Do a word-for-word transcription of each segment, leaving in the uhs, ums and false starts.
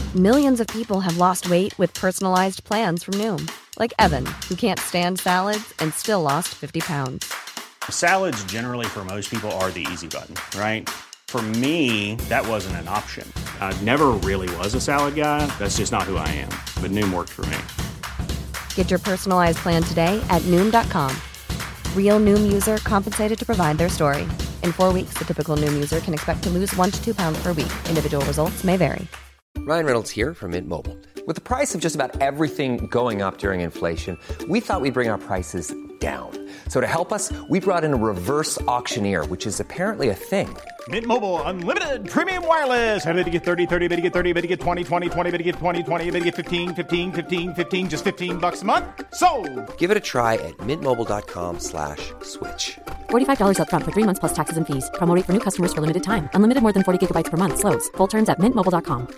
Millions of people have lost weight with personalized plans from Noom. Like Evan, who can't stand salads and still lost fifty pounds. Salads generally for most people are the easy button, right? For me, that wasn't an option. I never really was a salad guy. That's just not who I am. But Noom worked for me. Get your personalized plan today at Noom dot com. Real Noom user compensated to provide their story. In four weeks, the typical Noom user can expect to lose one to two pounds per week. Individual results may vary. Ryan Reynolds here from Mint Mobile. With the price of just about everything going up during inflation, we thought we'd bring our prices down. So to help us, we brought in a reverse auctioneer, which is apparently a thing. Mint Mobile Unlimited Premium Wireless. How to get thirty, thirty, how to get thirty, how to get twenty, twenty, twenty, how to get twenty, twenty, how to get fifteen, fifteen, fifteen, fifteen, just fifteen bucks a month? Sold! Give it a try at mintmobile.com slash switch. forty-five dollars up front for three months plus taxes and fees. Promo rate for new customers for limited time. Unlimited more than forty gigabytes per month. Slows full terms at mint mobile dot com.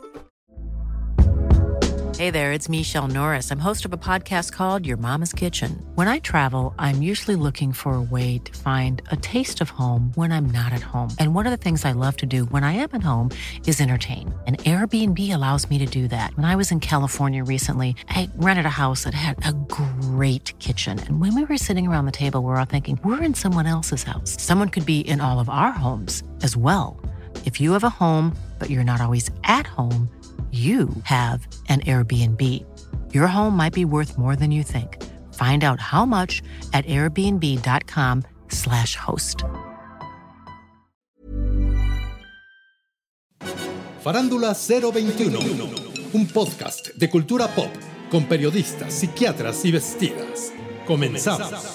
Hey there, it's Michelle Norris. I'm host of a podcast called Your Mama's Kitchen. When I travel, I'm usually looking for a way to find a taste of home when I'm not at home. And one of the things I love to do when I am at home is entertain. And Airbnb allows me to do that. When I was in California recently, I rented a house that had a great kitchen. And when we were sitting around the table, we were all thinking, we're in someone else's house. Someone could be in all of our homes as well. If you have a home, but you're not always at home, you have an Airbnb. Your home might be worth more than you think. Find out how much at airbnb.com slash host. Farándula cero veintiuno, un podcast de cultura pop con periodistas, psiquiatras y vestidas. Comenzamos.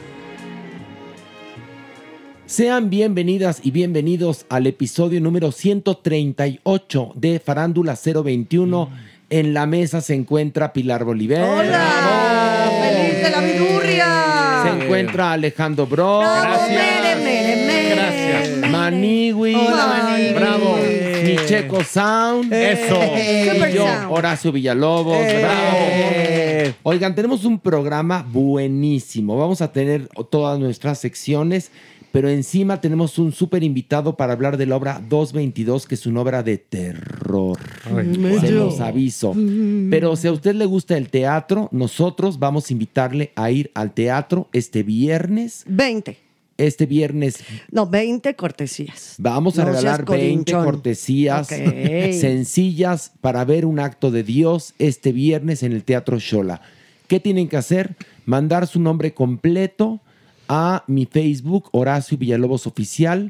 Sean bienvenidas y bienvenidos al episodio número ciento treinta y ocho de Farándula cero veintiuno. En la mesa se encuentra Pilar Bolívar. ¡Hola! ¡Feliz de la vidurria! Se encuentra Alejandro Bro. Gracias. Mere, mere, mere. Gracias. Maniwi. Hola, Maniwi. Bravo. Micheco Sound. Eso. Y yo, Horacio Villalobos. Eh. Bravo. Oigan, tenemos un programa buenísimo. Vamos a tener todas nuestras secciones. Pero encima tenemos un súper invitado para hablar de la obra doscientos veintidós, que es una obra de terror. Ay, se los aviso. Mm. Pero si a usted le gusta el teatro, nosotros vamos a invitarle a ir al teatro este viernes. veinte. Este viernes. No, veinte cortesías. Vamos a no regalar veinte cortesías okay. sencillas para ver un acto de Dios este viernes en el Teatro Xola. ¿Qué tienen que hacer? Mandar su nombre completo a mi Facebook, Horacio Villalobos Oficial,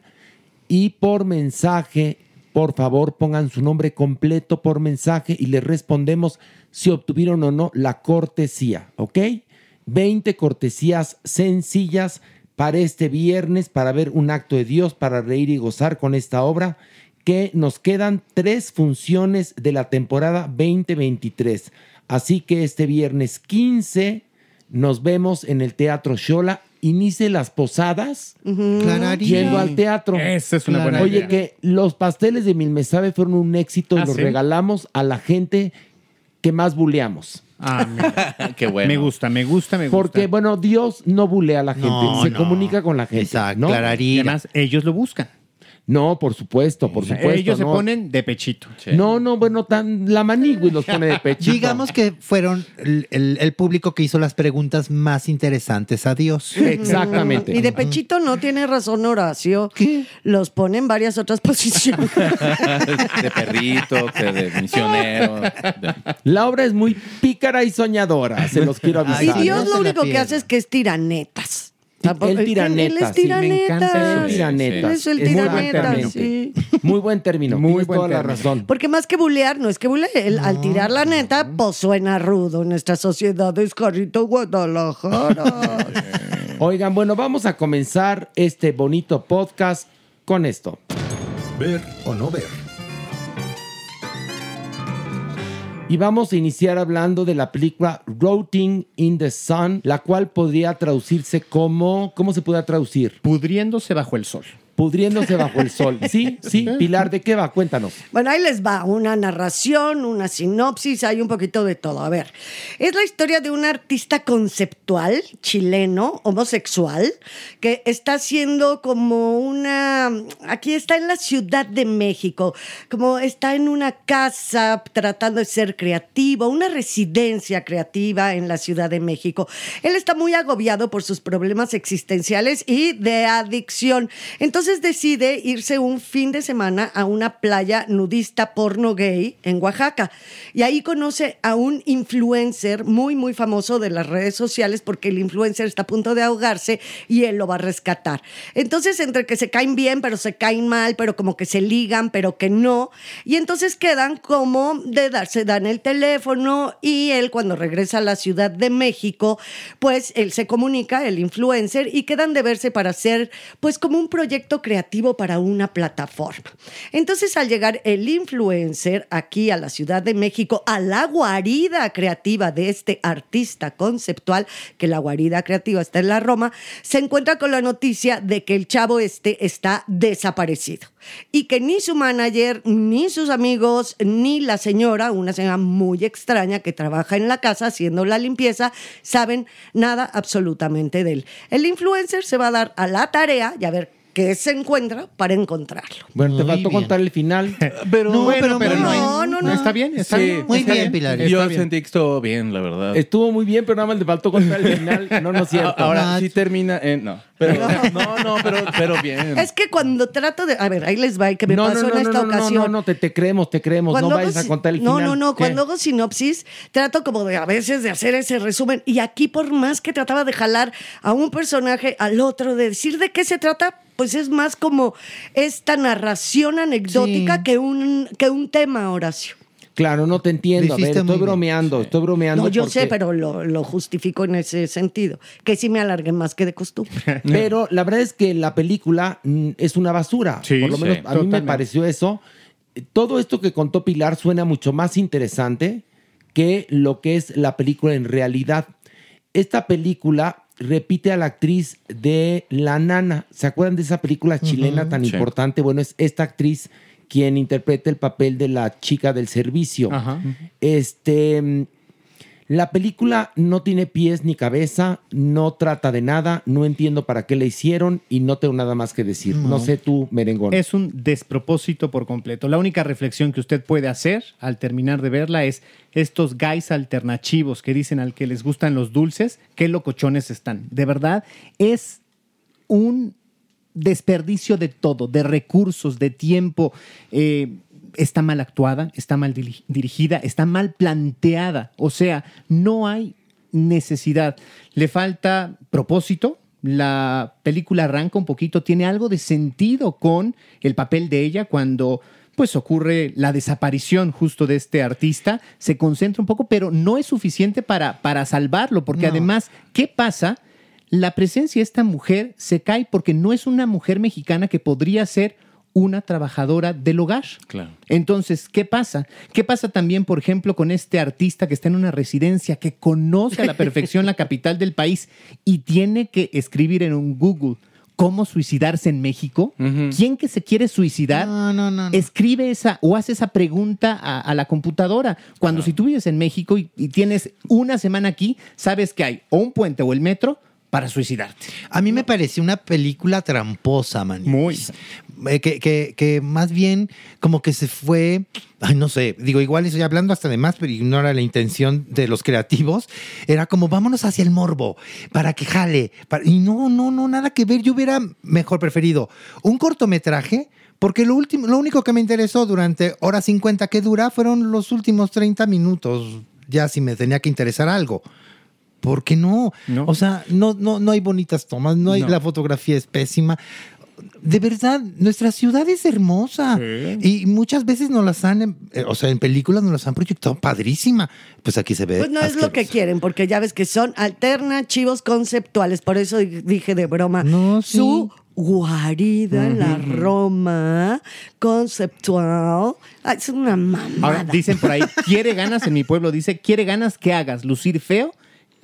y por mensaje, por favor, pongan su nombre completo por mensaje y les respondemos si obtuvieron o no la cortesía, ¿ok? veinte cortesías sencillas para este viernes, para ver un acto de Dios, para reír y gozar con esta obra, que nos quedan tres funciones de la temporada veinte veintitrés. Así que este viernes quince nos vemos en el Teatro Xola. Inicie las posadas uh-huh. yendo al teatro. Esa es una buena Oye, idea. que los pasteles de Milmesabe fueron un éxito y ¿Ah, los sí? regalamos a la gente que más buleamos. Ah, qué bueno. Me gusta, me gusta, me gusta. Porque, bueno, Dios no bulea a la gente, No, se no. comunica con la gente. Exacto, ¿no? Y además, ellos lo buscan. No, por supuesto, por supuesto. Ellos no. se ponen de pechito. Sí. No, no, bueno, tan la Manigui los pone de pechito. Digamos que fueron el, el, el público que hizo las preguntas más interesantes a Dios. Exactamente. Y de pechito no tiene razón Horacio. ¿Qué? Los pone en varias otras posiciones. De perrito, que de misionero. La obra es muy pícara y soñadora, se los quiero avisar. Y Dios lo único que hace es que es tiranetas. El tiraneta, él es tiraneta. Sí, me encanta eso. Sí, tiraneta. Es el es muy buen tiraneta, término. sí. Muy buen término. Muy Tienes buen toda término. la razón. Porque más que bulear, no es que bulee. Él, al tirar la neta, pues suena rudo. Nuestra sociedad es Carrito Guadalajara. Oigan, bueno, vamos a comenzar este bonito podcast con esto. Ver o no ver. Y vamos a iniciar hablando de la película Rotting in the Sun, la cual podría traducirse como... ¿Cómo se puede traducir? Pudriéndose bajo el sol. pudriéndose bajo el sol. Sí, sí, Pilar, ¿de qué va? Cuéntanos. Bueno, ahí les va una narración, una sinopsis, hay un poquito de todo. A ver, es la historia de un artista conceptual chileno, homosexual, que está haciendo como una... Aquí está en la Ciudad de México, como está en una casa tratando de ser creativo, una residencia creativa en la Ciudad de México. Él está muy agobiado por sus problemas existenciales y de adicción. Entonces, Entonces decide irse un fin de semana a una playa nudista porno gay en Oaxaca. Y ahí conoce a un influencer muy, muy famoso de las redes sociales porque el influencer está a punto de ahogarse y él lo va a rescatar. Entonces, entre que se caen bien, pero se caen mal, pero como que se ligan, pero que no. Y entonces quedan como de darse, dan el teléfono y él cuando regresa a la Ciudad de México, pues él se comunica, el influencer, y quedan de verse para hacer pues como un proyecto creativo para una plataforma. Entonces, al llegar el influencer aquí a la Ciudad de México, a la guarida creativa de este artista conceptual, que la guarida creativa está en la Roma, se encuentra con la noticia de que el chavo este está desaparecido y que ni su manager, ni sus amigos, ni la señora, una señora muy extraña que trabaja en la casa haciendo la limpieza, saben nada absolutamente de él. El influencer se va a dar a la tarea y a ver que se encuentra para encontrarlo. Bueno, te Muy faltó bien. contar el final. Pero, No, bueno, pero pero muy no, hay- No, no, no. Está bien, está Sí, bien. Muy está bien, Pilar. Yo Está bien. sentí que estuvo bien, la verdad. Estuvo muy bien, pero nada más le faltó contar el final. No, no es cierto. Ahora Ah, sí termina. eh, no. Pero, no, no, pero, pero bien. Es que cuando trato de... A ver, ahí les va, y que me no, pasó no, no, en esta no, no, ocasión. no, no, te, te creemos, te creemos. Cuando No hago vayas a si- contar el no, final. No, no, ¿Qué? cuando hago sinopsis, trato como de a veces de hacer ese resumen. Y aquí, por más que trataba de jalar a un personaje al otro, de decir de qué se trata, pues es más como esta narración anecdótica Sí. que, un, que un tema, Horacio. Claro, no te entiendo. Lo A ver, hiciste muy estoy bien. bromeando, estoy bromeando. No, yo porque- sé, pero lo, lo justifico en ese sentido. Que sí me alargué más que de costumbre. Pero la verdad es que la película mm, es una basura. Sí, Por lo sí, menos a mí me totalmente. pareció eso. Todo esto que contó Pilar suena mucho más interesante que lo que es la película en realidad. Esta película repite a la actriz de La Nana. ¿Se acuerdan de esa película chilena tan Sí. importante? Bueno, es esta actriz quien interpreta el papel de la chica del servicio. Ajá. Este, mm, la película no tiene pies ni cabeza, no trata de nada, no entiendo para qué la hicieron y no tengo nada más que decir. No, sé tú, Merengón. Es un despropósito por completo. La única reflexión que usted puede hacer al terminar de verla es estos guys alternativos que dicen al que les gustan los dulces, qué locochones están. De verdad, es un desperdicio de todo, de recursos, de tiempo. Eh, está mal actuada, está mal diri- dirigida, está mal planteada. O sea, no hay necesidad. Le falta propósito. La película arranca un poquito, tiene algo de sentido con el papel de ella cuando pues ocurre la desaparición justo de este artista, se concentra un poco, pero no es suficiente para, para salvarlo, porque No. además, ¿qué pasa? La presencia de esta mujer se cae porque no es una mujer mexicana que podría ser una trabajadora del hogar. Claro. Entonces, ¿qué pasa? ¿Qué pasa también, por ejemplo, con este artista que está en una residencia, que conoce a la perfección la capital del país y tiene que escribir en un Google cómo suicidarse en México? Ujú. ¿Quién que se quiere suicidar No, no, no. no. escribe esa o hace esa pregunta a, a la computadora? Cuando si tú vives en México y, y tienes una semana aquí, sabes que hay o un puente o el metro para suicidarte. A mí me pareció una película tramposa, man. Muy. Eh, que, que, que más bien como que se fue, ay, no sé, digo, igual estoy hablando hasta de más, pero no era la intención de los creativos. Era como, vámonos hacia el morbo, para que jale. para- y no, no, no, nada que ver. Yo hubiera mejor preferido un cortometraje, porque lo, último, lo único que me interesó durante hora cincuenta que dura fueron los últimos treinta minutos, ya si me tenía que interesar algo. ¿Por qué no? No. O sea, no, no, no hay bonitas tomas, no hay, No. la fotografía es pésima. De verdad, nuestra ciudad es hermosa. Sí. Y muchas veces nos las han, eh, o sea, en películas nos las han proyectado padrísima. Pues aquí se ve. Pues no es lo que asqueroso. quieren, porque ya ves que son alternativos conceptuales. Por eso dije de broma. No, sí. Su guarida, la Roma, conceptual. Ay, es una mamada. Ahora, dicen por ahí, quiere ganas, en mi pueblo dice, quiere ganas que hagas lucir feo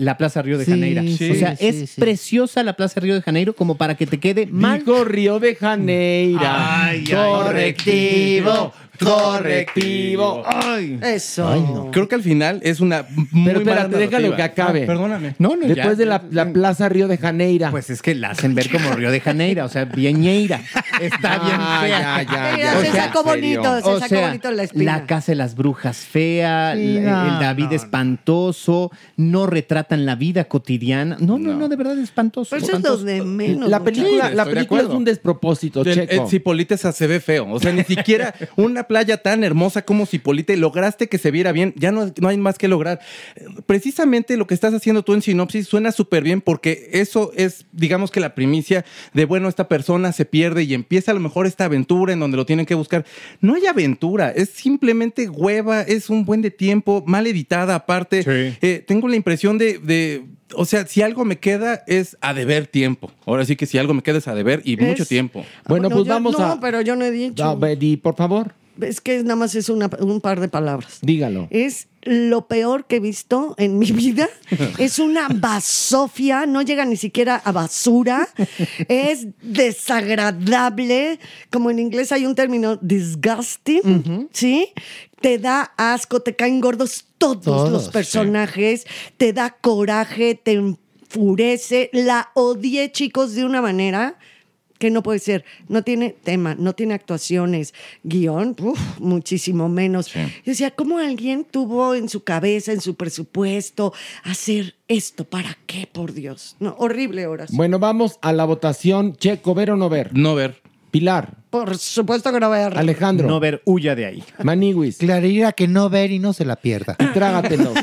la Plaza Río de Sí, Janeiro. sí, o sea, sí, es sí. preciosa la Plaza Río de Janeiro como para que te quede mal. Dijo Río de Janeiro. Ay, ay, correctivo, correctivo. Ay. Eso. Ay, no. Creo que al final es una muy Pero mala espérate, déjalo narrativa. que acabe. Ah, perdóname. No, no, Después ya, de la, ya, la ya. Plaza Río de Janeiro. Pues es que la hacen ver como Río de Janeiro, o sea, Vieñeira. Está bien Ah, fea. ya, ya, Mira, ya. se O sea, sacó serio. bonito, se O sacó sea, bonito la espina. la Casa de las Brujas fea, Sí, el, no, el David no, no. espantoso, no retratan la vida cotidiana. No, no, no, de verdad es espantoso. Pero eso es lo de menos. La película, Sí, la estoy de película es acuerdo. un despropósito, El, Checo. el Cipolite esa se ve feo. O sea, ni siquiera una playa tan hermosa como Cipolite lograste que se viera bien. Ya no, no hay más que lograr. Precisamente lo que estás haciendo tú en sinopsis suena súper bien porque eso es, digamos que la primicia de, bueno, esta persona se pierde y empieza a lo mejor esta aventura en donde lo tienen que buscar. No hay aventura, es simplemente hueva, es un buen de tiempo, mal editada aparte. Sí. Eh, tengo la impresión de... de o sea, si algo me queda es a deber tiempo. Ahora sí que si algo me queda es a deber y Es- mucho tiempo. Bueno, pues yo- vamos no, a... pero yo no he dicho. No, Betty, por favor, Es que nada más es una- un par de palabras. dígalo. Es lo peor que he visto en mi vida. Es una basofia, no llega ni siquiera a basura. Es desagradable. Como en inglés hay un término, disgusting, ¿sí? Te da asco, te caen gordos todos, Todos, los personajes, te da coraje, te enfurece. La odié, chicos, de una manera que no puede ser. No tiene tema, no tiene actuaciones, guión, uf, muchísimo menos. Yo decía, ¿cómo alguien tuvo en su cabeza, en su presupuesto, hacer esto? ¿Para qué, por Dios? No, horrible, horas. Bueno, vamos a la votación. Checo, ¿ver o no ver? No ver. Pilar, Por supuesto que no voy a... Alejandro, No ver, huya de ahí. Maniwis, Clarira que no ver y no se la pierda. y trágatelos.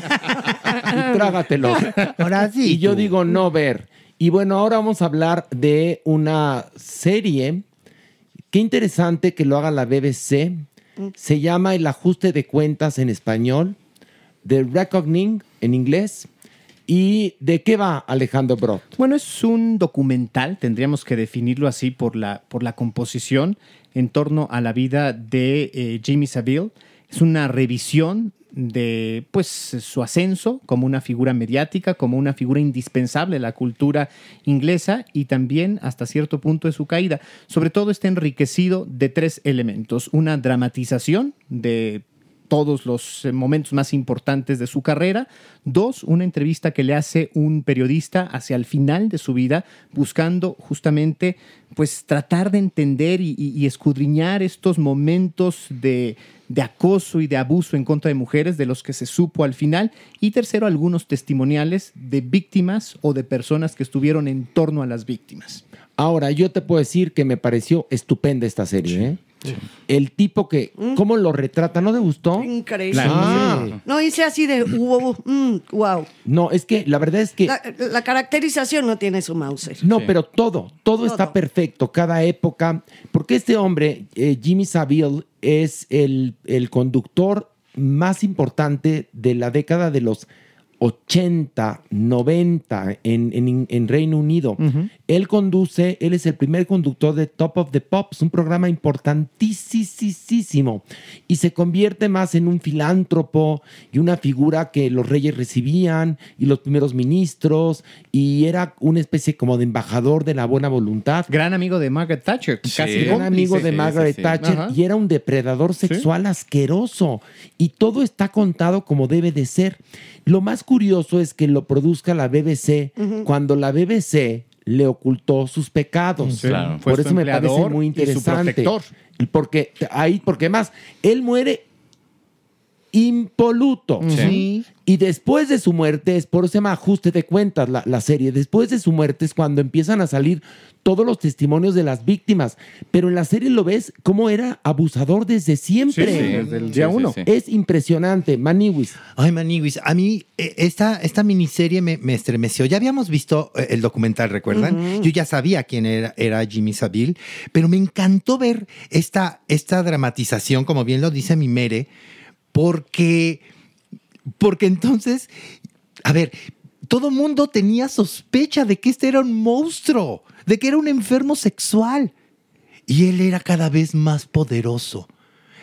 y trágatelos. Ahora sí. Y yo tú. digo no ver. Y bueno, ahora vamos a hablar de una serie. Qué interesante que lo haga la B B C. Se llama El ajuste de cuentas en español, The Reckoning en inglés. ¿Y de qué va, Alejandro Brot? Bueno, es un documental, tendríamos que definirlo así por la, por la composición en torno a la vida de eh, Jimmy Savile. Es una revisión de pues, su ascenso como una figura mediática, como una figura indispensable de la cultura inglesa y también hasta cierto punto de su caída. Sobre todo está enriquecido de tres elementos. Una dramatización de todos los momentos más importantes de su carrera. Dos, una entrevista que le hace un periodista hacia el final de su vida, buscando justamente pues tratar de entender y, y- y escudriñar estos momentos de, de acoso y de abuso en contra de mujeres de los que se supo al final. Y tercero, algunos testimoniales de víctimas o de personas que estuvieron en torno a las víctimas. Ahora, yo te puedo decir que me pareció estupenda esta serie, ¿eh? El tipo que, ¿cómo lo retrata? ¿No te gustó? Increíble. Ah. No hice así de wow, mm, wow. No, es que la verdad es que... La, la caracterización no tiene su Mauser. No, pero todo, todo, está perfecto, cada época, porque este hombre, eh, Jimmy Savile, es el, el conductor más importante de la década de los ochenta, noventa en, en, en Reino Unido. Uh-huh. Él conduce, él es el primer conductor de Top of the Pops, un programa importantísimo, y se convierte más en un filántropo y una figura que los reyes recibían y los primeros ministros, y era una especie como de embajador de la buena voluntad. Gran amigo de Margaret Thatcher. Sí, Casi gran cómplice. amigo de Margaret Sí, sí, sí. Thatcher, Ajá. y era un depredador sexual asqueroso, y todo está contado como debe de ser. Lo más curioso es que lo produzca la B B C Ujú. cuando la B B C le ocultó sus pecados. Sí, claro. Fue Por su eso me parece empleador muy y su interesante. protector. Y porque ahí, porque más, él muere impoluto. Sí. Y después de su muerte, es por eso se llama Ajuste de Cuentas la, la serie. Después de su muerte es cuando empiezan a salir todos los testimonios de las víctimas. Pero en la serie lo ves cómo era abusador desde siempre. Sí, sí, desde el día Sí, sí, uno. sí. Es impresionante. Maniwis. Ay, Maniwis, a mí eh, esta, esta miniserie me, me estremeció. Ya habíamos visto eh, el documental, ¿recuerdan? Ujú. Yo ya sabía quién era, era Jimmy Savile, pero me encantó ver esta, esta dramatización, como bien lo dice mi Mere, porque, porque entonces, a ver, todo mundo tenía sospecha de que este era un monstruo, de que era un enfermo sexual. Y él era cada vez más poderoso.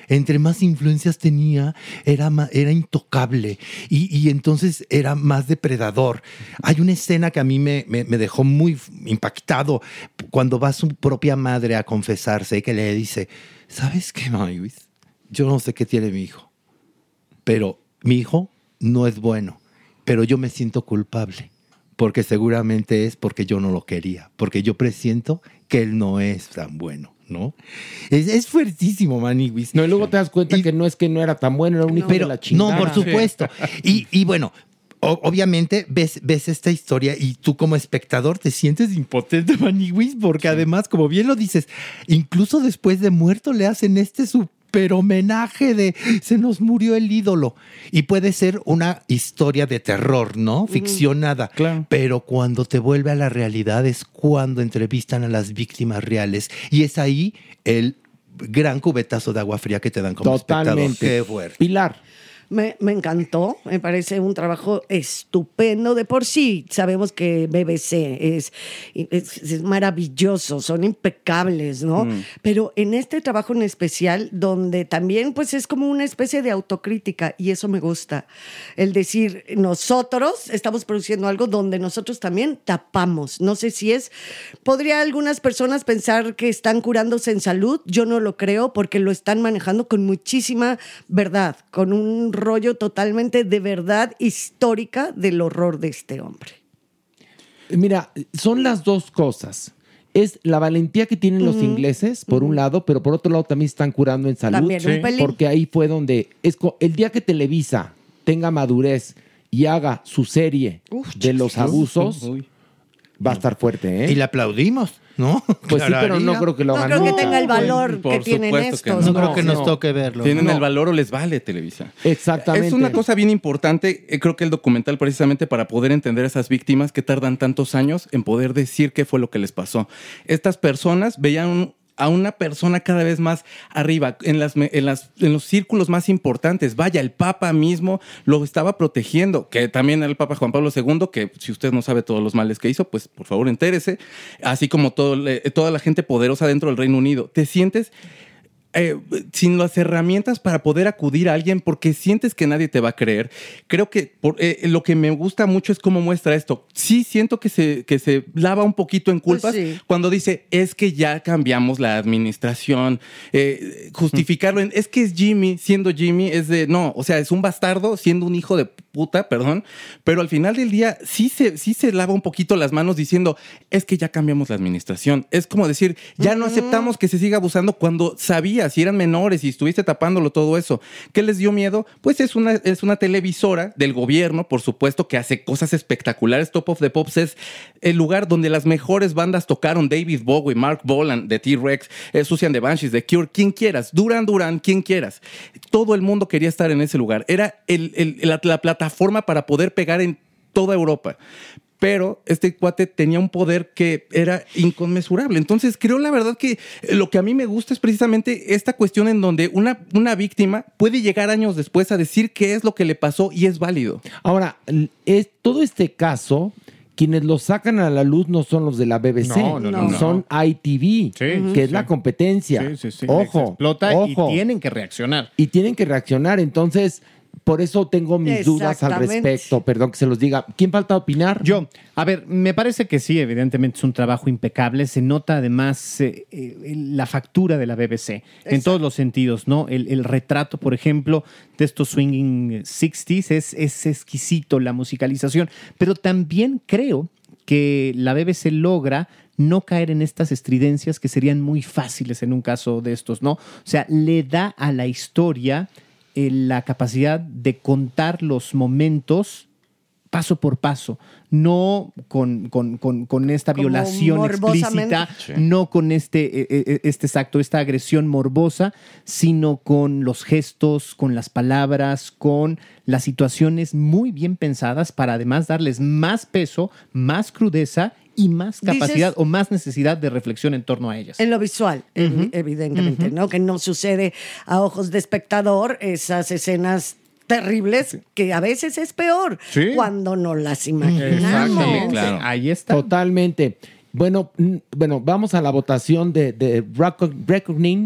entre más influencias tenía, era, ma- era intocable y, y entonces era más depredador. Hay una escena que a mí me, me, me dejó muy impactado cuando va su propia madre a confesarse y que le dice, ¿sabes qué, Maywis? Yo no sé qué tiene mi hijo, pero mi hijo no es bueno, pero yo me siento culpable. Porque seguramente es porque yo no lo quería, porque yo presiento que él no es tan bueno, ¿no? Es, es fuertísimo, Maniwis. No, y luego te das cuenta y, que no es que no era tan bueno, era un hijo pero, de la chingada. No, por supuesto. Sí. Y, y bueno, o, obviamente ves, ves esta historia y tú como espectador te sientes impotente, Maniwis, porque sí. además, como bien lo dices, incluso después de muerto le hacen este super pero homenaje de se nos murió el ídolo. Y puede ser una historia de terror, ¿no? Ficcionada. Claro. Pero cuando te vuelve a la realidad es cuando entrevistan a las víctimas reales. Y es ahí el gran cubetazo de agua fría que te dan como Totalmente. espectador. Qué fuerte. Pilar. Me, me encantó, me parece un trabajo estupendo de por sí. Sabemos que B B C es, es, es maravilloso, son impecables, ¿no? Mm. Pero en este trabajo en especial, donde también pues es como una especie de autocrítica, y eso me gusta. El decir, nosotros estamos produciendo algo donde nosotros también tapamos. No sé si es, podría algunas personas pensar que están curándose en salud, yo no lo creo porque lo están manejando con muchísima verdad, con un rollo totalmente de verdad histórica del horror de este hombre. Mira, son las dos cosas. Es la valentía que tienen uh-huh. los ingleses, por uh-huh. un lado, pero por otro lado también están curando en salud. También, sí. un pelín. Porque ahí fue donde... Es co- el día que Televisa tenga madurez y haga su serie Uf, de los abusos, uy. va a estar fuerte, ¿eh? Y le aplaudimos, ¿no? Pues sí, pero no creo que lo hagan. No creo que tenga el valor Por que tienen estos. Que no. no, no creo que no. nos toque verlo. ¿Tienen no. el valor o les vale Televisa? Exactamente. Es una cosa bien importante, eh, creo que el documental precisamente para poder entender a esas víctimas que tardan tantos años en poder decir qué fue lo que les pasó. Estas personas veían un, a una persona cada vez más arriba, en, las, en, las, en los círculos más importantes. Vaya, el Papa mismo lo estaba protegiendo, que también era el Papa Juan Pablo segundo, que si usted no sabe todos los males que hizo, pues por favor entérese, así como todo, toda la gente poderosa dentro del Reino Unido. Te sientes... Eh, sin las herramientas para poder acudir a alguien porque sientes que nadie te va a creer. Creo que por, eh, lo que me gusta mucho es cómo muestra esto. Sí siento que se, que se lava un poquito en culpas pues sí. cuando dice, es que ya cambiamos la administración. Eh, justificarlo en, es que es Jimmy, siendo Jimmy, es de, no, o sea, es un bastardo siendo un hijo de puta, perdón, pero al final del día sí se, sí se lava un poquito las manos diciendo, es que ya cambiamos la administración. Es como decir, ya uh-huh. no aceptamos que se siga abusando cuando sabía si eran menores y estuviste tapándolo todo eso. ¿Qué les dio miedo? Pues es una, es una televisora del gobierno, por supuesto, que hace cosas espectaculares. Top of the Pops es el lugar donde las mejores bandas tocaron. David Bowie, Mark Bolan, de T-Rex, eh, Susan the Banshees, The Cure, quien quieras. Duran Duran, quien quieras. Todo el mundo quería estar en ese lugar. Era el, el, la, la plataforma para poder pegar en toda Europa. Pero este cuate tenía un poder que era inconmensurable. Entonces creo la verdad que lo que a mí me gusta es precisamente esta cuestión en donde una, una víctima puede llegar años después a decir qué es lo que le pasó y es válido. Ahora, es, todo este caso, quienes lo sacan a la luz no son los de la B B C, no, no, no, no. son I T V, sí, que es sí. la competencia. Sí, sí, sí. Ojo, explota ojo. Y tienen que reaccionar. Y tienen que reaccionar, entonces... Por eso tengo mis dudas al respecto. Perdón que se los diga. ¿Quién falta opinar? Yo. A ver, me parece que sí, evidentemente es un trabajo impecable. Se nota además eh, eh, la factura de la B B C Exacto. en todos los sentidos, ¿no? El, el retrato, por ejemplo, de estos swinging sixties es, es exquisito, la musicalización. Pero también creo que la B B C logra no caer en estas estridencias que serían muy fáciles en un caso de estos, ¿no? O sea, le da a la historia la capacidad de contar los momentos paso por paso, no con, con, con, con esta Como violación explícita, sí. no con este, este acto, esta agresión morbosa, sino con los gestos, con las palabras, con las situaciones muy bien pensadas para además darles más peso, más crudeza y más capacidad Dices, o más necesidad de reflexión en torno a ellas. En lo visual, uh-huh. evidentemente, uh-huh. ¿no? Que no sucede a ojos de espectador esas escenas terribles sí. que a veces es peor sí. cuando no las imaginamos. Sí, claro. Ahí está. Totalmente. Bueno, bueno, vamos a la votación de, de Reckoning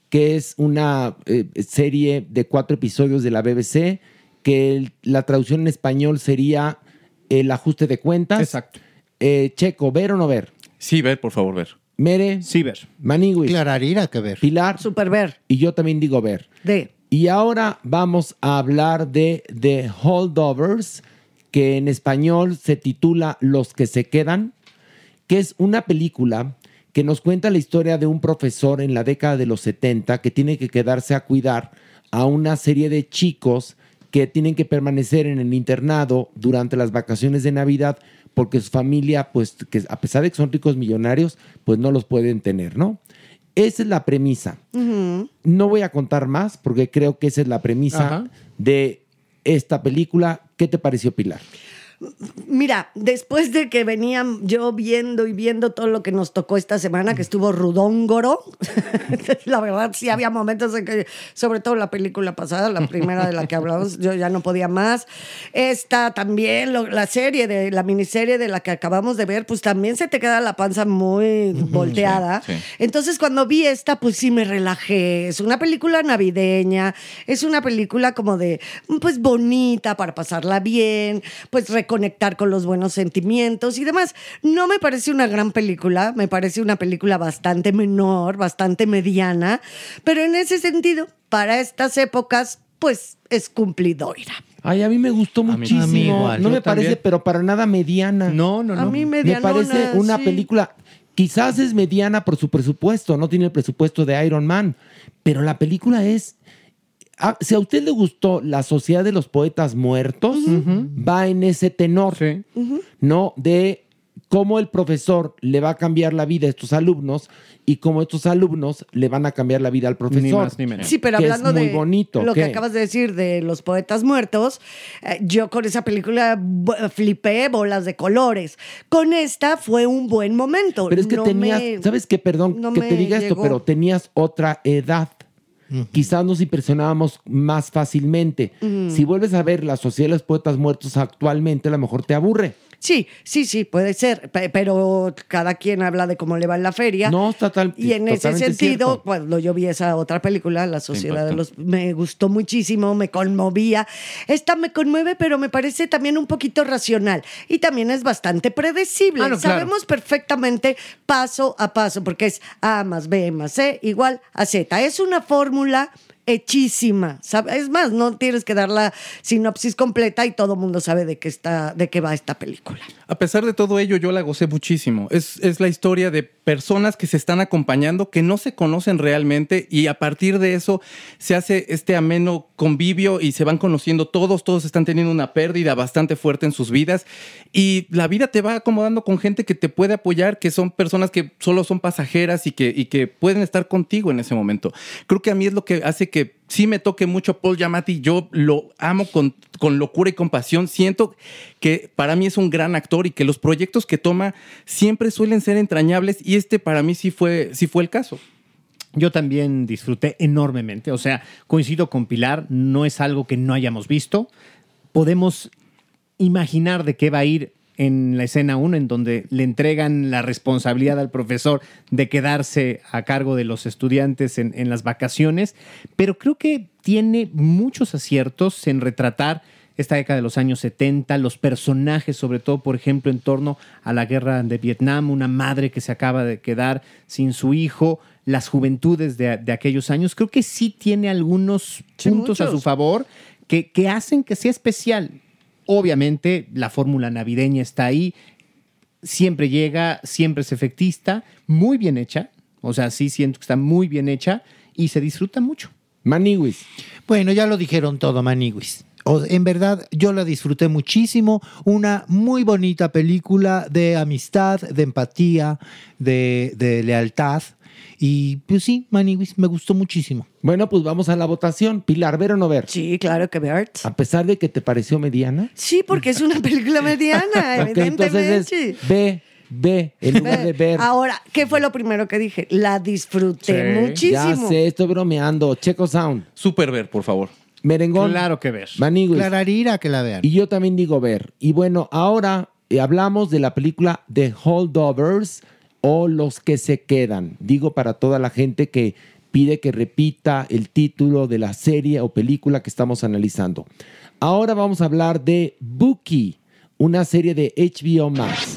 que es una eh, serie de cuatro episodios de la B B C, que el- la traducción en español sería El ajuste de cuentas. Exacto. Eh, Checo, ¿ver o no ver? Sí, ver, por favor, ver. Mere. Sí, ver. Maniguis. Clararira que ver. Pilar. Super ver. Y yo también digo ver. De. Y ahora vamos a hablar de The Holdovers, que en español se titula Los que se quedan, que es una película que nos cuenta la historia de un profesor en la década de los setenta que tiene que quedarse a cuidar a una serie de chicos que tienen que permanecer en el internado durante las vacaciones de Navidad porque su familia, pues, que a pesar de que son ricos millonarios, pues no los pueden tener, ¿no? Esa es la premisa. Ujú. No voy a contar más porque creo que esa es la premisa Ajá. de esta película. ¿Qué te pareció, Pilar? Mira, después de que venían yo viendo y viendo todo lo que nos tocó esta semana, que estuvo rudóngoro, la verdad sí había momentos en que, sobre todo la película pasada, la primera de la que hablamos, yo ya no podía más. Esta también, lo- la serie, de la miniserie de la que acabamos de ver, pues también se te queda la panza muy volteada. sí, sí. Entonces cuando vi esta, pues sí me relajé. Es una película navideña, es una película como de, pues bonita para pasarla bien, pues reconectar con los buenos sentimientos y demás. No me parece una gran película, me parece una película bastante menor, bastante mediana, pero en ese sentido, para estas épocas, pues es cumplidora. Ay, a mí me gustó mí- muchísimo. a mí igual. No Yo me parece, también. pero para nada mediana. No, no, A mí Me medianona, parece una sí. película, quizás es mediana por su presupuesto, no tiene el presupuesto de Iron Man, pero la película es... Ah, si a usted le gustó La Sociedad de los Poetas Muertos, va en ese tenor, ¿no? De cómo el profesor le va a cambiar la vida a estos alumnos y cómo estos alumnos le van a cambiar la vida al profesor. Ni más ni menos. Sí, pero que hablando es muy de bonito. lo que ¿qué? acabas de decir de los poetas muertos, eh, yo con esa película bo- flipé bolas de colores. Con esta fue un buen momento. Pero es que No tenías, me- ¿sabes qué? Perdón no que me te diga esto, llegó. pero tenías otra edad. Quizás nos impresionábamos más fácilmente. Ujú. Si vuelves a ver La Sociedad de los Poetas Muertos actualmente, a lo mejor te aburre. Sí, sí, sí, puede ser, pe- pero cada quien habla de cómo le va en la feria. No, está tal, Y en ese totalmente sentido, cierto. cuando yo vi esa otra película, La Sociedad de impactó. los... Me gustó muchísimo, me conmovía. Esta me conmueve, pero me parece también un poquito racional. Y también es bastante predecible. Ah, no, claro. Sabemos perfectamente paso a paso, porque es A más B más C igual a Z. Es una fórmula hechísima. ¿sabe? Es más, no tienes que dar la sinopsis completa y todo el mundo sabe de qué, está, de qué va esta película. A pesar de todo ello, yo la gocé muchísimo. Es, es la historia de personas que se están acompañando, que no se conocen realmente y a partir de eso se hace este ameno convivio y se van conociendo todos, todos están teniendo una pérdida bastante fuerte en sus vidas y la vida te va acomodando con gente que te puede apoyar, que son personas que solo son pasajeras y que, y que pueden estar contigo en ese momento. Creo que a mí es lo que hace que sí me toque mucho Paul Giamatti. Yo lo amo con, con locura y compasión. Siento que para mí es un gran actor y que los proyectos que toma siempre suelen ser entrañables y este para mí sí fue, sí fue el caso. Yo también disfruté enormemente. O sea, coincido con Pilar, no es algo que no hayamos visto. Podemos imaginar de qué va a ir en la escena uno, en donde le entregan la responsabilidad al profesor de quedarse a cargo de los estudiantes en, en las vacaciones, pero creo que tiene muchos aciertos en retratar esta década de los años setenta, los personajes, sobre todo, por ejemplo, en torno a la guerra de Vietnam, una madre que se acaba de quedar sin su hijo, las juventudes de, de aquellos años. Creo que sí tiene algunos Sí, puntos a muchos. su favor que, que hacen que sea especial. Obviamente, la fórmula navideña está ahí, siempre llega, siempre es efectista, muy bien hecha. O sea, sí siento que está muy bien hecha y se disfruta mucho. Maniwis. Bueno, ya lo dijeron todo, Maniwis. O- En verdad, yo la disfruté muchísimo. Una muy bonita película de amistad, de empatía, de, de lealtad. Y pues sí, Maniwis, me gustó muchísimo. Bueno, pues vamos a la votación. Pilar, ¿ver o no ver? Sí, claro que ver. A pesar de que te pareció mediana. Sí, porque es una película mediana, Ok, entonces evidentemente. es ve, ve, en lugar de ver. Ahora, ¿qué fue lo primero que dije? La disfruté muchísimo. Ya sé, estoy bromeando. Checo Sound. Súper ver, por favor. Merengón. Claro que ver. Maniguis. Clararira que la vean. Y yo también digo ver. Y bueno, ahora eh, hablamos de la película The Holdovers o Los que se quedan. Digo para toda la gente que pide que repita el título de la serie o película que estamos analizando. Ahora vamos a hablar de Bookie, una serie de H B O Max.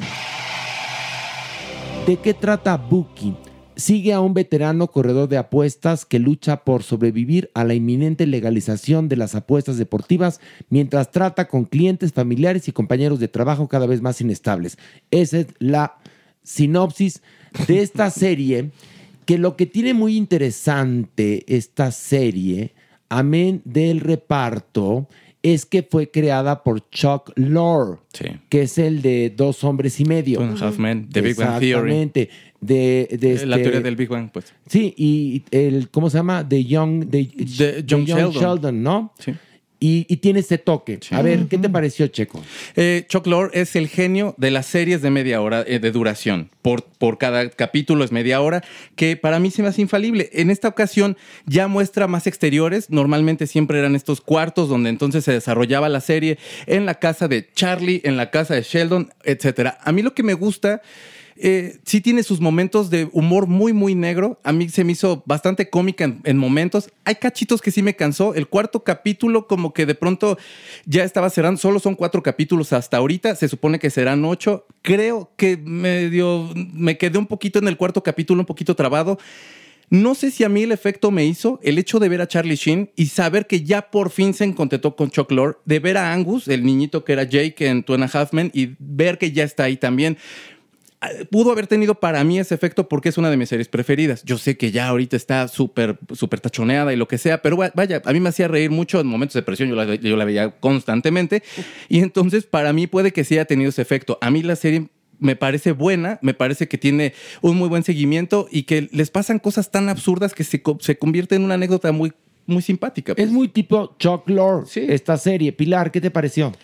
¿De qué trata Bookie? Sigue a un veterano corredor de apuestas que lucha por sobrevivir a la inminente legalización de las apuestas deportivas mientras trata con clientes, familiares y compañeros de trabajo cada vez más inestables. Esa es la sinopsis de esta serie, que lo que tiene muy interesante esta serie, amén del reparto, es que fue creada por Chuck Lorre, sí. que es el de Dos Hombres y Medio. Two and a Half Men, The Big Bang Theory. Exactamente. De, de este, la teoría del Big Bang, pues. Sí, y el, ¿cómo se llama? De Young, de, de Young, de Young Sheldon. Sheldon, ¿no? Sí. Y, y tiene ese toque. Sí. A ver, ¿qué te pareció, Checo? Eh, Chuck Lorre es el genio de las series de media hora eh, de duración. Por, por cada capítulo es media hora, que para mí se me hace infalible. En esta ocasión ya muestra más exteriores. Normalmente siempre eran estos cuartos donde entonces se desarrollaba la serie, en la casa de Charlie, en la casa de Sheldon, etcétera. A mí lo que me gusta... Eh, sí tiene sus momentos de humor muy, muy negro. A mí se me hizo bastante cómica en, en momentos. Hay cachitos que sí me cansó. El cuarto capítulo como que de pronto ya estaba cerrando. Solo son cuatro capítulos hasta ahorita. Se supone que serán ocho. Creo que medio, me quedé un poquito en el cuarto capítulo, un poquito trabado. No sé si a mí el efecto me hizo el hecho de ver a Charlie Sheen y saber que ya por fin se encontró con Chuck Lorre, de ver a Angus, el niñito que era Jake en Two and a Half Men, y ver que ya está ahí también. Pudo haber tenido para mí ese efecto porque es una de mis series preferidas. Yo sé que ya ahorita está súper súper tachoneada y lo que sea, pero vaya, a mí me hacía reír mucho en momentos de presión. Yo la, yo la veía constantemente y entonces para mí puede que sí haya tenido ese efecto. A mí la serie me parece buena, me parece que tiene un muy buen seguimiento y que les pasan cosas tan absurdas que se, se convierte en una anécdota muy, muy simpática. Pues. Es muy tipo Chuck Lorre, sí. Esta serie. Pilar, ¿qué te pareció?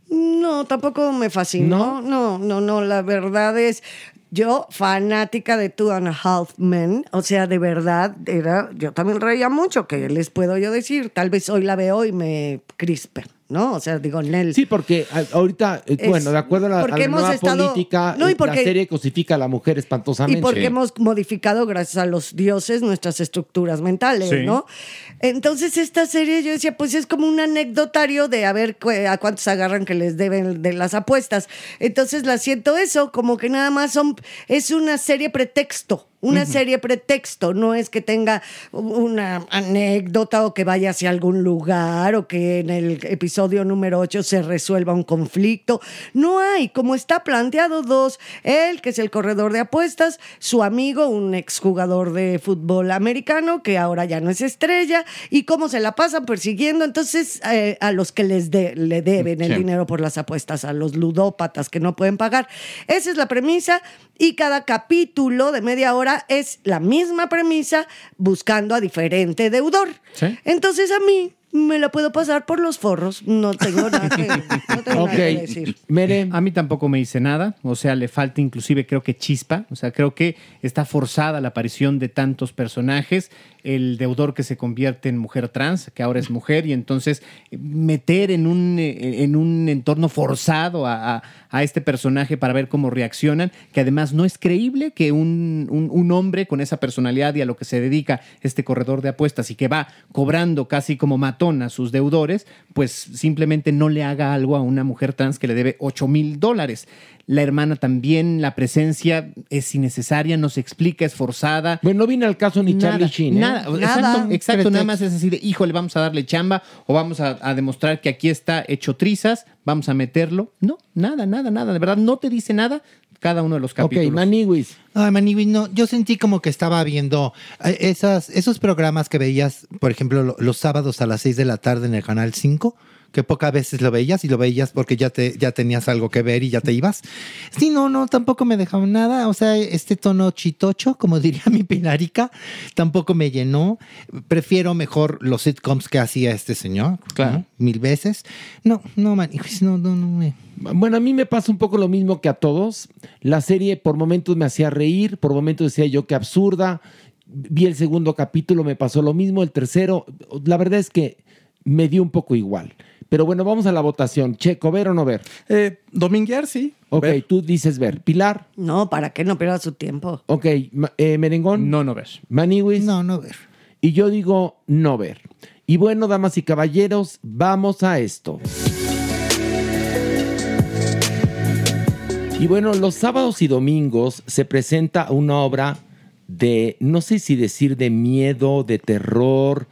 No, tampoco me fascinó. No, no, no, no. La verdad es, yo fanática de Two and a Half Men, o sea, de verdad, era, yo también reía mucho, que les puedo yo decir. Tal vez hoy la veo y me crispe, ¿no? O sea, digo, Nel. Sí, porque ahorita, es, bueno, de acuerdo a la, a la nueva estado, política, no, porque, la serie cosifica a la mujer espantosamente. Y porque sí. hemos modificado, gracias a los dioses, nuestras estructuras mentales, sí. ¿no? Entonces, esta serie, yo decía, pues es como un anecdotario de a ver a cuántos agarran que les deben de las apuestas. Entonces, la siento eso, como que nada más son, es una serie pretexto. Una uh-huh. serie pretexto, no es que tenga una anécdota o que vaya hacia algún lugar o que en el episodio número ocho se resuelva un conflicto. No hay, como está planteado, dos, él, que es el corredor de apuestas, su amigo, un exjugador de fútbol americano, que ahora ya no es estrella, y cómo se la pasan persiguiendo, entonces, eh, a los que les de, le deben el sí. dinero por las apuestas, a los ludópatas que no pueden pagar. Esa es la premisa, y cada capítulo de media hora es la misma premisa buscando a diferente deudor. ¿Sí? Entonces a mí me la puedo pasar por los forros. No tengo nada que, no tengo okay. nada que decir. Mere. A mí tampoco me dice nada. O sea, le falta inclusive creo que chispa. O sea, creo que está forzada la aparición de tantos personajes. El deudor que se convierte en mujer trans, que ahora es mujer, y entonces meter en un, en un entorno forzado a, a, a este personaje para ver cómo reaccionan, que además no es creíble que un, un, un hombre con esa personalidad y a lo que se dedica este corredor de apuestas y que va cobrando casi como matón a sus deudores, pues simplemente no le haga algo a una mujer trans que le debe ocho mil dólares. La hermana también, la presencia es innecesaria, no se explica, es forzada. Bueno, no viene al caso ni nada, Charlie Sheen, ¿eh? Nada, nada. Exacto, exacto nada más es así de, híjole, vamos a darle chamba o vamos a, a demostrar que aquí está hecho trizas, vamos a meterlo. No, nada, nada, nada. De verdad, no te dice nada cada uno de los capítulos. Ok, Maniwis. Ay, Maniwis, no. Yo sentí como que estaba viendo esas, esos programas que veías, por ejemplo, los sábados a las seis de la tarde en el Canal cinco, que pocas veces lo veías y lo veías porque ya te ya tenías algo que ver y ya te ibas. Sí, no, no, tampoco me dejaba nada. O sea, este tono chitocho, como diría mi Pilarica, tampoco me llenó. Prefiero mejor los sitcoms que hacía este señor. Claro. ¿No? Mil veces. No, no, man, no, no, no me... Bueno, a mí me pasa un poco lo mismo que a todos. La serie por momentos me hacía reír, por momentos decía yo que absurda. Vi el segundo capítulo, me pasó lo mismo. El tercero, la verdad es que me dio un poco igual. Pero bueno, vamos a la votación. Checo, ¿ver o no ver? Eh, dominguear, sí. Ok, ver. Tú dices ver. ¿Pilar? No, ¿para qué? No pierda su tiempo. Ok, eh, ¿Merengón? No, no ver. ¿Maniwis? No, no ver. Y yo digo no ver. Y bueno, damas y caballeros, vamos a esto. Y bueno, los sábados y domingos se presenta una obra de, no sé si decir de miedo, de terror,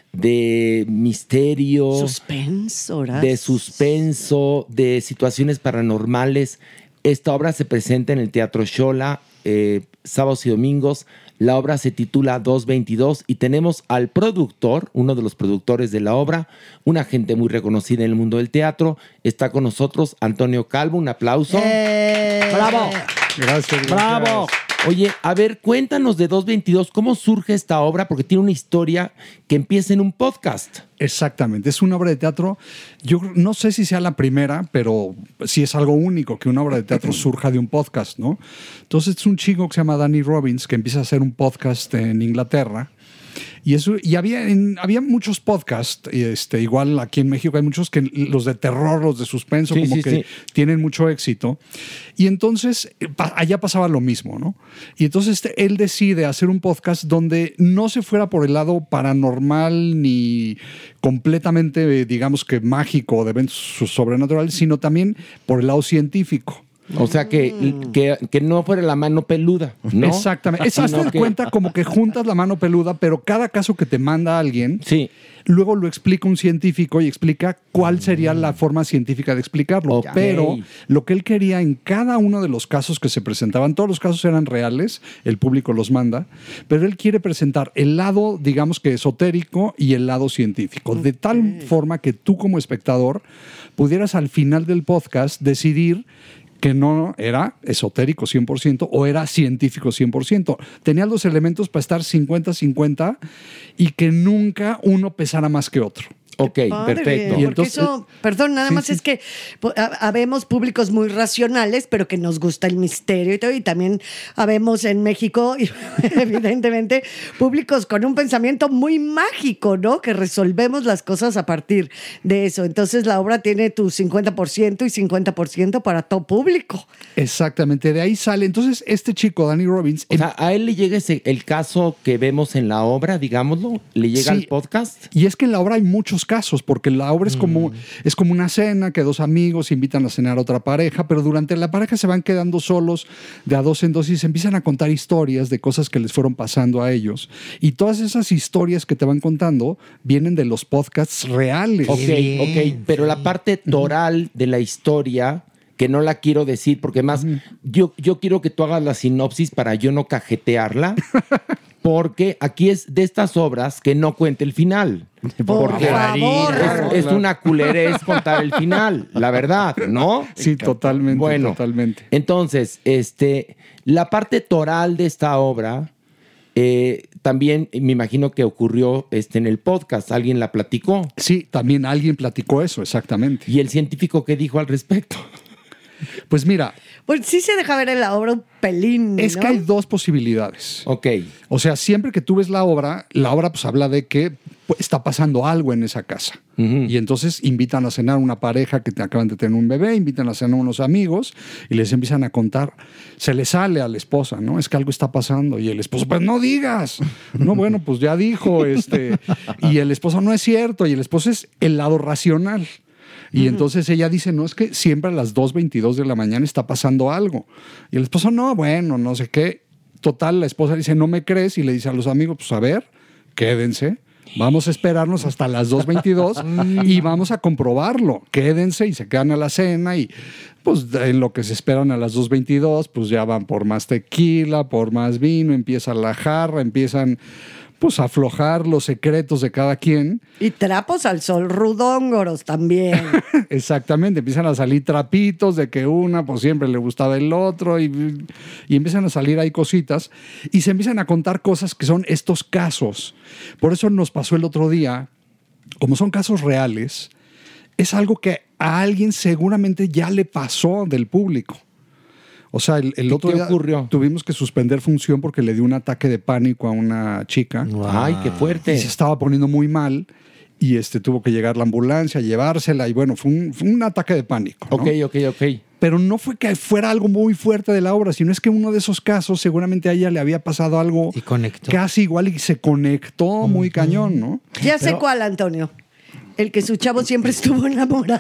de misterio. Suspenso, ¿verdad? De suspenso, de situaciones paranormales. Esta obra se presenta en el Teatro Xola, eh, sábados y domingos. La obra se titula dos veintidós y tenemos al productor, uno de los productores de la obra, una gente muy reconocida en el mundo del teatro. Está con nosotros Antonio Calvo. Un aplauso. ¡Eh! ¡Bravo! Gracias, gracias. ¡Bravo! Oye, a ver, cuéntanos de dos veintidós, ¿cómo surge esta obra? Porque tiene una historia que empieza en un podcast. Exactamente, es una obra de teatro. Yo no sé si sea la primera, pero sí es algo único que una obra de teatro surja de un podcast, ¿no? Entonces es un chico que se llama Danny Robbins que empieza a hacer un podcast en Inglaterra. Y, eso, y había, en, había muchos podcasts, y este, igual aquí en México hay muchos que los de terror, los de suspenso, Sí, como sí, que sí. tienen mucho éxito. Y entonces pa- allá pasaba lo mismo, ¿no? Y entonces este, él decide hacer un podcast donde no se fuera por el lado paranormal ni completamente, digamos que mágico o de eventos sobrenaturales, sino también por el lado científico. O sea, que, que, que no fuera la mano peluda, ¿no? Exactamente. Es hazte Sino de que- cuenta como que juntas la mano peluda, pero cada caso que te manda alguien, Sí. luego lo explica un científico y explica cuál sería la forma científica de explicarlo. Ok. Pero lo que él quería en cada uno de los casos que se presentaban, todos los casos eran reales, el público los manda, pero él quiere presentar el lado, digamos que esotérico y el lado científico, de tal forma que tú como espectador pudieras al final del podcast decidir que no era esotérico cien por ciento o era científico cien por ciento. Tenía los elementos para estar cincuenta cincuenta y que nunca uno pesara más que otro. Ok, Padre, perfecto. Porque Y entonces- eso, perdón, nada Sí, más sí. es que po- ha- habemos públicos muy racionales, pero que nos gusta el misterio y todo. Y también habemos en México, y, evidentemente, públicos con un pensamiento muy mágico, ¿no? Que resolvemos las cosas a partir de eso. Entonces la obra tiene tu cincuenta por ciento y cincuenta por ciento para todo público. Exactamente, de ahí sale. Entonces, este chico, Danny Robbins, O sea, a él le llega ese, el caso que vemos en la obra, digámoslo, le llega Sí. al podcast. y es que en la obra hay muchos casos, porque la obra es como, es como una cena que dos amigos invitan a cenar a otra pareja, pero durante la pareja se van quedando solos de a dos en dos y se empiezan a contar historias de cosas que les fueron pasando a ellos. Y todas esas historias que te van contando vienen de los podcasts reales. Ok, ok, pero la parte toral de la historia, que no la quiero decir, porque más, yo, yo quiero que tú hagas la sinopsis para yo no cajetearla, porque aquí es de estas obras que no cuente el final. Por Porque favor. es, es una culerez contar el final, la verdad, ¿no? Sí, totalmente, Bueno, totalmente. entonces, este, la parte toral de esta obra eh, también me imagino que ocurrió este, en el podcast. ¿Alguien la platicó? Sí, también alguien platicó eso, exactamente. ¿Y el científico qué dijo al respecto? Pues mira, Pues sí se deja ver en la obra un pelín, es ¿no? que hay dos posibilidades. Ok. O sea, siempre que tú ves la obra, la obra pues habla de que pues, está pasando algo en esa casa. Ujú. Y entonces invitan a cenar una pareja que te acaban de tener un bebé, invitan a cenar unos amigos y les empiezan a contar. Se le sale a la esposa, ¿no? Es que algo está pasando. Y el esposo, pues no digas. No, bueno, pues ya dijo. este Y el esposo, no es cierto. Y el esposo es el lado racional. Y entonces ella dice, no, es que siempre a las dos veintidós de la mañana está pasando algo. Y el esposo, no, bueno, no sé qué. Total, la esposa dice, no me crees. Y le dice a los amigos, pues a ver, quédense. Vamos a esperarnos hasta las dos veintidós y vamos a comprobarlo. Quédense y se quedan a la cena y pues en lo que se esperan a las dos veintidós, pues ya van por más tequila, por más vino, empieza la jarra, empiezan pues a aflojar los secretos de cada quien. Y trapos al sol, rudóngoros también. Exactamente, empiezan a salir trapitos de que una pues siempre le gustaba el otro y, y empiezan a salir ahí cositas y se empiezan a contar cosas que son estos casos. Por eso nos pasó el otro día, como son casos reales, es algo que a alguien seguramente ya le pasó del público. O sea, el, el otro qué día ocurrió? tuvimos que suspender función porque le dio un ataque de pánico a una chica. Ay, qué fuerte. Y se estaba poniendo muy mal. y este, tuvo que llegar la ambulancia, llevársela y bueno, fue un, fue un ataque de pánico, ¿no? Ok, ok, ok. Pero no fue que fuera algo muy fuerte de la obra, sino es que uno de esos casos seguramente a ella le había pasado algo casi igual y se conectó uh-huh. muy cañón, ¿no? Ya sé Pero... cuál, Antonio. El que su chavo siempre estuvo enamorada.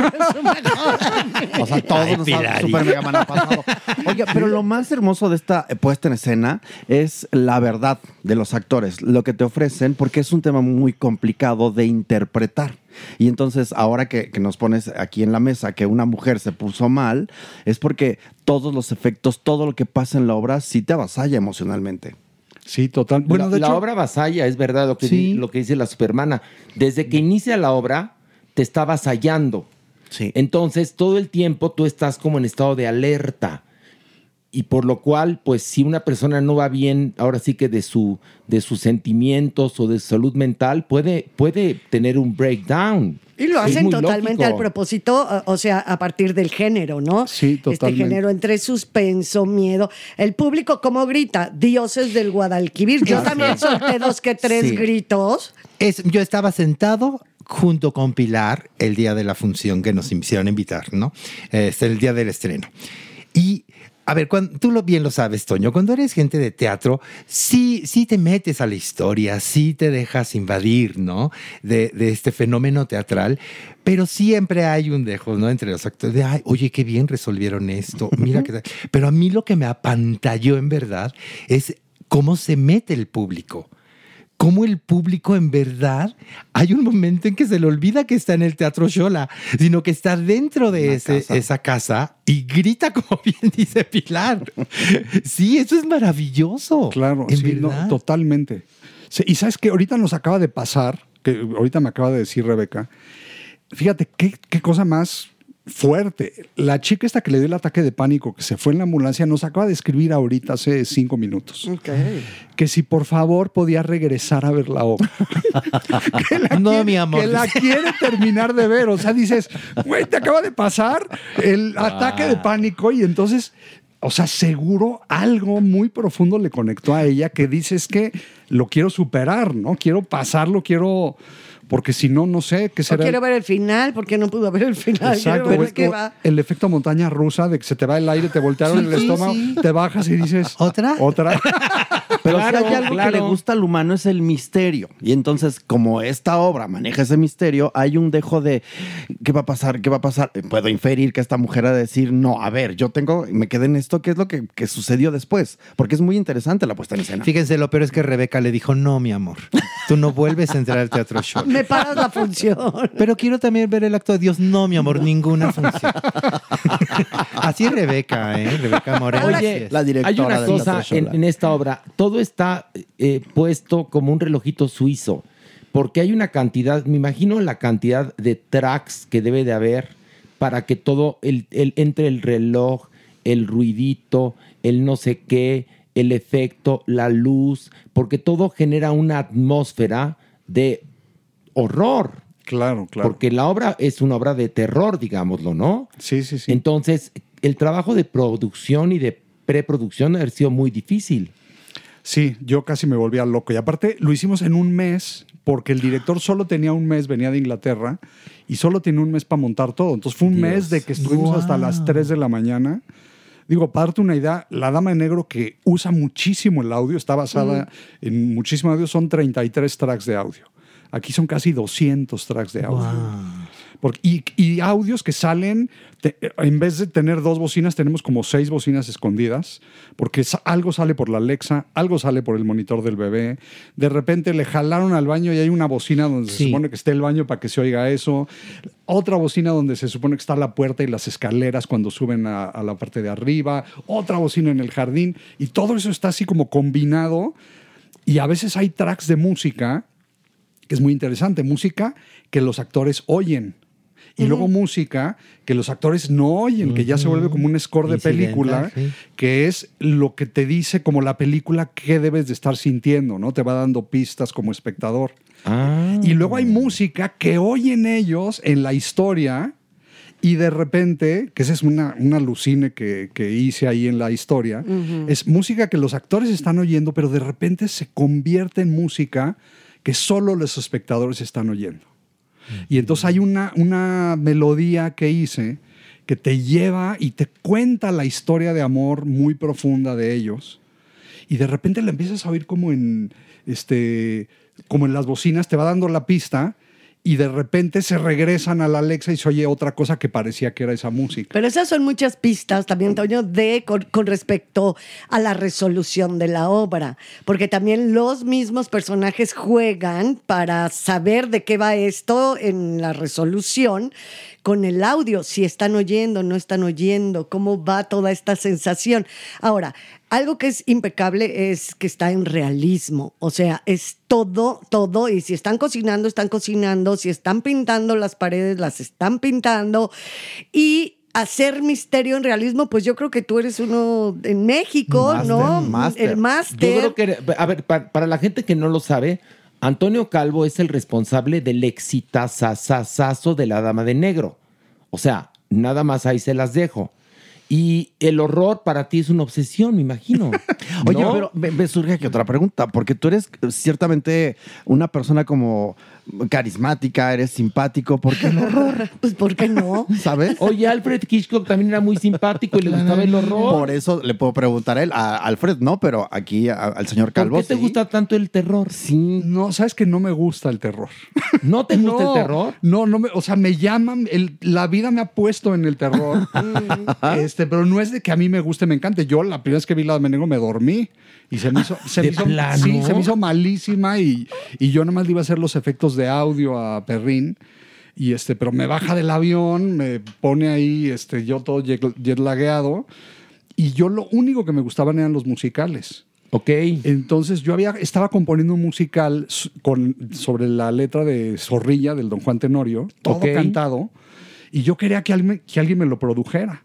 O sea, todos nos ha super mega man ha pasado. Oiga, pero lo más hermoso de esta puesta en escena es la verdad de los actores, lo que te ofrecen, porque es un tema muy complicado de interpretar. Y entonces, ahora que, que nos pones aquí en la mesa que una mujer se puso mal, es porque todos los efectos, todo lo que pasa en la obra, sí te avasalla emocionalmente. Sí, total. Bueno, la, de hecho, la obra vasalla, es verdad lo que, sí. lo que dice la supermana. Desde que inicia la obra, te está avasallando. Sí. Entonces, todo el tiempo tú estás como en estado de alerta. Y por lo cual, pues, si una persona no va bien, ahora sí que de, su, de sus sentimientos o de su salud mental, puede, puede tener un breakdown. Y lo hacen totalmente lógico. Al propósito, o sea, a partir del género, ¿no? Sí, totalmente. Este género entre suspenso, miedo. El público, ¿cómo grita? Dioses del Guadalquivir. Yo también solté dos que tres sí. gritos. Es, yo estaba sentado junto con Pilar el día de la función que nos hicieron invitar, ¿no? Este, el día del estreno. Y a ver, cuando, tú lo, bien lo sabes, Toño, cuando eres gente de teatro, sí, sí te metes a la historia, sí te dejas invadir, ¿no? De, de este fenómeno teatral, pero siempre hay un dejo, ¿no? Entre los actores de, ay, oye, qué bien resolvieron esto, mira qué tal. Pero a mí lo que me apantalló en verdad es cómo se mete el público. Cómo el público en verdad, hay un momento en que se le olvida que está en el Teatro Xola, sino que está dentro de ese, casa. esa casa y grita, como bien dice Pilar. Sí, eso es maravilloso. Claro, en sí, verdad. No, totalmente. Sí, y sabes que ahorita nos acaba de pasar, que ahorita me acaba de decir Rebeca, fíjate qué, qué cosa más fuerte. La chica esta que le dio el ataque de pánico, que se fue en la ambulancia, nos acaba de escribir ahorita hace cinco minutos. Okay. Que si por favor podía regresar a ver la obra. que la no, quiere, mi amor. Que la quiere terminar de ver. O sea, dices, güey, te acaba de pasar el ah. ataque de pánico y entonces... O sea, seguro algo muy profundo le conectó a ella que dice es que lo quiero superar, ¿no? Quiero pasarlo, quiero... Porque si no, no sé qué será. O quiero ver el final, porque no pudo ver el final. Exacto. Ver qué va. El efecto montaña rusa de que se te va el aire, te voltearon sí, el estómago, sí. te bajas y dices... ¿Otra? ¿Otra? Pero claro, si hay algo claro. que le gusta al humano es el misterio. Y entonces, como esta obra maneja ese misterio, hay un dejo de ¿qué va a pasar? ¿Qué va a pasar? Puedo inferir que esta mujer ha de decir, no, a ver, yo tengo, me quedé en esto, ¿qué es lo que, que sucedió después? Porque es muy interesante la puesta en escena. Fíjense, lo peor es que Rebeca le dijo, no, mi amor, tú no vuelves a entrar al Teatro Xola. Me paras la función. Pero quiero también ver el acto de Dios. No, mi amor, ninguna función. Así es Rebeca, ¿eh? Rebeca Moreno. Oye, la directora hay una cosa en, en esta obra. Todo está eh, puesto como un relojito suizo. Porque hay una cantidad, me imagino la cantidad de tracks que debe de haber para que todo, el, el, entre el reloj, el ruidito, el no sé qué, el efecto, la luz, porque todo genera una atmósfera de horror. Claro, claro. Porque la obra es una obra de terror, digámoslo, ¿no? Sí, sí, sí. Entonces, el trabajo de producción y de preproducción ha sido muy difícil. Sí, yo casi me volvía loco. Y aparte, lo hicimos en un mes, porque el director solo tenía un mes, venía de Inglaterra, y solo tenía un mes para montar todo. Entonces fue un Dios. mes de que estuvimos wow. hasta las tres de la mañana. Digo, para darte una idea, La Dama de Negro, que usa muchísimo el audio, está basada mm. en muchísimo audio, son treinta y tres tracks de audio. Aquí son casi doscientos tracks de audio. Wow. Porque, y, y audios que salen, te, en vez de tener dos bocinas, tenemos como seis bocinas escondidas, porque algo sale por la Alexa, algo sale por el monitor del bebé. De repente le jalaron al baño y hay una bocina donde sí. se supone que esté el baño para que se oiga eso. Otra bocina donde se supone que está la puerta y las escaleras cuando suben a, a la parte de arriba. Otra bocina en el jardín. Y todo eso está así como combinado. Y a veces hay tracks de música que es muy interesante, música que los actores oyen. Y uh-huh. luego música que los actores no oyen, uh-huh. que ya se vuelve como un score de película, sí. que es lo que te dice como la película qué debes de estar sintiendo, ¿no? Te va dando pistas como espectador. Ah. Y luego hay música que oyen ellos en la historia y de repente, que esa es una, una alucine que, que hice ahí en la historia, uh-huh. es música que los actores están oyendo, pero de repente se convierte en música que solo los espectadores están oyendo. Y entonces hay una, una melodía que hice que te lleva y te cuenta la historia de amor muy profunda de ellos. Y de repente la empiezas a oír como en, este, como en las bocinas, te va dando la pista y de repente se regresan a la Alexa y se oye otra cosa que parecía que era esa música. Pero esas son muchas pistas también, Toño, de, con, con respecto a la resolución de la obra, porque también los mismos personajes juegan para saber de qué va esto en la resolución con el audio, si están oyendo, no están oyendo, cómo va toda esta sensación. Ahora, algo que es impecable es que está en realismo, o sea, es todo, todo, y si están cocinando, están cocinando, si están pintando las paredes, las están pintando, y hacer misterio en realismo, pues yo creo que tú eres uno en México, Máster, ¿no? máster. El máster. Yo creo que, a ver, para, para la gente que no lo sabe, Antonio Calvo es el responsable del exitazazazazo de La Dama de Negro. O sea, nada más ahí se las dejo. Y el horror para ti es una obsesión, me imagino. Oye, ¿no? pero me, me surge aquí otra pregunta, porque tú eres ciertamente una persona como carismática, eres simpático, ¿por qué el horror? Pues, ¿por qué no? ¿Sabes? Oye, Alfred Hitchcock también era muy simpático y le gustaba el horror. Por eso le puedo preguntar a él, a Alfred no, pero aquí a- al señor Calvo. ¿Por qué te sí. gusta tanto el terror? Sí. No, sabes que no me gusta el terror. ¿No te gusta No, el terror? No, no me, o sea, me llaman, el- la vida me ha puesto en el terror, este, pero no es de que a mí me guste, me encante. Yo la primera vez que vi La Dama de Negro me dormí y se me hizo, se ¿De me hizo, plano? sí, se me hizo malísima y, y yo nomás le iba a hacer los efectos de audio a Perrín. Y este, pero me baja del avión, me pone ahí, este, yo todo jet- jetlagueado. Y yo lo único que me gustaban eran los musicales. Ok. Entonces yo había, estaba componiendo un musical s- con, sobre la letra de Zorrilla del Don Juan Tenorio, todo Ok. cantado, y yo quería que alguien, que alguien me lo produjera.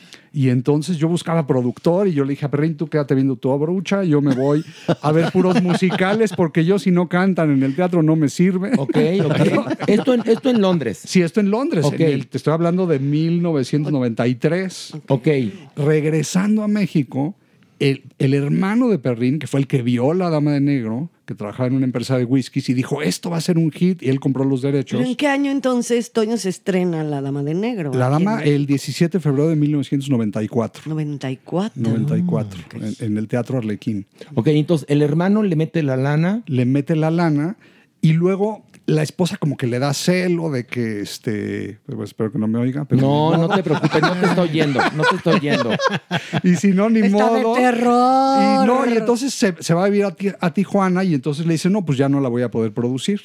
Y entonces yo buscaba productor y yo le dije a Perrín, tú quédate viendo tu obrucha, yo me voy a ver puros musicales porque yo si no cantan en el teatro no me sirve. Ok, ok. esto, en, esto en Londres. Sí, esto en Londres. Ok. en el- te estoy hablando de mil novecientos noventa y tres. Ok. Regresando a México, el, el hermano de Perrín, que fue el que vio La Dama de Negro, que trabajaba en una empresa de whiskies, y dijo, esto va a ser un hit, y él compró los derechos. ¿Pero en qué año entonces, Toño, se estrena La Dama de Negro? La Aquí en Dama, México. el diecisiete de febrero de mil novecientos noventa y cuatro. noventa y cuatro. noventa y cuatro, en, en el Teatro Arlequín. Ok, entonces el hermano le mete la lana. Le mete la lana y luego la esposa como que le da celo de que, este, pues, espero que no me oiga. Pero No, no te preocupes, no te estoy oyendo, no te estoy oyendo. Y si no, ni Está de modo. terror. Y no, y entonces se, se va a vivir a, Ti- a Tijuana y entonces le dice, no, pues ya no la voy a poder producir.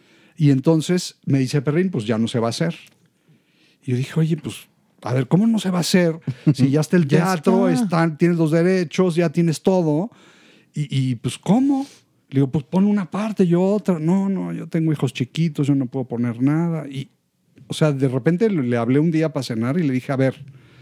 Y entonces me dice Perrín, pues ya no se va a hacer. Y yo dije, oye, pues, a ver, ¿cómo no se va a hacer? Si ya está el Ya teatro, está. están, tienes los derechos, ya tienes todo. Y, y, pues, ¿cómo? Le digo, pues pon una parte, yo otra. No, no, yo tengo hijos chiquitos, yo no puedo poner nada. Y, o sea, de repente le, le hablé un día para cenar y le dije, a ver,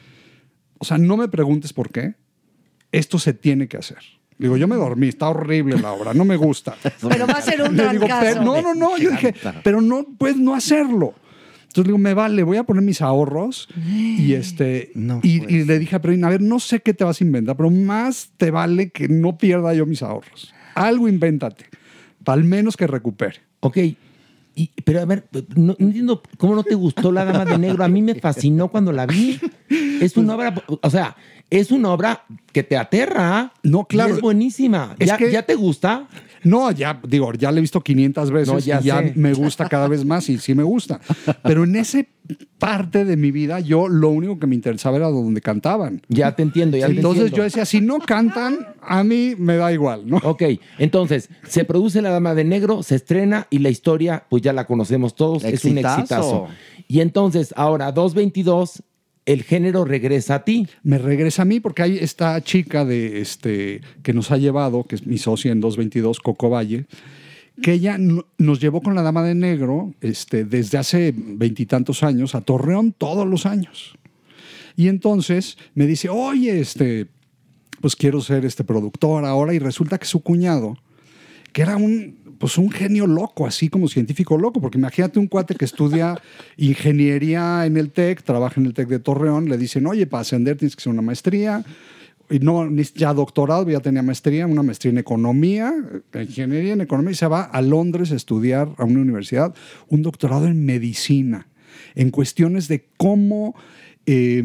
o sea, no me preguntes por qué. Esto se tiene que hacer. Digo, yo me dormí, está horrible la obra, no me gusta. Pero va a ser un Le digo, trancazo. pero, no, no, no. Yo dije, pero no puedes no hacerlo. Entonces le digo, me vale, voy a poner mis ahorros. Y este No y, puede y le dije a Perrín, a ver, no sé qué te vas a inventar, pero más te vale que no pierda yo mis ahorros. Algo invéntate, para al menos que recupere. Ok, y, pero a ver, no, no entiendo cómo no te gustó La Dama de Negro. A mí me fascinó cuando la vi. Es una obra, o sea, es una obra que te aterra. No, claro. Y es buenísima. Es ¿Ya, que- ¿Ya te gusta? No, ya, digo, ya le he visto quinientas veces No, ya y ya sé. me gusta cada vez más y sí me gusta. Pero en ese parte de mi vida, yo lo único que me interesaba era donde cantaban. Ya te entiendo, ya te Entonces entiendo. yo decía, si no cantan, a mí me da igual, ¿no? Ok, entonces, se produce La Dama de Negro, se estrena y la historia, pues ya la conocemos todos, es un Exitazo. exitazo. Y entonces, ahora, dos veintidós, el género regresa a ti. Me regresa a mí porque hay esta chica de este que nos ha llevado, que es mi socia en dos veintidós, Coco Valle, que ella no- nos llevó con La Dama de Negro este, desde hace veintitantos años a Torreón todos los años. Y entonces me dice, oye, este, pues quiero ser este productor ahora. Y resulta que su cuñado, que era un, pues un genio loco, así como científico loco, porque imagínate un cuate que estudia ingeniería en el TEC, trabaja en el TEC de Torreón, le dicen, oye, para ascender tienes que hacer una maestría, y no ni ya doctorado, ya tenía maestría, una maestría en economía, ingeniería en economía, y se va a Londres a estudiar a una universidad, un doctorado en medicina, en cuestiones de cómo eh,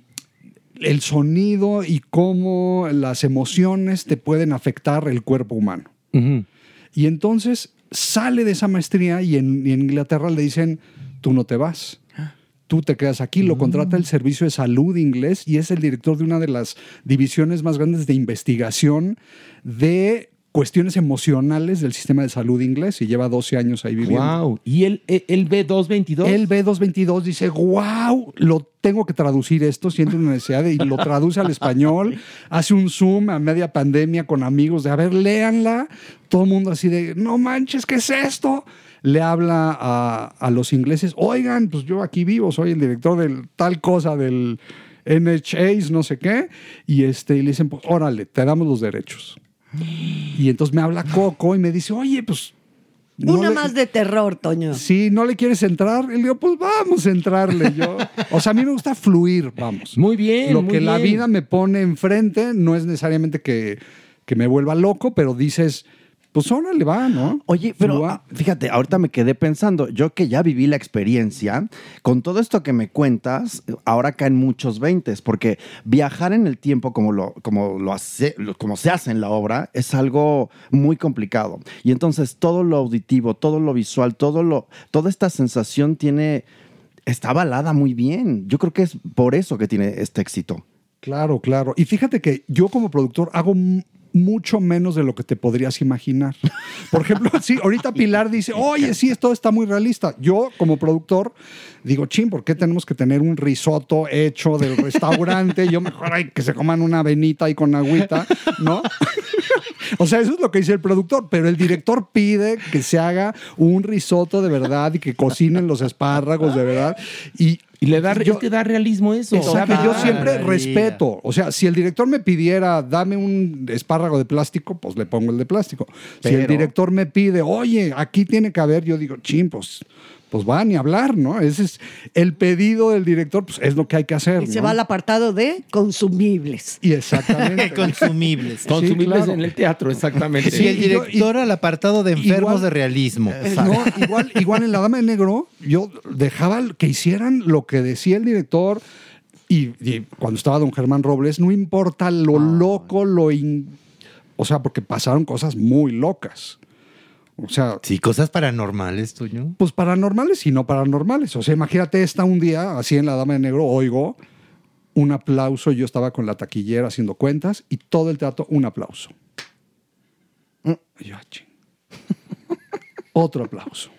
el sonido y cómo las emociones te pueden afectar el cuerpo humano. Uh-huh. Y entonces sale de esa maestría y en, y en Inglaterra le dicen, tú no te vas. Tú te quedas aquí, lo contrata el Servicio de Salud inglés y es el director de una de las divisiones más grandes de investigación de cuestiones emocionales del sistema de salud inglés y lleva doce años ahí viviendo. Wow. ¿Y el, el B doscientos veintidós? El B doscientos veintidós dice, wow, lo tengo que traducir esto, siente una necesidad de, y lo traduce al español, hace un Zoom a media pandemia con amigos de, a ver, léanla, todo el mundo así de, no manches, ¿qué es esto? Le habla a, a los ingleses, oigan, pues yo aquí vivo, soy el director del tal cosa del N H S, no sé qué, y, este, y le dicen, pues órale, te damos los derechos. Y entonces me habla Coco y me dice, oye, pues... No Una le... más de terror, Toño. Sí, ¿no le quieres entrar? Y le digo, pues vamos a entrarle yo. O sea, a mí me gusta fluir, vamos. Muy bien, Lo muy que bien. la vida me pone enfrente no es necesariamente que, que me vuelva loco, pero dices... Pues ahora le va, ¿no? Oye, pero ah, fíjate, ahorita me quedé pensando, yo que ya viví la experiencia, con todo esto que me cuentas, ahora caen muchos veintes, porque viajar en el tiempo como lo, como lo hace, como se hace en la obra, es algo muy complicado. Y entonces todo lo auditivo, todo lo visual, todo lo, toda esta sensación tiene, está avalada muy bien. Yo creo que es por eso que tiene este éxito. Claro, claro. Y fíjate que yo como productor hago mucho menos de lo que te podrías imaginar. Por ejemplo, sí, ahorita Pilar dice, oye, sí, esto está muy realista. Yo, como productor, digo, chin, ¿por qué tenemos que tener un risotto hecho del restaurante? Yo mejor hay que se coman una avenita ahí con agüita, ¿no? O sea, eso es lo que dice el productor, pero el director pide que se haga un risotto de verdad y que cocinen los espárragos de verdad. Y Y le da, yo, es que da realismo eso. Exacto, yo siempre respeto. O sea, si el director me pidiera, dame un espárrago de plástico, pues le pongo el de plástico. Pero... si el director me pide, oye, aquí tiene que haber, yo digo, chin, pues, pues va, ni hablar, ¿no? Ese es el pedido del director, pues es lo que hay que hacer. Y ¿no? se va al apartado de consumibles. Y exactamente. Consumibles. Sí, consumibles claro. En el teatro, exactamente. Sí, y el director y, al apartado de enfermos igual, de realismo. No, igual, igual en La Dama de Negro, yo dejaba que hicieran lo que decía el director y, y cuando estaba don Germán Robles, no importa lo oh. loco, lo... In, o sea, porque pasaron cosas muy locas. O sea... Sí, cosas paranormales, Toño. Pues paranormales y no paranormales. O sea, imagínate esta un día, así en La Dama de Negro, oigo un aplauso. Yo estaba con la taquillera haciendo cuentas y todo el teatro, un aplauso. Mm. Y yo, ching. Otro aplauso.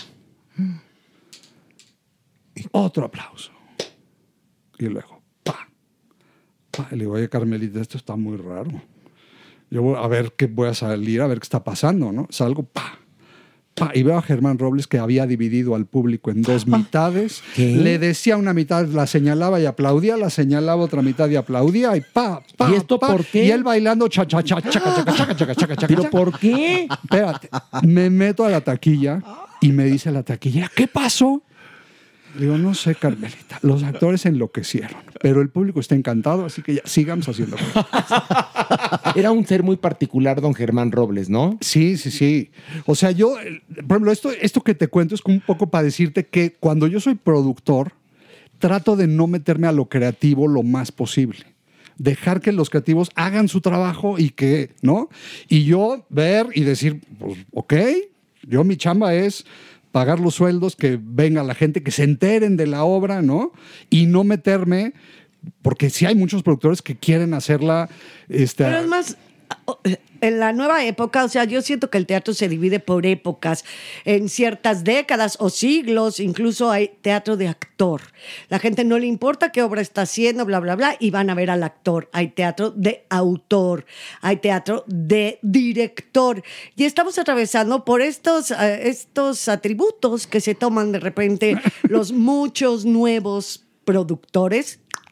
Otro aplauso. Y luego, pa, pa. Y le digo, oye, Carmelita, esto está muy raro. Yo voy a ver qué voy a salir, a ver qué está pasando, ¿no? Salgo, pa, pa, y veo a Germán Robles que había dividido al público en dos mitades. ¿Qué? Le decía una mitad, la señalaba y aplaudía, la señalaba otra mitad y aplaudía, y pa, pa, ¿Y esto pa, por qué? Y él bailando cha, cha, cha, chaca, chaca, chaca, chaca, chaca, chaca. ¿Pero por qué? Espérate, me meto a la taquilla y me dice la taquillera, ¿qué pasó? Digo, no sé, Carmelita, los actores enloquecieron, pero el público está encantado, así que ya sigamos haciendo cosas. Era un ser muy particular, don Germán Robles, ¿no? Sí, sí, sí. O sea, yo, por ejemplo, esto, esto que te cuento es un poco para decirte que cuando yo soy productor, trato de no meterme a lo creativo lo más posible. Dejar que los creativos hagan su trabajo y que, ¿no? Y yo ver y decir, pues, ok, yo mi chamba es... pagar los sueldos, que venga la gente, que se enteren de la obra, ¿no? Y no meterme, porque sí hay muchos productores que quieren hacerla... Este, Pero es más, en la nueva época, o sea, yo siento que el teatro se divide por épocas, en ciertas décadas o siglos, incluso hay teatro de actor. La gente no le importa qué obra está haciendo, bla, bla, bla, y van a ver al actor. Hay teatro de autor, hay teatro de director. Y estamos atravesando por estos, uh, estos atributos que se toman de repente los muchos nuevos productores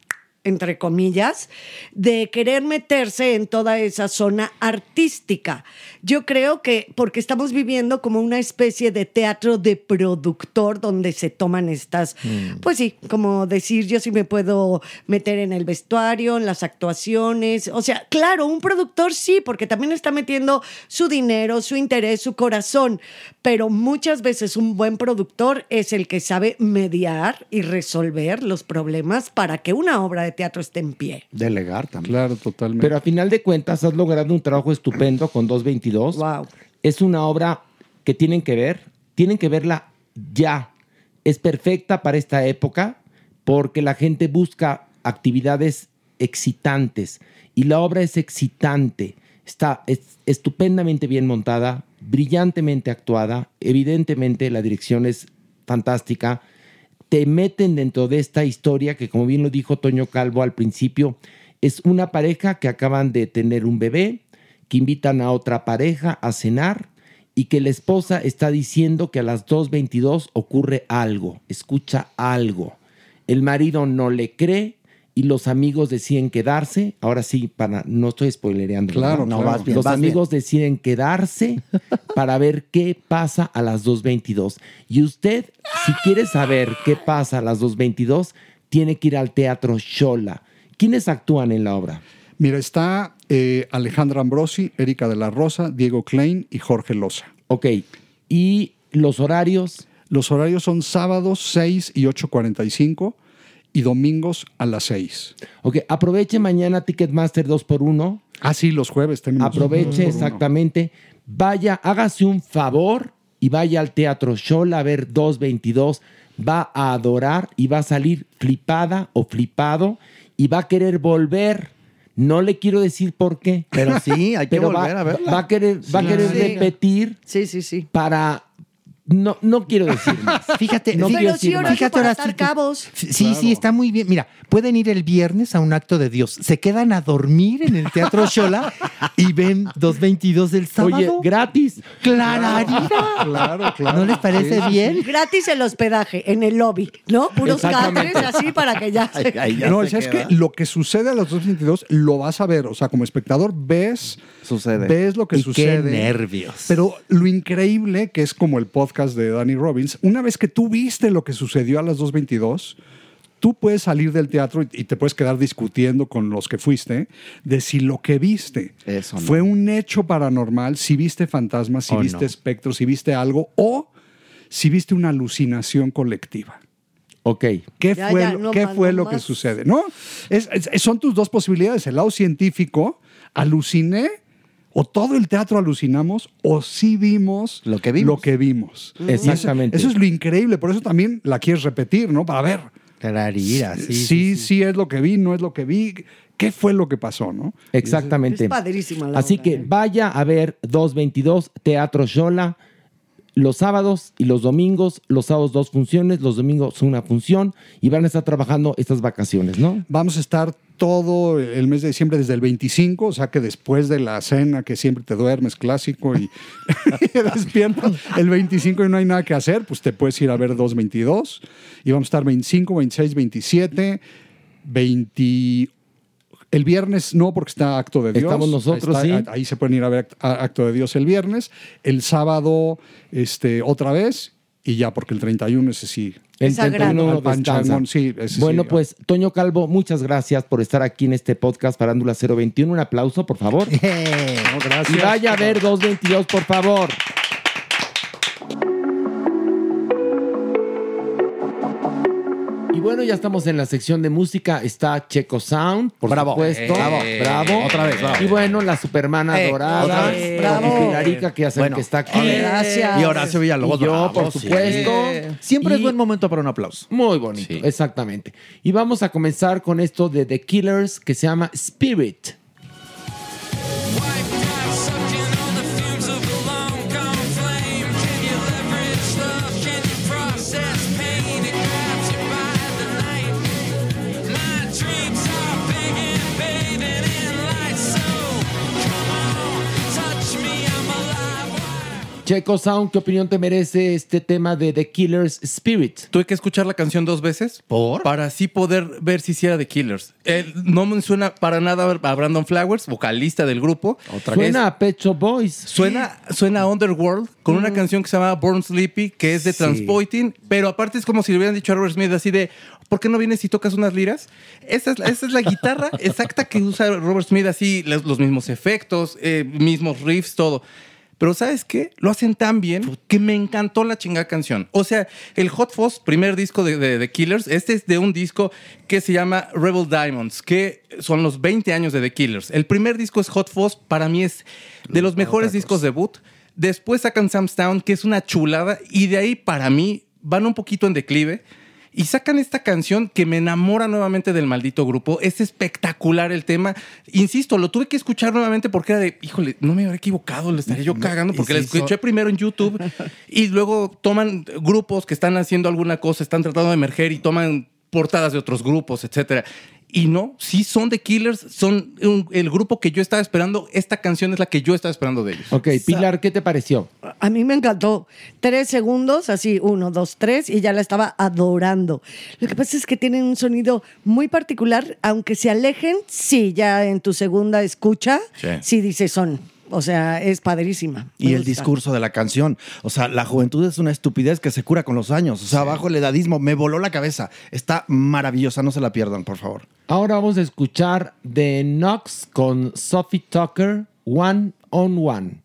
entre comillas, de querer meterse en toda esa zona artística. Yo creo que porque estamos viviendo como una especie de teatro de productor donde se toman estas, mm. pues sí, como decir, yo sí me puedo meter en el vestuario, en las actuaciones. O sea, claro, un productor sí, porque también está metiendo su dinero, su interés, su corazón, pero muchas veces un buen productor es el que sabe mediar y resolver los problemas para que una obra de teatro esté en pie. Delegar también. Claro, totalmente. Pero a final de cuentas has logrado un trabajo estupendo con doscientos veintidós. Wow. Es una obra que tienen que ver, tienen que verla ya. Es perfecta para esta época porque la gente busca actividades excitantes y la obra es excitante. Está es, estupendamente bien montada, brillantemente actuada. Evidentemente la dirección es fantástica. Te meten dentro de esta historia que, como bien lo dijo Toño Calvo al principio, es una pareja que acaban de tener un bebé, que invitan a otra pareja a cenar y que la esposa está diciendo que a las dos veintidós ocurre algo, escucha algo. El marido no le cree y los amigos deciden quedarse. Ahora sí, para, no estoy spoilereando. Claro, no, claro. vas bien. Los vas amigos bien. deciden quedarse para ver qué pasa a las dos veintidós. Y usted, si quiere saber qué pasa a las dos veintidós, tiene que ir al Teatro Xola. ¿Quiénes actúan en la obra? Mira, está eh, Alejandra Ambrosi, Erika de la Rosa, Diego Klein y Jorge Loza. Ok. ¿Y los horarios? Los horarios son sábados seis y ocho cuarenta y cinco y domingos a las seis. Ok, aproveche mañana Ticketmaster dos por uno. Ah, sí, los jueves tenemos. Aproveche, exactamente. Vaya, hágase un favor y vaya al Teatro Xola a ver dos veintidós. Va a adorar y va a salir flipada o flipado y va a querer volver. No le quiero decir por qué. Pero sí, hay que pero volver va, a verla. Va a querer, va a querer Sí. repetir Sí, sí, sí. para... No, no quiero decir más. Fíjate, No fí- quiero Pero sí, decir Horacio, más. fíjate, para Horacio, atar tú- cabos. Sí, Claro. sí, está muy bien. Mira, pueden ir el viernes a un acto de Dios. Se quedan a dormir en el Teatro Xola y ven dos veintidós del sábado. Oye, gratis. ¡Clararira! Claro, claro. ¿No les parece Sí, sí, bien? Gratis el hospedaje en el lobby, ¿no? Puros Exactamente. catres así para que ya se... Ay, ay, ya No, se o sea, es queda. que lo que sucede a las dos veintidós lo vas a ver. O sea, como espectador ves, Sucede. ves lo que Y sucede. qué nervios. Pero lo increíble, que es como el podcast de Danny Robbins, una vez que tú viste lo que sucedió a las dos veintidós, tú puedes salir del teatro y, y te puedes quedar discutiendo con los que fuiste de si lo que viste Eso no. fue un hecho paranormal, si viste fantasmas, si O viste no. espectros, si viste algo, o si viste una alucinación colectiva. Ok. ¿Qué Ya, fue, ya, lo- no ¿qué más, fue no lo que más. sucede? ¿No? Es- es- son tus dos posibilidades. El lado científico, aluciné, o todo el teatro alucinamos, o sí vimos Lo que vimos. Lo que vimos. Y eso- Exactamente. Eso, es lo increíble. Por eso también la quieres repetir, ¿no? Para ver. Clararira, sí. Sí, sí, es lo que vi, no es lo que vi. ¿Qué fue lo que pasó, no? Exactamente. Es padrísima la Así obra, que ¿eh? vaya a ver dos veintidós, Teatro Xola, los sábados y los domingos. Los sábados dos funciones, los domingos una función y van a estar trabajando estas vacaciones, ¿no? Vamos a estar todo el mes de diciembre desde el veinticinco, o sea que después de la cena que siempre te duermes clásico y, y despiertas el veinticinco y no hay nada que hacer, pues te puedes ir a ver dos veintidós y vamos a estar veinticinco, veintiséis, veintisiete, veinte. El viernes no, porque está Acto de Dios. Estamos nosotros, Ahí está- sí. Ahí se pueden ir a ver Act- a- Acto de Dios el viernes. El sábado este, otra vez y ya, porque el treinta y uno ese sí. El Es sagrado. treinta y uno Al descansa. Panchangón, sí, ese sí, Bueno, ya. pues, Toño Calvo, muchas gracias por estar aquí en este podcast Farándula cero veintiuno. Un aplauso, por favor. No, gracias. Y vaya a ver dos veintidós, por favor. Y bueno, ya estamos en la sección de música. Está Checo Sound, por Bravo. supuesto. Eh, bravo. Bravo. Otra vez, bravo. Y bueno, la supermana Eh, dorada. otra vez. Bravo. Bravo. Pilarica, que ya saben Bueno, que está aquí. ole. Gracias. Y Horacio Villalobos. Y yo, bravo, por sí. supuesto. Siempre Y- es buen momento para un aplauso. Muy bonito, exactamente. Y vamos a comenzar con esto de The Killers que se llama Spirit. Checo Sound, ¿qué opinión te merece este tema de The Killer's Spirit? Tuve que escuchar la canción dos veces. ¿Por? Para así poder ver si sí era The Killers. Eh, no me suena para nada a Brandon Flowers, vocalista del grupo. Otra suena es, a Pet Shop Boys. Suena, suena a Underworld con mm. una canción que se llama Born Sleepy, que es de sí. Transpoiting, pero aparte es como si le hubieran dicho a Robert Smith así de, ¿por qué no vienes y tocas unas liras? Esa es, esa es la guitarra exacta que usa Robert Smith, así los, los mismos efectos, eh, mismos riffs, todo. Pero ¿sabes qué? Lo hacen tan bien que me encantó la chingada canción. O sea, el Hot Fuzz, primer disco de, de, de Killers, este es de un disco que se llama Rebel Diamonds, que son los veinte años de The Killers. El primer disco es Hot Fuzz, para mí es de los mejores discos debut. Después sacan Sam's Town, que es una chulada, y de ahí para mí van un poquito en declive. Y sacan esta canción que me enamora nuevamente del maldito grupo. Es espectacular el tema. Insisto, lo tuve que escuchar nuevamente porque era de, híjole, no me habré equivocado, lo estaría yo cagando porque la escuché primero en YouTube y luego toman grupos que están haciendo alguna cosa, están tratando de emerger y toman portadas de otros grupos, etcétera. Y no, sí son The Killers, son un, el grupo que yo estaba esperando. Esta canción es la que yo estaba esperando de ellos. Ok, Pilar, ¿qué te pareció? A mí me encantó. Tres segundos, así, uno, dos, tres, y ya la estaba adorando. Lo que pasa es que tienen un sonido muy particular, aunque se alejen, sí, ya en tu segunda escucha, sí, sí dices son. O sea, es padrísima. Y el discurso de la canción. O sea, la juventud es una estupidez que se cura con los años. O sea, sí. Bajo el edadismo, me voló la cabeza. Está maravillosa, no se la pierdan, por favor. Ahora vamos a escuchar The Knox con Sophie Tucker, One on One.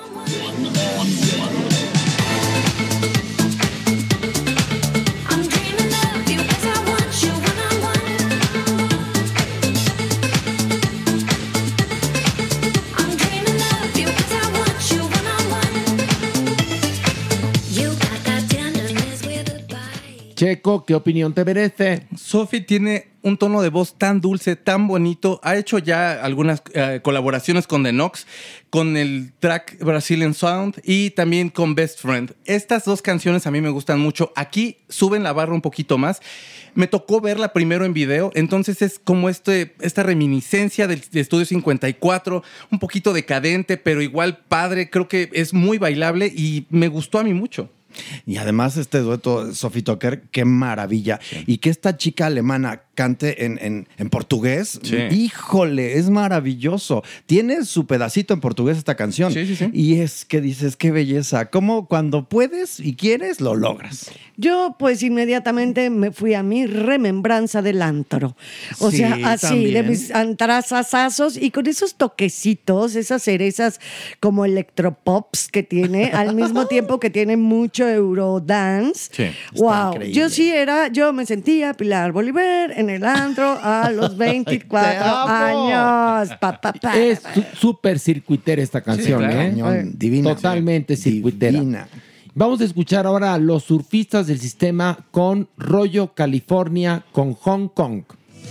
Checo, ¿qué opinión te merece? Sophie tiene un tono de voz tan dulce, tan bonito. Ha hecho ya algunas uh, colaboraciones con The Knox, con el track Brazilian Sound y también con Best Friend. Estas dos canciones a mí me gustan mucho. Aquí suben la barra un poquito más. Me tocó verla primero en video, entonces es como este, esta reminiscencia del de Estudio cincuenta y cuatro, un poquito decadente, pero igual padre. Creo que es muy bailable y me gustó a mí mucho. Y además este dueto, Sophie Tucker, qué maravilla. Sí. Y que esta chica alemana cante en, en, en portugués, sí. Híjole, es maravilloso. Tiene su pedacito en portugués esta canción. Sí, sí, sí. Y es que dices, qué belleza. Cómo cuando puedes y quieres, lo logras. Yo pues inmediatamente me fui a mi remembranza del antro. O sí, sea, así, también. De mis antrazazazos y con esos toquecitos, esas cerezas como electropops que tiene, al mismo tiempo que tiene mucho Eurodance. Sí, wow. Increíble. Yo sí era, yo me sentía Pilar Bolívar en el antro a los veinticuatro años. Pa, pa, pa, es súper circuitera esta canción, sí, claro. ¿eh? Cañón, divina. Totalmente sí. circuitera. Divina. Vamos a escuchar ahora a los surfistas del sistema con Rollo California con Hong Kong.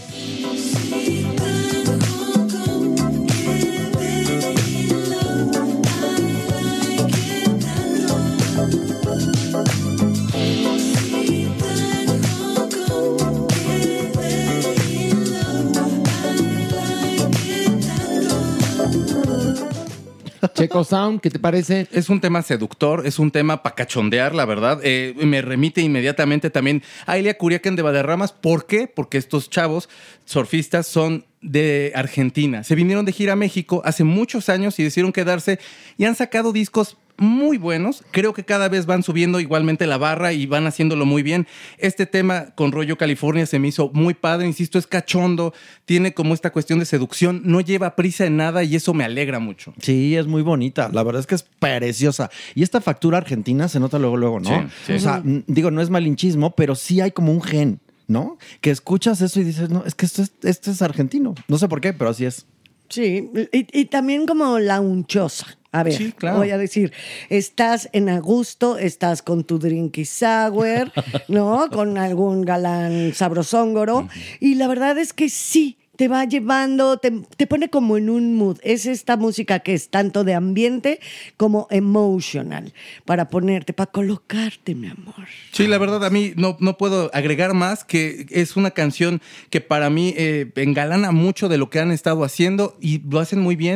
Checo Sound, ¿qué te parece? Es un tema seductor, es un tema para cachondear, la verdad. Eh, me remite inmediatamente también a Ilia Curiaquén de Valderramas. ¿Por qué? Porque estos chavos surfistas son de Argentina. Se vinieron de gira a México hace muchos años y decidieron quedarse y han sacado discos muy buenos. Creo que cada vez van subiendo igualmente la barra y van haciéndolo muy bien. Este tema con Rollo California se me hizo muy padre. Insisto, es cachondo. Tiene como esta cuestión de seducción. No lleva prisa en nada y eso me alegra mucho. Sí, es muy bonita. La verdad es que es preciosa. Y esta factura argentina se nota luego, luego, ¿no? Sí, sí. O sea, digo, no es malinchismo, pero sí hay como un gen, ¿no? Que escuchas eso y dices, no, es que esto es, esto es argentino. No sé por qué, pero así es. Sí, y, y también como la unchosa. A ver, sí, claro. Voy a decir, estás en a gusto, estás con tu drinky sour, ¿no? Con algún galán sabrosóngoro. Uh-huh. Y la verdad es que sí, te va llevando, te, te pone como en un mood. Es esta música que es tanto de ambiente como emotional, para ponerte, para colocarte, mi amor. Sí, la verdad, a mí no, no puedo agregar más, que es una canción que para mí eh, engalana mucho de lo que han estado haciendo y lo hacen muy bien.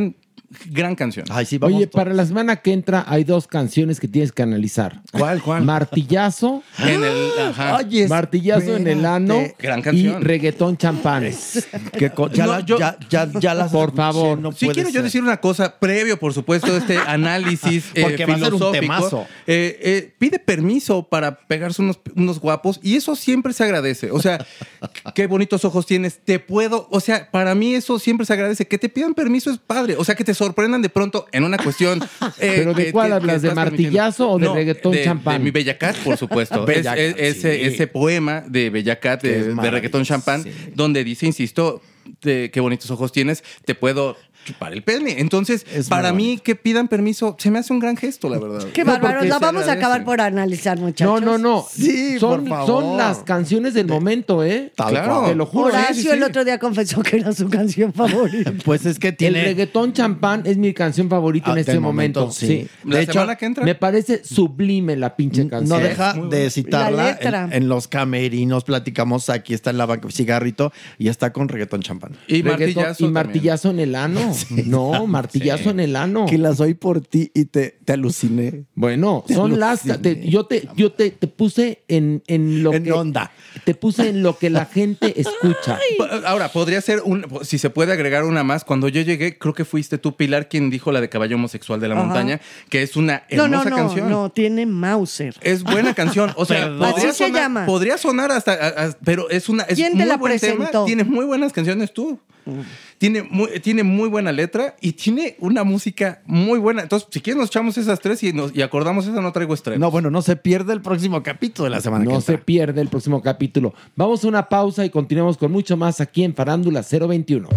Gran canción. Ay, sí, Oye, para la semana que entra hay dos canciones que tienes que analizar. ¿Cuál, cuál? Martillazo. En el, ajá. Oye, Martillazo en el ano. Gran canción. Y reggaetón champán. Que co- ya, No, la- yo- ya, ya, ya las Por escuché, favor. no Sí puede quiero yo ser. decir una cosa, previo, por supuesto, de este análisis eh, Porque va a ser un filosófico. temazo. Eh, eh, pide permiso para pegarse unos, unos guapos y eso siempre se agradece. O sea, qué bonitos ojos tienes, te puedo... O sea, para mí eso siempre se agradece. Que te pidan permiso es padre. O sea, que te sorprendan de pronto en una cuestión... eh, ¿Pero de que- cuál que- hablas? que ¿De estás martillazo o de No, reggaetón de- champán? De mi Bella Cat, por supuesto. Es- Bella es- Cat, ese, sí. ese poema de Bella Cat, Que de, es de maravilloso, reggaetón champán, sí. donde dice, insisto, de qué bonitos ojos tienes, te puedo chupar el pene. Entonces, Es para muy mí, que pidan permiso, se me hace un gran gesto, la verdad. Qué No, bárbaros. porque La se vamos a agradece. acabar por analizar, muchachos. No, no, no. Sí, son, por favor. son las canciones del momento, ¿eh? Tal Claro. cual. Te lo juro. Horacio Sí, sí, sí. el otro día confesó que era su canción favorita. Pues es que El tiene... reggaetón champán es mi canción favorita Ah, en este del momento. momento, sí. La De hecho, semana que entra. Me parece sublime la pinche canción. No deja Muy de bueno. citarla. La letra. En, en los camerinos platicamos, aquí está en la banca cigarrito y está con reggaetón champán. Y Reggaetón- martillazo. y martillazo en el ano. No, martillazo en el ano. Que las oí por ti y te, te aluciné. Bueno, Te son las. aluciné. te- yo te, yo te, te puse en, en lo En que. onda. Te puse en lo que la gente escucha. también. Ahora, podría ser un. Si se puede agregar una más. Cuando yo llegué, creo que fuiste tú, Pilar, quien dijo la de Caballo Homosexual de la Ajá. Montaña, que es una No, no, hermosa no, canción. no, tiene Mauser. Es buena canción. O sea, Perdón. podría Así se sonar, llama. podría sonar hasta. a- a- pero es una. Es ¿Quién te muy la buen tema. presentó? Tiene muy buenas canciones tú. Tiene muy, tiene muy buena letra y tiene una música muy buena. Entonces, si quieres, nos echamos esas tres y, nos, y acordamos esa, no traigo estrés. No, bueno, no se pierde el próximo capítulo de la semana que No entra. se pierde el próximo capítulo. Vamos a una pausa y continuamos con mucho más aquí en Farándula cero veintiuno.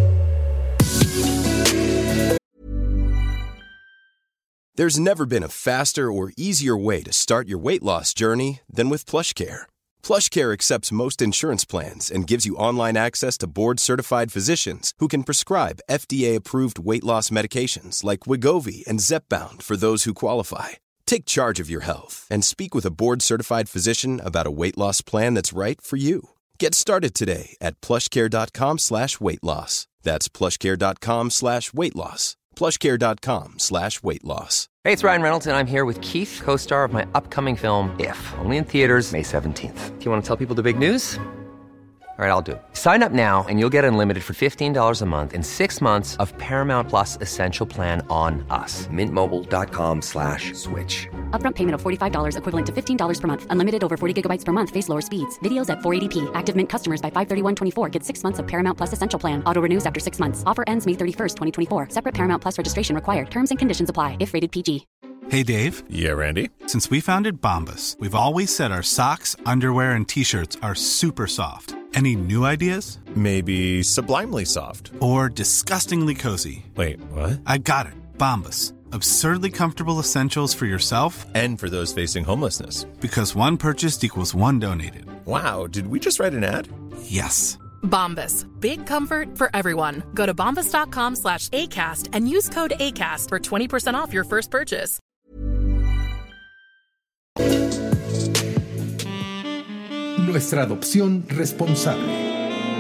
There's never been a faster or easier way to start your weight loss journey than with PlushCare. PlushCare accepts most insurance plans and gives you online access to board-certified physicians who can prescribe F D A-approved weight loss medications like Wegovy and Zepbound for those who qualify. Take charge of your health and speak with a board-certified physician about a weight loss plan that's right for you. Get started today at plushcare.com slash weight loss. That's plushcare.com slash weight loss. plushcare.com slash weight loss. Hey, it's Ryan Reynolds, and I'm here with Keith, co-star of my upcoming film, If, only in theaters May seventeenth. Do you want to tell people the big news? All right, I'll do it. Sign up now and you'll get unlimited for fifteen dollars a month and six months of Paramount Plus Essential Plan on us. Mintmobile.com slash switch. Upfront payment of forty-five dollars equivalent to fifteen dollars per month. Unlimited over forty gigabytes per month. Face lower speeds. Videos at four eighty p. Active Mint customers by five thirty-one twenty-four get six months of Paramount Plus Essential Plan. Auto renews after six months. Offer ends May thirty-first, twenty twenty-four. Separate Paramount Plus registration required. Terms and conditions apply if rated P G. Hey, Dave. Yeah, Randy. Since we founded Bombas, we've always said our socks, underwear, and T-shirts are super soft. Any new ideas? Maybe sublimely soft. Or disgustingly cozy. Wait, what? I got it. Bombas. Absurdly comfortable essentials for yourself and for those facing homelessness. Because one purchased equals one donated. Wow, did we just write an ad? Yes. Bombas. Big comfort for everyone. Go to bombas.com slash ACAST and use code ACAST for twenty percent off your first purchase. Nuestra adopción responsable.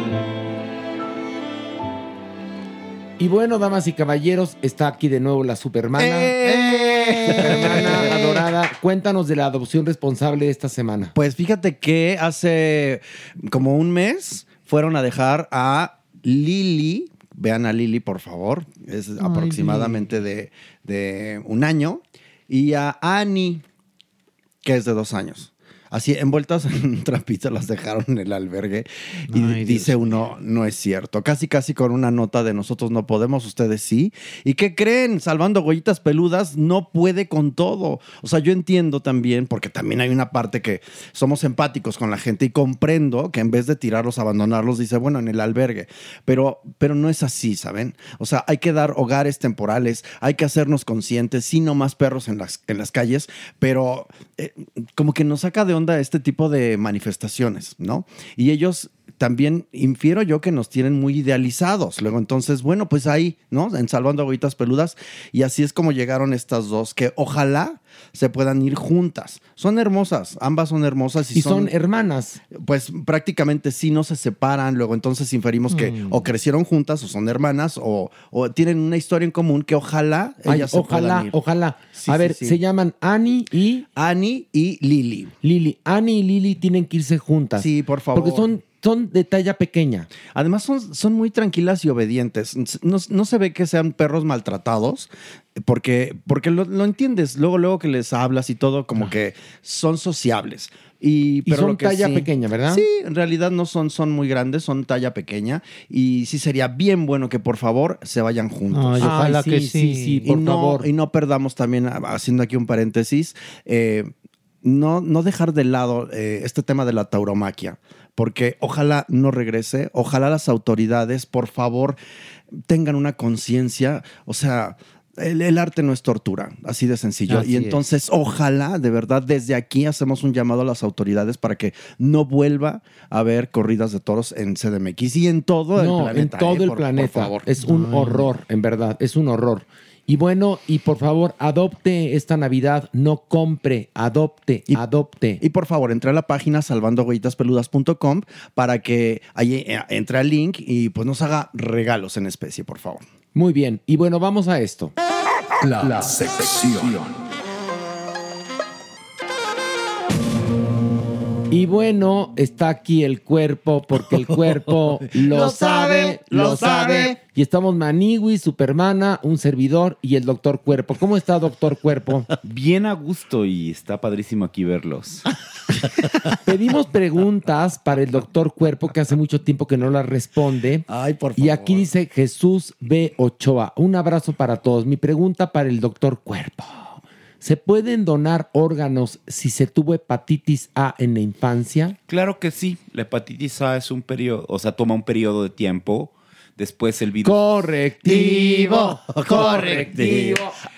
Y bueno, damas y caballeros, está aquí de nuevo la Supermana. ¡Eh! Supermana adorada. Cuéntanos de la adopción responsable de esta semana. Pues fíjate que hace como un mes fueron a dejar a Lili. Vean a Lili, por favor. Es Ay, aproximadamente de, de un año. Y a Annie, que es de dos años. Así, envueltas en un trapito, las dejaron en el albergue. Y Ay, dice Dios uno, no es cierto. Casi, casi con una nota de nosotros no podemos, ustedes sí. ¿Y qué creen? Salvando Goyitas Peludas no puede con todo. O sea, yo entiendo también, porque también hay una parte que somos empáticos con la gente y comprendo que en vez de tirarlos, abandonarlos, dice, bueno, en el albergue. Pero, pero no es así, ¿saben? O sea, hay que dar hogares temporales, hay que hacernos conscientes, sí, no más perros en las, en las calles, pero eh, como que nos saca de onda este tipo de manifestaciones, ¿no? Y ellos también infiero yo que nos tienen muy idealizados. Luego, entonces, bueno, pues ahí, ¿no? En Salvando Abuelitas Peludas. Y así es como llegaron estas dos, que ojalá se puedan ir juntas. Son hermosas, ambas son hermosas. Y, Y son hermanas. Pues prácticamente sí, no se separan. Luego, entonces inferimos que Mm. o crecieron juntas o son hermanas o, o tienen una historia en común que ojalá Ay, ellas se ojalá, puedan ir. ojalá. Sí, a sí, ver, sí. se llaman Annie y... Annie y Lily. Lily. Annie y Lily tienen que irse juntas. Sí, por favor. Porque son, son de talla pequeña. Además son, son muy tranquilas y obedientes. No, no se ve que sean perros maltratados porque, porque lo, lo entiendes. Luego, luego que les hablas y todo, como que son sociables. Y, pero son lo que talla sí- pequeña, ¿verdad? Sí, en realidad no son, son muy grandes, son talla pequeña. Y sí sería bien bueno que por favor se vayan juntos. Ay, ojalá Ay, sí, que sí. sí, por y no, favor. Y no perdamos también, haciendo aquí un paréntesis, eh, no, no dejar de lado eh, este tema de la tauromaquia, porque ojalá no regrese, ojalá las autoridades, por favor, tengan una conciencia, o sea... El, el arte no es tortura, así de sencillo. Así y es. entonces, ojalá, de verdad, desde aquí hacemos un llamado a las autoridades para que no vuelva a haber corridas de toros en C D M X y en todo no, el planeta. en todo eh, el por- por planeta. favor. Es un horror, en verdad, es un horror. Y bueno, y por favor, adopte esta Navidad, no compre, adopte, adopte. Y por favor, entre a la página salvando abuelitas peludas punto com para que ahí eh, entre al link y pues nos haga regalos en especie, por favor. Muy bien, y bueno, vamos a esto. La, la sección. Y bueno, está aquí el cuerpo, porque el cuerpo lo, Lo sabe, sabe, lo lo sabe. sabe. Y estamos Manigui, Supermana, un servidor y el doctor Cuerpo. ¿Cómo está, doctor Cuerpo? Bien a gusto y está padrísimo aquí verlos. Pedimos preguntas para el doctor Cuerpo, que hace mucho tiempo que no las responde. Ay, por Y aquí dice Jesús B. Ochoa. Un abrazo para todos. Mi pregunta para el doctor Cuerpo. ¿Se pueden donar órganos si se tuvo hepatitis A en la infancia? Claro que sí. La hepatitis A es un periodo, o sea, toma un periodo de tiempo. Después el virus. Correctivo, correctivo.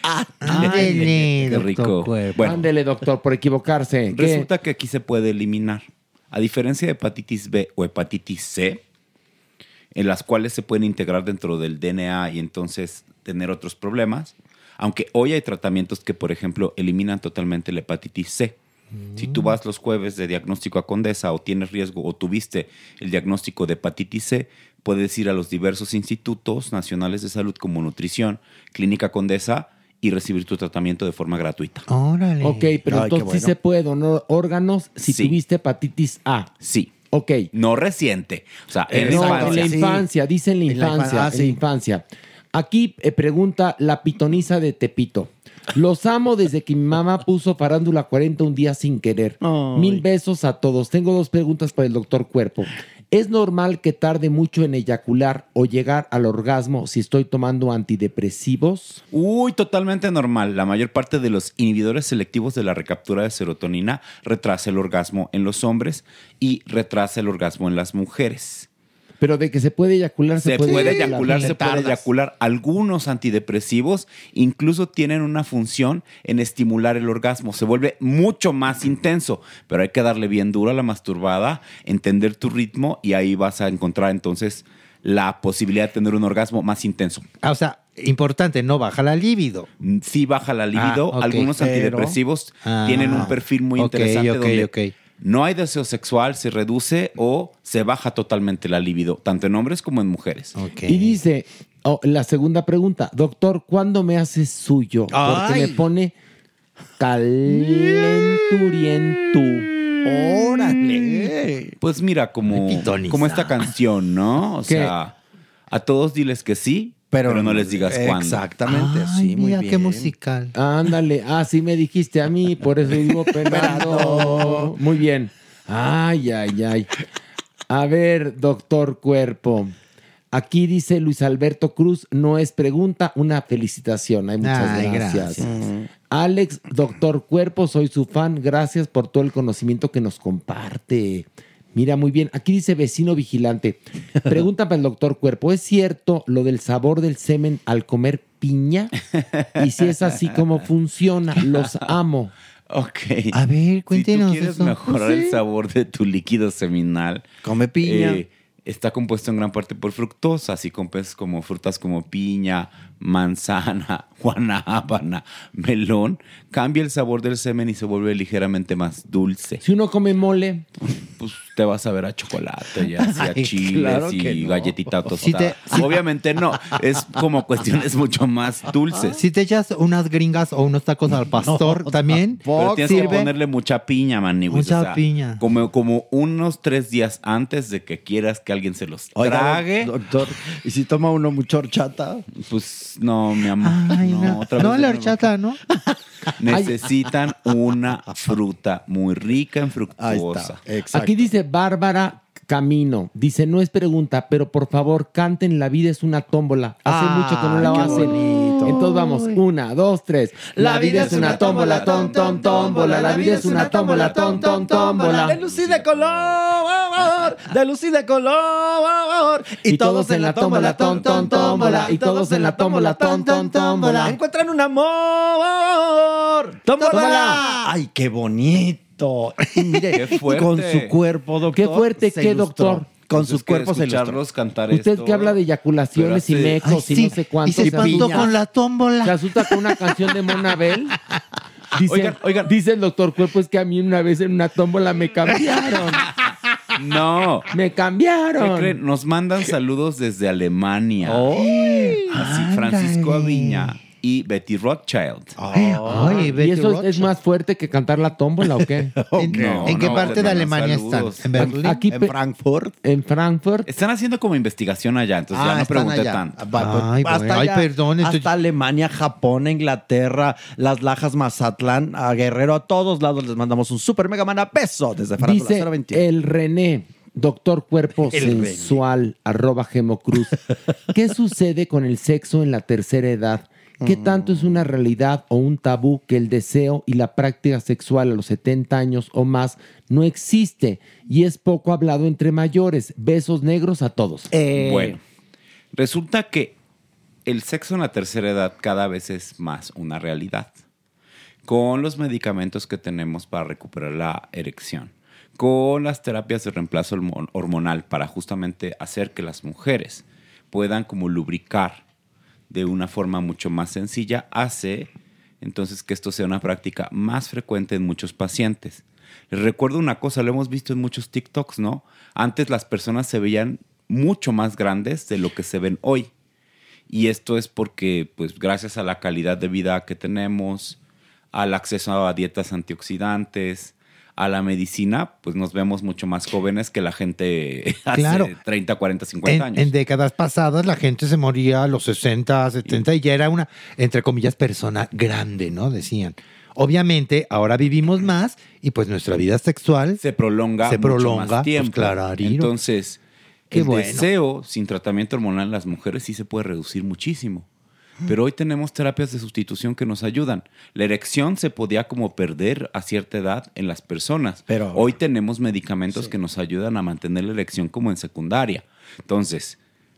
Ándele, qué rico. Bueno, Ándele, doctor, por equivocarse. ¿Qué? resulta que aquí se puede eliminar. A diferencia de hepatitis B o hepatitis C, en las cuales se pueden integrar dentro del D N A y entonces tener otros problemas. Aunque hoy hay tratamientos que, por ejemplo, eliminan totalmente la hepatitis C. Si tú vas los jueves de diagnóstico a Condesa o tienes riesgo o tuviste el diagnóstico de hepatitis C, puedes ir a los diversos institutos nacionales de salud como Nutrición, Clínica Condesa y recibir tu tratamiento de forma gratuita. Órale. Ok, pero entonces sí se puede donar órganos si Sí. tuviste hepatitis A. Sí. Ok. No reciente. O sea, en No, la infancia. en la infancia, dice en la En la infancia, infancia, ah, en la sí. infancia. Aquí eh, pregunta la pitoniza de Tepito. Los amo desde que mi mamá puso Farándula cuarenta un día sin querer. Mil besos a todos. Tengo dos preguntas para el doctor Cuerpo. ¿Es normal que tarde mucho en eyacular o llegar al orgasmo si estoy tomando antidepresivos? Uy, totalmente normal. La mayor parte de los inhibidores selectivos de la recaptura de serotonina retrasa el orgasmo en los hombres y retrasa el orgasmo en las mujeres. Pero de que se puede eyacular, se, Se puede, puede eyacular, se puede Tardas. eyacular. Algunos antidepresivos incluso tienen una función en estimular el orgasmo. Se vuelve mucho más intenso, pero hay que darle bien duro a la masturbada, entender tu ritmo y ahí vas a encontrar entonces la posibilidad de tener un orgasmo más intenso. Ah, o sea, importante, no baja la libido. Sí baja la libido. Ah, ok, Algunos pero- antidepresivos Ah, tienen un perfil muy ok, interesante ok, donde ok. no hay deseo sexual, se reduce o se baja totalmente la libido, tanto en hombres como en mujeres. Y dice, oh, la segunda pregunta, doctor, ¿cuándo me haces suyo? Porque Ay. me pone calenturiento. ¡Órale! Pues mira, como, como esta canción, ¿no? O ¿Qué? sea, a todos diles que sí, pero, no les digas cuándo. Exactamente, Ay, mira qué musical. Ándale, ah, sí me dijiste a mí, por eso digo pelado. Muy bien. Ay, ay, ay. A ver, doctor Cuerpo. Aquí dice Luis Alberto Cruz, no es pregunta, una felicitación. Ay, muchas Ay, gracias. gracias. Alex, doctor Cuerpo, soy su fan. Gracias por todo el conocimiento que nos comparte. Mira, muy bien. Aquí dice vecino vigilante. Pregunta para el doctor Cuerpo. ¿Es cierto lo del sabor del semen al comer piña? Y si es así, ¿cómo funciona? Los amo. Ok. A ver, cuéntenos Si tú quieres eso. mejorar Pues sí. el sabor de tu líquido seminal, come piña. eh, está compuesto en gran parte por fructosa, así compuestos como frutas como piña, manzana, guanábana, melón. Cambia el sabor del semen y se vuelve ligeramente más dulce. Si uno come mole, pues te vas a ver a chocolate, ya a Ay, chiles claro que y no. galletita Si tostada. te- Obviamente no, es como cuestiones mucho más dulces. Si te echas unas gringas o unos tacos al pastor, también Pero tienes que sirve. ponerle mucha piña, maniguis. Mucha piña. Como, como unos tres días antes de que quieras que alguien se los Oiga, trague. doctor, ¿y si toma uno mucha horchata? Pues no, mi amor. Ay, no, no, otra vez no de la nuevo. horchata, ¿no? Necesitan una fruta muy rica en fructosa. aquí dice Bárbara Camino. Dice, no es pregunta, pero por favor canten La vida es una tómbola. Hace Ah, mucho que no la qué hacen. bonito. Entonces vamos, una, dos, tres. La vida es una tómbola, ton, ton, tómbola. La vida es una tómbola, ton, ton, tómbola. De luz y de color, de luz y de color. Y todos en la tómbola, ton, ton, tómbola. Y todos en la tómbola, ton, ton, tómbola. Encuentran un amor. ¡Tómbola! Tómbola. ¡Ay, qué bonito! Y mire, Qué fuerte. con su cuerpo, doctor. Qué fuerte, se qué ilustró. doctor. Con Pues sus es que cuerpos se ilustró. escucharlos cantar Usted esto, que habla de eyaculaciones y pero hace- mecos Ay, y sí, no sé cuántos. y se espantó con la tómbola. Se asusta con una canción de Monabel. Dice, Oigan, oigan. dice el doctor Cuerpo, es que a mí una vez en una tómbola me cambiaron. No. Me ¿Qué cambiaron. creen? Nos mandan saludos desde Alemania. Oh. Así, Francisco Aviña y Betty Rothschild. Ay, ¿Y Betty eso es Rothschild. más fuerte que cantar la tómbola o qué? ¿En, No, en qué no, parte te de mandan Alemania saludos. están? ¿En Berlín? Aquí En pe- Frankfurt. en Frankfurt. Están haciendo como investigación allá, entonces ya no están pregunté allá. tanto. Va, pues, Ay, hasta bueno. Ay, allá, perdón, estoy- Hasta Alemania, Japón, Inglaterra, Las Lajas, Mazatlán, a Guerrero, a todos lados les mandamos un super mega mana beso desde Farándula Dice cero veintiuno. el René, doctor Cuerpo El Sensual, arroba Gemocruz. ¿Qué sucede con el sexo en la tercera edad? ¿Qué tanto es una realidad o un tabú que el deseo y la práctica sexual a los setenta años o más no existe y es poco hablado entre mayores? Besos negros a todos. Eh, Bueno, resulta que el sexo en la tercera edad cada vez es más una realidad. Con los medicamentos que tenemos para recuperar la erección, con las terapias de reemplazo hormon- hormonal para justamente hacer que las mujeres puedan como lubricar de una forma mucho más sencilla, hace entonces que esto sea una práctica más frecuente en muchos pacientes. Les recuerdo una cosa, lo hemos visto en muchos TikToks, ¿no? Antes las personas se veían mucho más grandes de lo que se ven hoy. Y esto es porque, pues, gracias a la calidad de vida que tenemos, al acceso a dietas antioxidantes, a la medicina, pues nos vemos mucho más jóvenes que la gente hace Claro. treinta, cuarenta, cincuenta En, años. en décadas pasadas la gente se moría a los sesenta, setenta y ya era una, entre comillas, persona grande, ¿no? Decían. Obviamente, ahora vivimos más y pues nuestra vida sexual se prolonga se mucho prolonga, más tiempo. pues, clarariro. Entonces, Qué el bueno. deseo sin tratamiento hormonal en las mujeres sí se puede reducir muchísimo. Pero hoy tenemos terapias de sustitución que nos ayudan. La erección se podía como perder a cierta edad en las personas. Pero hoy tenemos medicamentos que nos ayudan a mantener la erección como en secundaria. Entonces,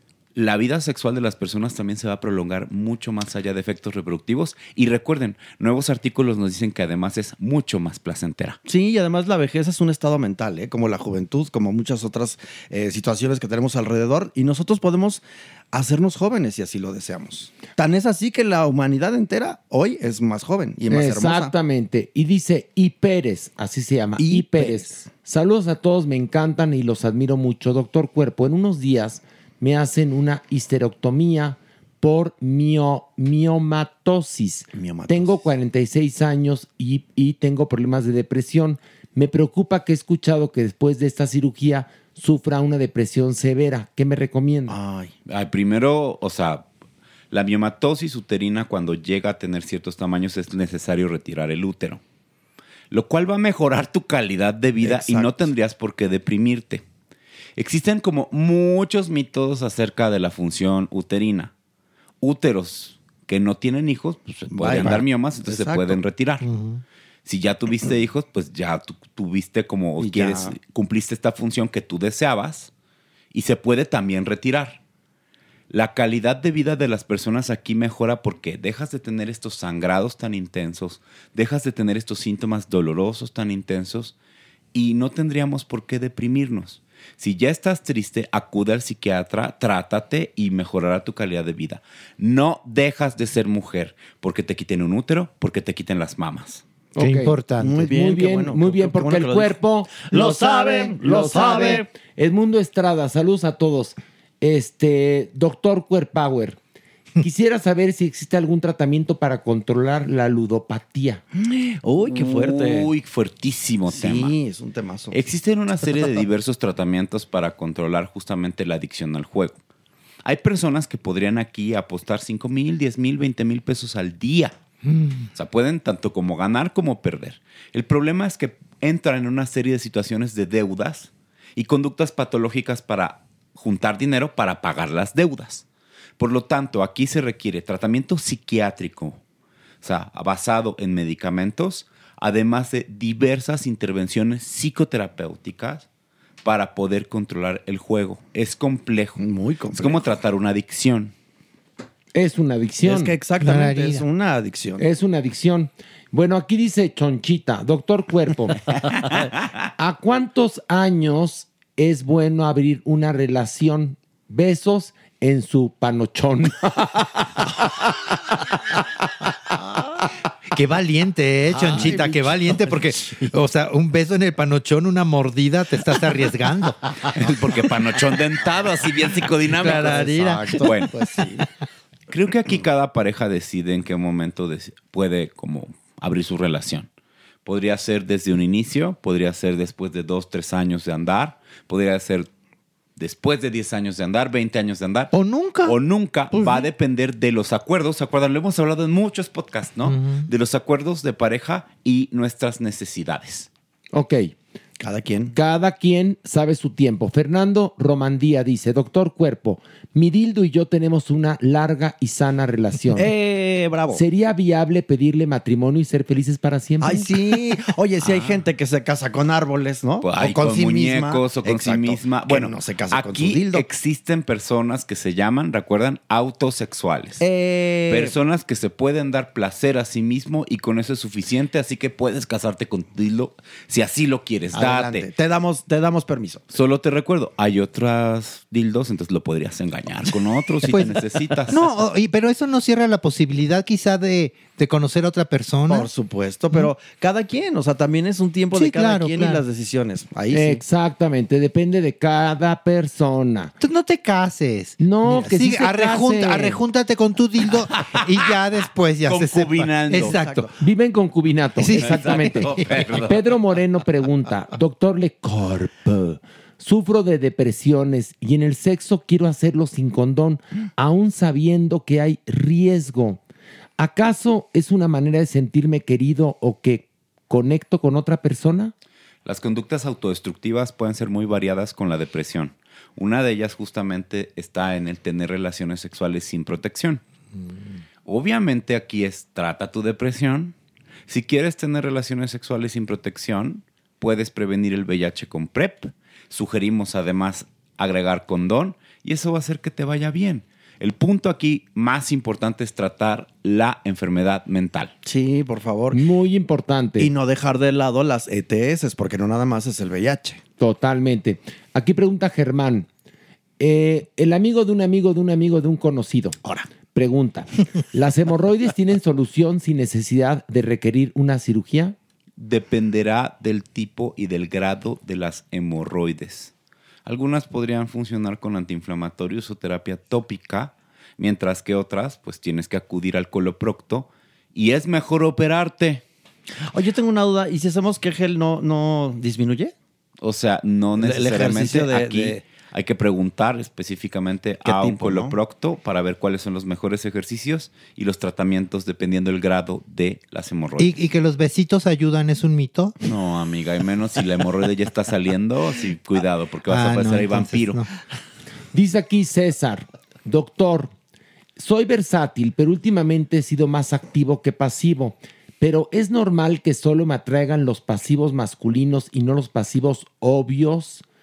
la vida sexual de las personas también se va a prolongar mucho más allá de efectos reproductivos. Y recuerden, nuevos artículos nos dicen que además es mucho más placentera. Sí, y además la vejez es un estado mental, ¿eh? Como la juventud, como muchas otras eh, situaciones que tenemos alrededor. Y nosotros podemos hacernos jóvenes si así lo deseamos. Tan es así que la humanidad entera hoy es más joven y más hermosa. Exactamente. Y dice I. Pérez, así se llama. I. Pérez. Saludos a todos, me encantan y los admiro mucho. Doctor Cuerpo, en unos días me hacen una histerectomía por mio, miomatosis. Miomatosis. Tengo cuarenta y seis años y, y tengo problemas de depresión. Me preocupa que he escuchado que después de esta cirugía sufra una depresión severa. ¿Qué me recomienda? Ay. Ay, primero, o sea, la miomatosis uterina cuando llega a tener ciertos tamaños es necesario retirar el útero, lo cual va a mejorar tu calidad de vida y no Exacto. tendrías por qué deprimirte. Existen como muchos mitos acerca de la función uterina. Úteros que no tienen hijos, pues se podrían Bye, dar bye. miomas, entonces Exacto. se pueden retirar. Ujú. Si ya tuviste hijos, pues ya tu- tuviste como Y quieres, ya. cumpliste esta función que tú deseabas y se puede también retirar. La calidad de vida de las personas aquí mejora porque dejas de tener estos sangrados tan intensos, dejas de tener estos síntomas dolorosos tan intensos y no tendríamos por qué deprimirnos. Si ya estás triste, acude al psiquiatra, trátate y mejorará tu calidad de vida. No dejas de ser mujer porque te quiten un útero, porque te quiten las mamas. Qué Ok. importante. Muy bien, muy bien, muy bien, porque el cuerpo lo sabe, lo sabe. Edmundo Estrada, saludos a todos. Este, doctor Queerpower, quisiera saber si existe algún tratamiento para controlar la ludopatía. Uy, qué fuerte. Uy, fuertísimo Sí, tema. es un temazo. Existen una serie de diversos tratamientos para controlar justamente la adicción al juego. Hay personas que podrían aquí apostar cinco mil, diez mil, veinte mil pesos al día. O sea, pueden tanto como ganar como perder. El problema es que entran en una serie de situaciones de deudas y conductas patológicas para juntar dinero para pagar las deudas. Por lo tanto, aquí se requiere tratamiento psiquiátrico, o sea, basado en medicamentos, además de diversas intervenciones psicoterapéuticas para poder controlar el juego. Es complejo. Muy complejo. Es como tratar una adicción. Es una adicción. Es que exactamente es una adicción. Es una adicción. Bueno, aquí dice Chonchita, doctor Cuerpo, ¿a cuántos años es bueno abrir una relación? Besos en su panochón. Qué valiente, ¿eh, Chonchita? Ay, Qué valiente, porque, o sea, un beso en el panochón, una mordida, te estás arriesgando. Porque panochón dentado, así bien psicodinámico. Clararira. Exacto. Bueno, Pues sí. creo que aquí cada pareja decide en qué momento dec- puede como abrir su relación. Podría ser desde un inicio, podría ser después de dos, tres años de andar, podría ser después de diez años de andar, veinte años de andar. O nunca. O nunca. Va a depender de los acuerdos. ¿Se acuerdan? Lo hemos hablado en muchos podcasts, ¿no? De los acuerdos de pareja y nuestras necesidades. Ok. Cada quien. Cada quien sabe su tiempo. Fernando Romandía dice, doctor Cuerpo, mi dildo y yo tenemos una larga y sana relación. ¡Eh, bravo! ¿Sería viable pedirle matrimonio y ser felices para siempre? Ay, sí. Oye, si hay gente que se casa con árboles, ¿no? Pues, ay, o con, con sí muñecos misma. o con Exacto. sí misma. Que Bueno, no se casa con su aquí dildo. existen personas que se llaman, recuerdan, autosexuales. Eh, Personas que se pueden dar placer a sí mismo y con eso es suficiente, así que puedes casarte con tu dildo si así lo quieres. adelante. Date. Te damos, te damos permiso. Solo te recuerdo, hay otros dildos, entonces lo podrías engañar con otros si Pues, te necesitas. No, o- y- pero eso no cierra la posibilidad quizá de, de conocer a otra persona. Por supuesto, pero cada quien, o sea, también es un tiempo Sí, de cada claro, quien claro. y las decisiones. Ahí sí. Exactamente, depende de cada persona. Tú no te cases. No, Mira, que sí sigue, se arrejunta- case. arrejúntate con tu dildo y ya después ya se sepa. Concubinando. Exacto. Vive en concubinato, Sí, exactamente. exacto, perdón. Pedro Moreno pregunta, doctor Lecorp, sufro de depresiones y en el sexo quiero hacerlo sin condón, aún sabiendo que hay riesgo. ¿Acaso es una manera de sentirme querido o que conecto con otra persona? Las conductas autodestructivas pueden ser muy variadas con la depresión. Una de ellas justamente está en el tener relaciones sexuales sin protección. Obviamente aquí es trata tu depresión. Si quieres tener relaciones sexuales sin protección, puedes prevenir el V I H con PrEP. Sugerimos además agregar condón y eso va a hacer que te vaya bien. El punto aquí más importante es tratar la enfermedad mental. Sí, por favor. Muy importante. Y no dejar de lado las E T S, porque no nada más es el V I H. Totalmente. Aquí pregunta Germán, eh, el amigo de un amigo de un amigo de un conocido. Ahora. Pregunta, ¿las hemorroides tienen solución sin necesidad de requerir una cirugía? Dependerá del tipo y del grado de las hemorroides. Algunas podrían funcionar con antiinflamatorios o terapia tópica, mientras que otras, pues tienes que acudir al coloprocto y es mejor operarte. Oye, yo tengo una duda. ¿Y si hacemos que gel no, no disminuye? O sea, no El- el necesariamente ejercicio de- aquí de- hay que preguntar específicamente ¿Qué a un tipo, no? coloprocto para ver cuáles son los mejores ejercicios y los tratamientos dependiendo del grado de las hemorroides. ¿Y, y que los besitos ayudan, ¿es un mito? No, amiga, y menos si la hemorroide ya está saliendo, sí, cuidado, porque vas Ah, a parecer no, ahí entonces vampiro. no. Dice aquí César, doctor, soy versátil, pero últimamente he sido más activo que pasivo. Pero es normal que solo me atraigan los pasivos masculinos y no los pasivos obvios.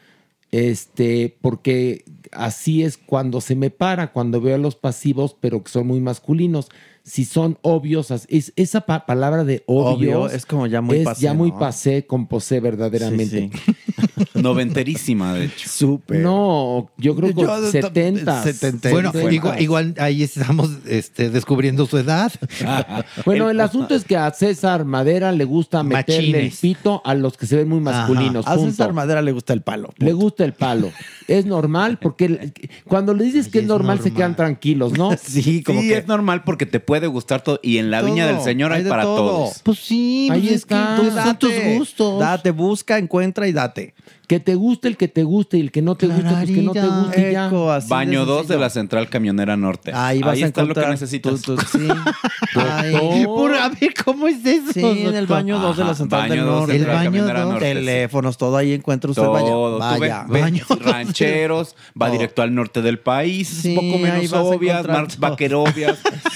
Este, porque así es cuando se me para, cuando veo a los pasivos, pero que son muy masculinos. Si son obvios, es, esa pa- palabra de obvio Obvio, es como ya muy es pasé, ya muy ¿no? pasé, con posé verdaderamente. Noventerísima, de hecho. Súper. No, yo creo que Yo- setentas. Bueno, setentas. igual, igual ahí estamos este, descubriendo su edad. Bueno, el, asunto es que a César Madera le gusta meterle el Machines. pito a los que se ven muy masculinos. A César punto. Madera le gusta el palo. Le gusta el palo. Es normal porque el- cuando le dices que es normal, se quedan tranquilos, ¿no? Sí, como sí, que es normal porque te puede gustar todo. Y en la viña Todo, del Señor hay, hay de para todo. todos. Pues sí, Ahí pues es está. que todos son tus Date, gustos. Date, busca, encuentra y date. Que te guste el que te guste y el que no te guste, pues que no te guste y ya. Eco, así Baño de dos de sencillo. la Central Camionera Norte. Ahí vas a está lo que encontrar necesitas. tu- tu- sí. Ay. Por- a ver, ¿cómo es eso? Sí, en el doctor? baño dos de la Ajá, Central baño del dos Norte. de El la baño Camionera dos. Norte, sí. Teléfonos, todo ahí encuentra usted. Todo. Vaya, Tú ve- vaya. ve Baño dos. rancheros, va Todo. directo al norte del país, Sí, es un poco ahí menos vas a obvias, encontrar más todo. vaquerobias,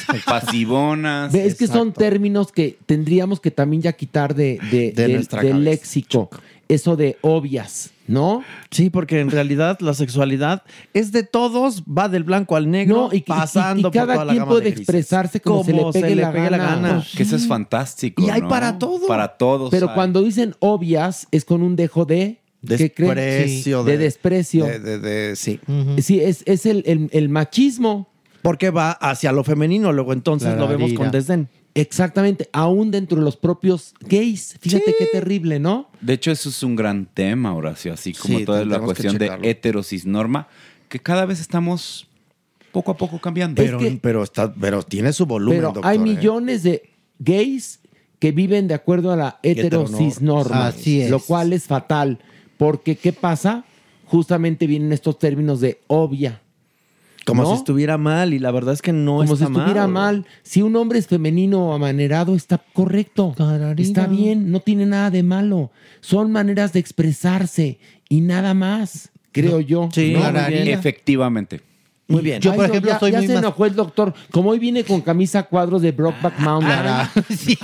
pasivonas. Ve, es que son términos que tendríamos que también ya quitar de, de- De del- nuestra del cabeza, léxico. Eso de obvias, ¿no? Sí, porque en realidad la sexualidad es de todos, va del blanco al negro, No, y, y- pasando y por cada toda la quien gama puede de grises. expresarse como, se le pegue, la, gana. Que eso es fantástico. Y hay ¿no? para todo. Para todos. Pero hay. cuando dicen obvias es con un dejo de ¿qué creen? Desprecio. Sí, de, desprecio. De, de- de- sí. Sí, es, es el, el- el machismo. Porque va hacia lo femenino, luego entonces La lo vemos rarira. con desdén. Exactamente, aún dentro de los propios gays. Fíjate qué terrible, ¿no? De hecho, eso es un gran tema, Horacio, así como Sí, toda la tendremos que cuestión de checarlo. heterosis norma, que cada vez estamos poco a poco cambiando. Pero, pero, está, pero tiene su volumen, Pero doctor. hay ¿eh? millones de gays que viven de acuerdo a la heterosis norma. Así es. Lo cual es fatal. Porque, ¿qué pasa? Justamente vienen estos términos de obvia. Como ¿no? si estuviera mal, y la verdad es que no Como está si estuviera mal. Si un hombre es femenino o amanerado, está correcto. Está bien, no tiene nada de malo. Son maneras de expresarse y nada más, creo yo. Sí, ¿no? muy bien. Efectivamente. Muy bien. Yo, Ay, por no, ejemplo, ya, soy ya muy se más- enojó el doctor. Como hoy viene con camisa a cuadros de Brokeback Mountain. Ah, sí.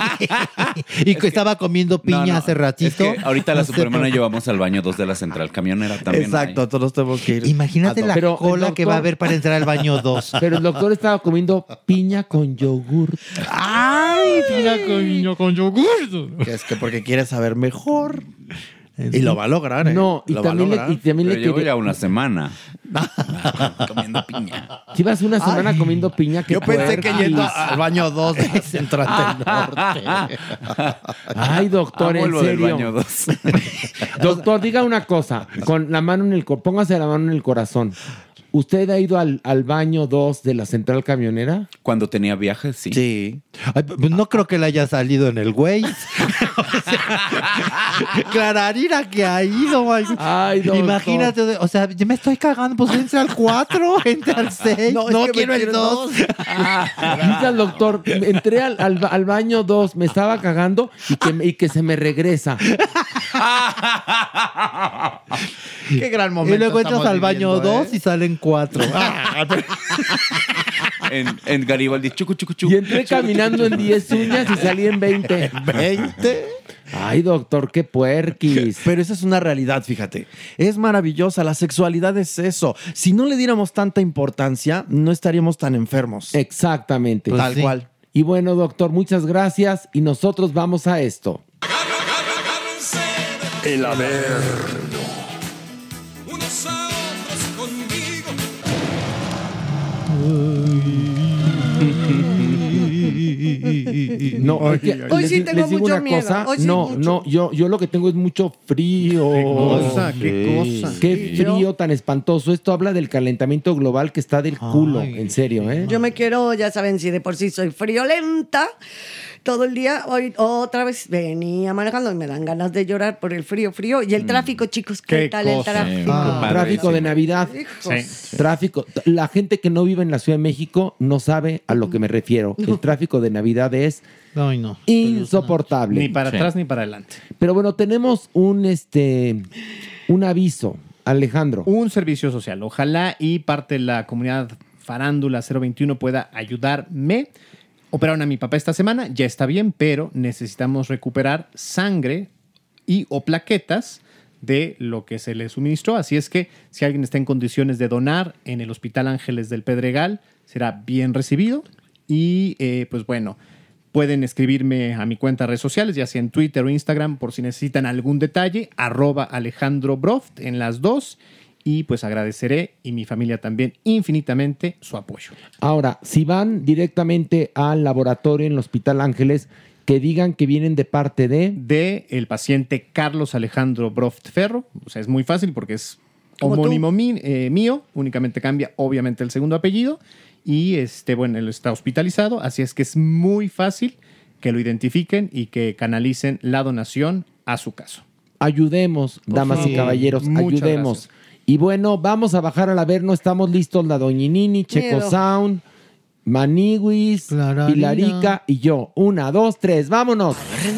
Y que estaba comiendo piña No, no, hace ratito. Es que ahorita la No sé Supermana por- llevamos al baño dos de la Central Camionera también. Exacto, todos tenemos que ir. Imagínate a la Pero el cola que va a doctor- haber para entrar al baño dos. Pero el doctor estaba comiendo piña con yogur. ¡Ay! Piña con niño con yogur. Que es que porque quiere saber mejor. Y lo va a lograr, ¿eh? No, y Lo va a también le, lograr. y también Pero le llevo quería- ya una semana comiendo piña. Si vas una semana Ay. comiendo piña, que Yo pensé que yendo al baño dos de Central del Norte. Ay, doctor, Amo en lo del serio. baño dos. Doctor, diga una cosa, con la mano en el co- póngase la mano en el corazón. ¿Usted ha ido al, al baño dos de la Central Camionera? Cuando tenía viajes, sí. Sí. Ay, pues no creo que le haya salido en el güey. Clararira que ha ido. Ay, Ay, doctor. Imagínate, o sea, yo me estoy cagando, pues entra al cuatro, entra al seis. No, No, es que quiero me el quiero dos. dos. Dice al doctor, entré al, al ba- al baño dos, me estaba cagando y que, me- y que se me regresa. Qué gran momento. Y luego entras estamos al baño viviendo, dos ¿eh? y salen cuatro. En, en Garibaldi, chucu, chucu, chucu. Y entré caminando en diez uñas y salí en veinte. ¿veinte? Ay, doctor, qué puerquis. Pero esa es una realidad, fíjate. Es maravillosa. La sexualidad es eso. Si no le diéramos tanta importancia, no estaríamos tan enfermos. Exactamente. Pues Tal sí. cual. Y bueno, doctor, muchas gracias y nosotros vamos a esto. El haber. Unos a otros conmigo. No, es que Hoy les- sí tengo les digo mucho una miedo, cosa. hoy sí no, mucho. no, yo, yo lo que tengo es mucho frío. Qué cosa, qué cosa. Qué frío tan espantoso. Esto habla del calentamiento global que está del culo, en serio, ¿eh? Yo me quiero, ya saben, si de por sí soy friolenta, todo el día, hoy otra vez venía manejando y me dan ganas de llorar por el frío, frío. Y el tráfico, chicos, ¿qué, Qué tal el cosa. tráfico? Ah, tráfico de Navidad. Hijos. Tráfico. La gente que no vive en la Ciudad de México no sabe a lo que me refiero. El tráfico de Navidad es Ay, no. insoportable. Ni para atrás ni para adelante. Pero bueno, tenemos un este un aviso, Alejandro. Un servicio social. Ojalá y parte de la comunidad Farándula cero veintiuno pueda ayudarme. Operaron a mi papá esta semana, ya está bien, pero necesitamos recuperar sangre y o plaquetas de lo que se le suministró. Así es que si alguien está en condiciones de donar en el Hospital Ángeles del Pedregal, será bien recibido. Y eh, pues bueno, pueden escribirme a mi cuenta de redes sociales, ya sea en Twitter o Instagram, por si necesitan algún detalle, arroba Alejandro Broft en las dos. Y pues agradeceré, y mi familia también, infinitamente su apoyo. Ahora, si van directamente al laboratorio en el Hospital Ángeles, que digan que vienen de parte de... De el paciente Carlos Alejandro Broft Ferro. O sea, es muy fácil porque es Como homónimo mí- eh, mío. Únicamente cambia, obviamente, el segundo apellido. Y, este, bueno, él está hospitalizado. Así es que es muy fácil que lo identifiquen y que canalicen la donación a su caso. Ayudemos, damas favor. y caballeros, Muchas ayudemos. gracias. Y bueno, vamos a bajar al Averno. Estamos listos la Doñinini, Checo Miedo. Sound, Maniwis, Pilarica y yo. Una, dos, tres, vámonos.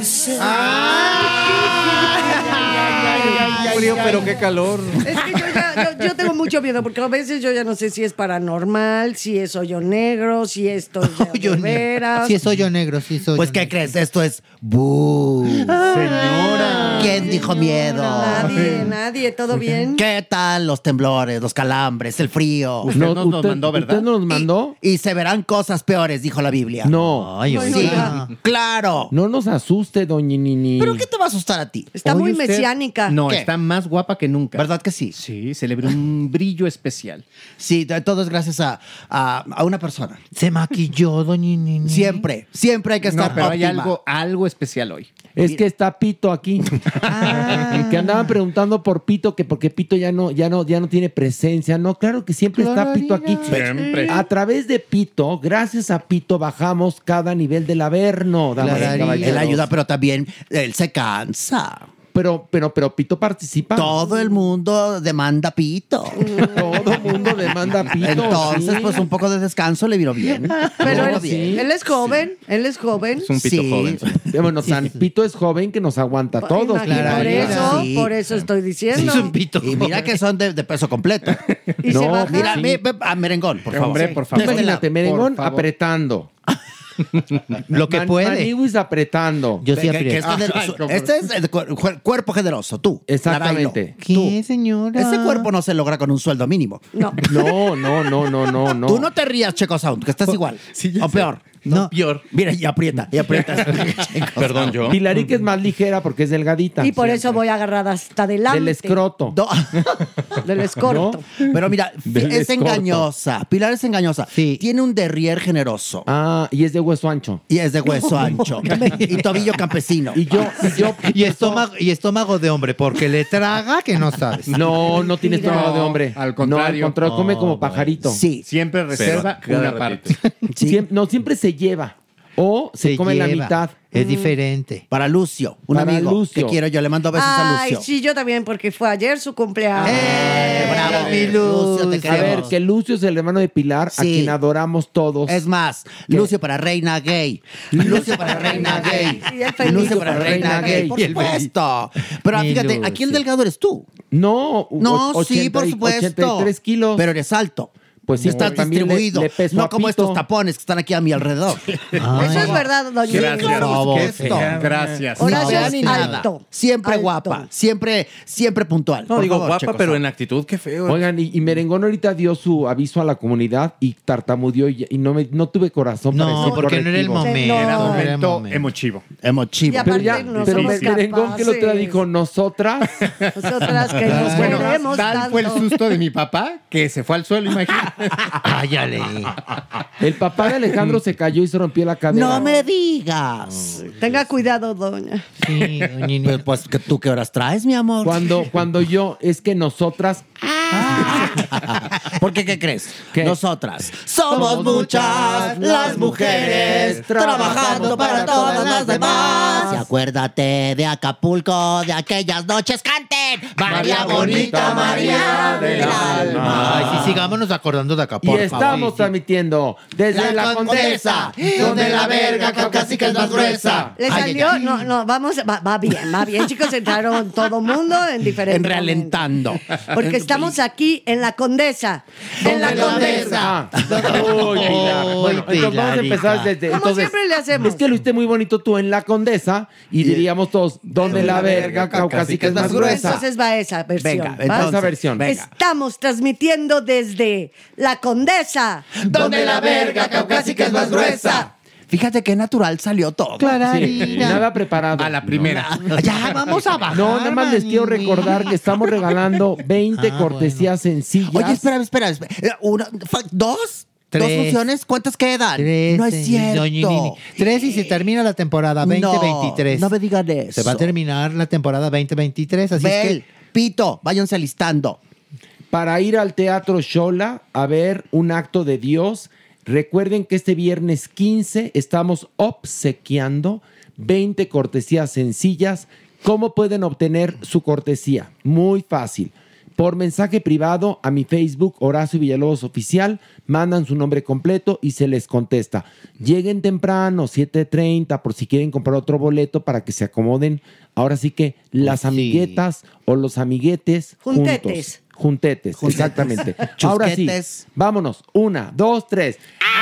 Frío, pero qué calor. Es que yo, ya, yo, yo tengo mucho miedo porque a veces yo ya no sé si es paranormal, si es hoyo negro, si esto es de, de veras. Si es hoyo negro, si es hoyo Pues, ¿qué negro. crees? Esto es ¡Bú! Señora. ¿Quién dijo miedo? Nadie, nadie, ¿todo bien? ¿Qué tal los temblores, los calambres, el frío? Usted No, nos, nos usted- mandó, ¿verdad? ¿Usted no nos mandó? Y se verán cosas peores, dijo la Biblia. No. Ay, Ay, Sí, oiga. claro. No nos asuste, Doñinini. ¿Pero qué te va a asustar a ti? Está Oye, muy usted- mesiánica. No, ¿Qué? está más guapa que nunca. ¿Verdad que sí? Sí, se le ve un brillo especial. Sí, t- todo es gracias a, a, a una persona. Se maquilló, doñinini. Siempre, siempre hay que estar No, pero hay óptima. algo, algo especial hoy. Es que está Pito aquí. Que andaban preguntando por Pito, que porque Pito ya no, ya no, ya no tiene presencia. No, claro que siempre está Pito aquí. Siempre. A través de Pito, gracias a Pito, bajamos cada nivel del Averno, damas y Claro. caballeros. Él ayuda, pero también él se cansa. Pero, pero, pero Pito participa. Todo el mundo demanda pito. Todo el mundo demanda Pito. Entonces, sí. pues un poco de descanso le vino bien. Pero Le él, vino bien. él es joven, él es joven. Es un pito Sí. joven. Eh, Bueno, San Pito es joven que nos aguanta a todos. Imagínate, claro. por eso, Sí. por eso estoy diciendo. Es un pito. Y mira que son de, de peso completo. Y se No, baja. Mira, Sí. mi- ve- a merengón, por favor. Hombre, por favor. Imagínate, Merengón Por favor. apretando. Lo que Man- puede. Maniwis apretando. Yo sí Que- que aprieto. este, es de- este es el cu- cu- cuerpo generoso, tú. Exactamente. Larailo. ¿Qué, señora? Ese cuerpo no se logra con un sueldo mínimo. No. No, no, no, no, no, no. Tú no te rías, Checo Sound, que estás igual. o peor. No. Peor. Mira, y aprieta, y aprieta. Perdón, yo. Pilarica es más ligera porque es delgadita. Y por eso voy agarrada hasta adelante. Del escroto. No. Del escorto. Pero mira, Del es escorto. engañosa. Pilar es engañosa. Sí. Tiene un derrier generoso. Ah, y es de hueso ancho. Y es de hueso ancho. Y tobillo campesino. Y yo, y yo, Y estómago, y estómago de hombre, porque le traga que no sabes. no, no tiene Mira. estómago de hombre. Al contrario. No, al contrario, come Oh, como bueno. pajarito. Sí. Siempre reserva cada una ratito. parte. Sí. Siem- no, siempre se lleva. O se, come la lleva. mitad. Es diferente. Para Lucio, un Para amigo Lucio. que quiero yo. Le mando besos a Ay, Lucio. sí, yo también, porque fue ayer su cumpleaños. ¡Eh! ¡Bravo, mi Lucio! Te A queremos. ver, que Lucio es el hermano de Pilar, a Sí. quien adoramos todos. Es más, Lucio para reina gay. Lucio para reina gay. Y el feliz. Lucio para reina gay. Por Y el supuesto. Pero Mi fíjate, aquí el Lucio. delgado eres tú. No, No, o- sí, por ochenta y- supuesto. ochenta y tres kilos. Pero eres alto. Pues sí, estás pero también le- distribuido. le peso no a como Pito. estos tapones que están aquí a mi alrededor. Eso es verdad, doña Gracias. Inés. Por favor. Esto. Gracias. Horacio No, es ni nada. alto. Siempre Alto. guapa. Siempre, siempre puntual. No Por digo favor, guapa, Checo pero Sound. en actitud, qué feo. Oigan, y, y Merengón ahorita dio su aviso a la comunidad y tartamudeó y, y no, me, no tuve corazón para No, decir porque no era el correctivo. momento. No. Era No era el momento momento. emotivo. Emotivo. Y Pero aparte ya, no pero somos Merengón que lo otra capaces. dijo, nosotras. Nosotras que nos Bueno, queremos tal fue el tanto. susto de mi papá que se fue al suelo, imagínate. Cállale. El papá de Alejandro se cayó y se rompió la cadera. No me digas. Tenga cuidado, doña. Sí, doña Inés. Pues, pues, ¿que ¿tú qué horas traes, mi amor? Cuando, cuando yo, es que nosotras. Porque, ¿qué crees? ¿Qué? Nosotras somos muchas las mujeres trabajando para todas las demás. Y acuérdate de Acapulco, de aquellas noches canten. María bonita, María del alma. Ay, sí, sigámonos acordando de acá, Y por estamos favor. Sí, sí. transmitiendo desde la, Condesa, donde la verga caucásica es más gruesa. ¿Le Ay, salió? ay, ay. No, no, vamos, va, va bien, va bien, chicos, entraron todo mundo en diferentes En realentando. momentos. Porque estamos aquí en la Condesa. En la Condesa. Ah. Uy, Pilar. Bueno, entonces vamos a empezar desde. Como entonces, siempre le hacemos. Es que lo hiciste muy bonito tú en La Condesa y diríamos todos, ¿dónde la verga caucásica es más gruesa? Entonces va esa versión. Venga, ¿va? entonces, esa versión. Venga. Estamos transmitiendo desde La Condesa, donde la verga caucásica es más gruesa. Fíjate qué natural salió todo. Sí, nada preparado. A la primera. No. Ya, vamos a bajar. No, nada más les quiero recordar que estamos regalando veinte Ah, cortesías sencillas. Oye, espera, espera, espera. Eh, Una, fa- ¿Dos? ¿Dos Tres. funciones? ¿Cuántas quedan? Tres, no es eh, cierto. no, ni, ni, ni. Tres y se termina la temporada veinte veintitrés. No, no me digan eso. Se va a terminar la temporada veinte veintitrés, así Bel, es que... Pito, váyanse alistando. Para ir al Teatro Xola a ver un acto de Dios, recuerden que este viernes quince estamos obsequiando veinte cortesías sencillas. ¿Cómo pueden obtener su cortesía? Muy fácil. Por mensaje privado a mi Facebook, Horacio Villalobos Oficial, mandan su nombre completo y se les contesta. Lleguen temprano, siete treinta, por si quieren comprar otro boleto para que se acomoden. Ahora sí que las amiguetas o los amiguetes Juntetes. juntos. Juntetes, Juntetes. exactamente. Ahora sí, Chusquetes. vámonos. Una, dos, tres.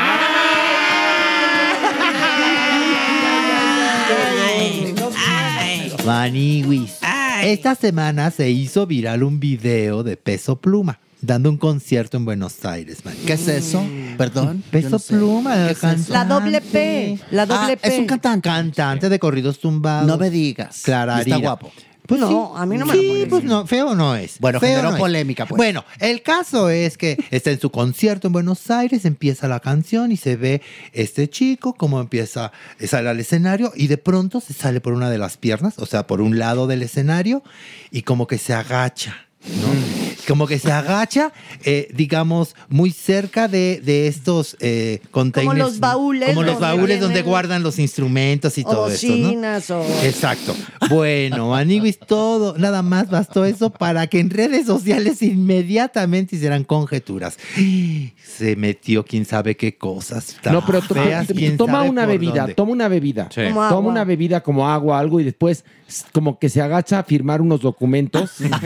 Maniwis. Esta semana se hizo viral un video de Peso Pluma dando un concierto en Buenos Aires, man. ¿Qué es eso? Perdón. Peso yo no sé. Pluma, ¿Qué el es eso? cantante. La doble P. La doble Ah, P. es un cantante. Cantante de corridos tumbados. No me digas. Clara Y está Arira. guapo. Pues No, sí. a mí no me Sí, lo parece. pues no, feo no es. Bueno, Feo generó no es. polémica, pues. Bueno, el caso es que está en su concierto en Buenos Aires, empieza la canción y se ve este chico como empieza, sale al escenario y de pronto se sale por una de las piernas, o sea, por un lado del escenario y como que se agacha. ¿no? Como que se agacha, eh, digamos, muy cerca de, de estos eh, containers. los baúles Como los donde baúles vienen- donde guardan los instrumentos y O todo eso, ¿no? bocinas o... Exacto. Bueno, Aniguis, todo, nada más bastó eso para que en redes sociales inmediatamente hicieran conjeturas. Se metió quién sabe qué cosas. tan No, pero to- feas, to- quién toma sabe una por bebida, dónde. toma una bebida. Sí. Como Toma agua. una bebida como agua, algo, y después s- como que se agacha a firmar unos documentos.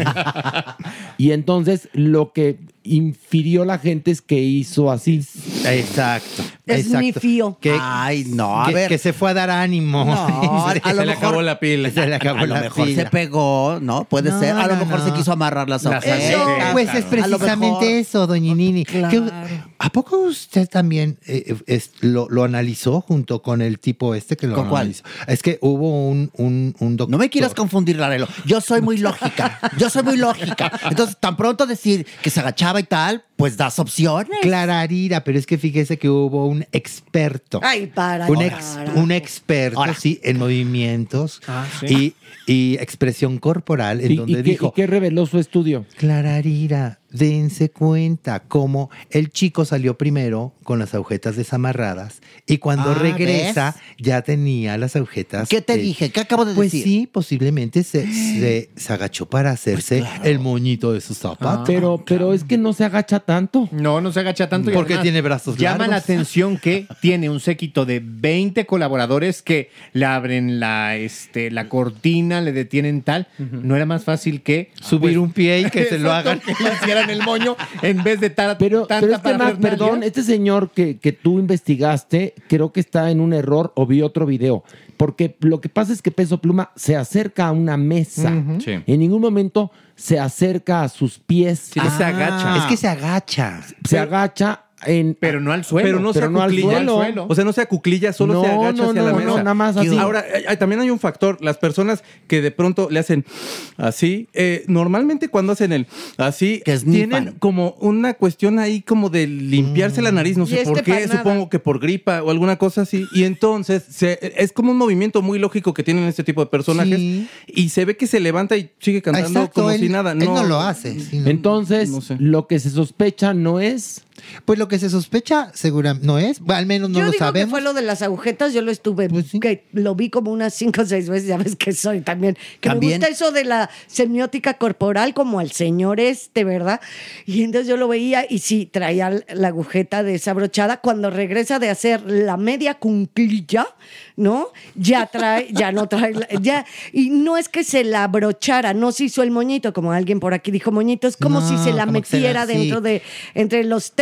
Y entonces lo que infirió la gente es que hizo así. Exacto. Es exacto. mi fío. Que, Ay, no, a que, ver. que se fue a dar ánimo. No, a, a lo Se le mejor, acabó la pila. Se le acabó a lo la mejor pila. se pegó, ¿no? Puede No, ser. A lo no, mejor no. se quiso amarrar las Las agujetas. Eso, agujetas. Pues es A lo precisamente mejor- eso, doña Nini. Claro. Que- ¿A poco usted también eh, es- lo, lo analizó junto con el tipo este que lo ¿Con cuál? analizó? Es que hubo un, un, un doctor. No me quieras confundir, Larelo. Yo soy muy lógica. Yo soy muy lógica. Entonces, tan pronto decir que se agachaba y tal, pues das opciones. Clararira, pero es que fíjese que hubo un experto. Ay, para. Un, para. ex- un experto, Ahora. sí, en movimientos Ah, sí. y, y expresión corporal, en ¿Y, donde y qué, dijo, y qué reveló su estudio? Clararira, dense cuenta cómo el chico salió primero con las agujetas desamarradas y cuando Ah, regresa ¿ves? ya tenía las agujetas. ¿Qué te eh, dije? ¿Qué acabo de Pues decir? sí, posiblemente se, se, se agachó para hacerse el moñito de sus zapatos. Pero, pero es que no se agacha tanto. No, no se agacha tanto. y Porque además tiene brazos Llama largos. la atención que tiene un séquito de veinte colaboradores que le abren la, este, la cortina, le detienen tal. No era más fácil que Subir un pie y que se lo hagan. Que le hicieran el moño en vez de tar, Pero, tanta pero es que más, parafernalia. perdón, este señor que, que tú investigaste, creo que está en un error o vi otro video. Porque lo que pasa es que Peso Pluma se acerca a una mesa. Ujú. Sí. En ningún momento se acerca a sus pies. Sí, se agacha. Es que se agacha. Se agacha en... Pero no al suelo. Pero no se Pero no al acuclilla. suelo. O sea, no se acuclilla, solo No, se agacha no, hacia no, la no, mesa. nada más así. Ahora, hay- hay- también hay un factor. Las personas que de pronto le hacen así, eh, normalmente cuando hacen el así, Que snifan. tienen como una cuestión ahí como de limpiarse la nariz. No Y sé este por qué, para nada. supongo que por gripa o alguna cosa así. Y entonces se- es como un movimiento muy lógico que tienen este tipo de personajes. Sí. Y se ve que se levanta y sigue cantando Exacto, como él, si nada. él no lo hace. sí, no. Entonces, No sé. lo que se sospecha no es... Pues lo que se sospecha, seguramente no es, bueno, al menos no yo lo digo sabemos. que fue lo de las agujetas, yo lo estuve, Pues sí. que lo vi como unas cinco o seis veces, ya ves que soy también, que También. me gusta eso de la semiótica corporal como al señor este, ¿verdad? Y entonces yo lo veía y sí, traía la agujeta desabrochada, cuando regresa de hacer la media cunclilla, ¿no? Ya trae, ya no trae, la- ya, y no es que se la abrochara, no se hizo el moñito, como alguien por aquí dijo moñito, es como No, si se la como que se la- metiera sí. dentro de, entre los tenis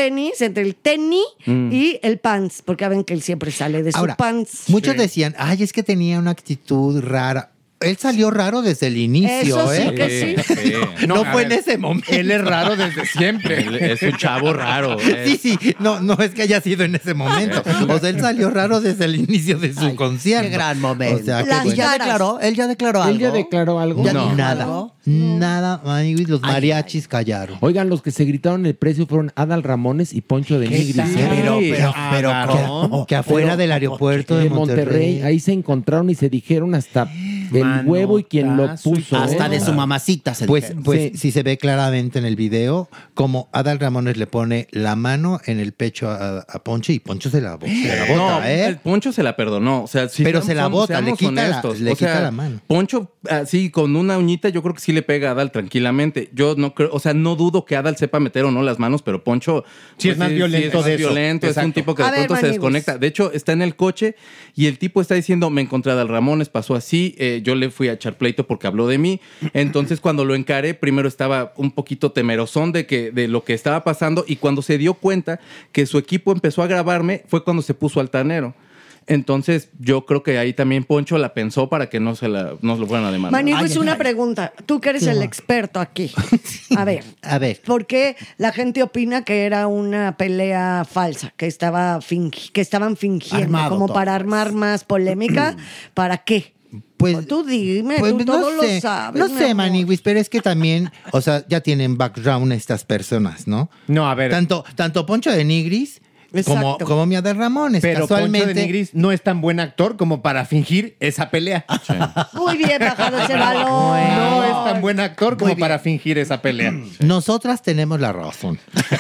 tenis, entre el tenis Mm. y el pants, porque ven que él siempre sale de Ahora, su pants. muchos decían, ay, es que tenía una actitud rara. Él salió raro desde el inicio, Eso sí ¿eh? que sí. No, a fue en ver, ese momento. Él es raro desde siempre. Él es un chavo raro. Sí, sí, no, no es que haya sido en ese momento. O sea, él salió raro desde el inicio de su concierto. Qué gran momento. O sea, qué ¿Y bueno. ya declaró? ¿Él ya declaró algo? ¿Él ya declaró algo? ¿Ya No, dijo nada. algo? Nada, Maniguis, los mariachis callaron. Oigan, los que se gritaron el precio fueron Adal Ramones y Poncho de Nigris. tal? ¿eh? Pero, pero, pero, Agarró. que afuera Pero- del aeropuerto de de Monterrey. Monterrey. Ahí se encontraron y se dijeron hasta el huevo y quien lo puso. Hasta ¿eh? de su mamacita se Pues, dijeron. pues sí. se ve claramente en el video como Adal Ramones le pone la mano en el pecho a, a Poncho y Poncho se la, bo- se la bota, no, ¿eh? el Poncho se la perdonó. O sea, si Pero seamos- se la bota, le seamos quita la- honestos. le O sea, quita la mano. Poncho, así con una uñita, yo creo que sí le pega a Adal tranquilamente. Yo no creo, o sea, no dudo que Adal sepa meter o no las manos, pero Poncho Sí, es más violento es de más eso. violento, es un Exacto. tipo que A de ver, pronto se Maniguis. desconecta. De hecho, está en el coche y el tipo está diciendo, me encontré a Adal Ramones, pasó así, eh, yo le fui a echar pleito porque habló de mí. Entonces, cuando lo encaré, primero estaba un poquito temerosón de que de lo que estaba pasando y cuando se dio cuenta que su equipo empezó a grabarme, fue cuando se puso altanero. Entonces, yo creo que ahí también Poncho la pensó para que no se la no se lo fueran a demandar. Maniguis, una pregunta. Tú que eres el experto aquí. A ver. A ver. ¿Por qué la gente opina que era una pelea falsa, que estaba fingi- que estaban fingiendo, Armado como todo. para armar más polémica? ¿Para qué? Pues, tú dime, pues, tú no todo sé, lo sabes. No mi sé, amor. Maniguis, pero es que también, o sea, ya tienen background estas personas, ¿no? No, a ver. Tanto, tanto Poncho de Nigris como, Exacto. como mi Adal Ramones. Pero Casualmente, Poncho de Nigris no es tan buen actor como para fingir esa pelea. Muy bien bajado ese balón. No es tan buen actor como para fingir esa pelea. nosotras tenemos la razón.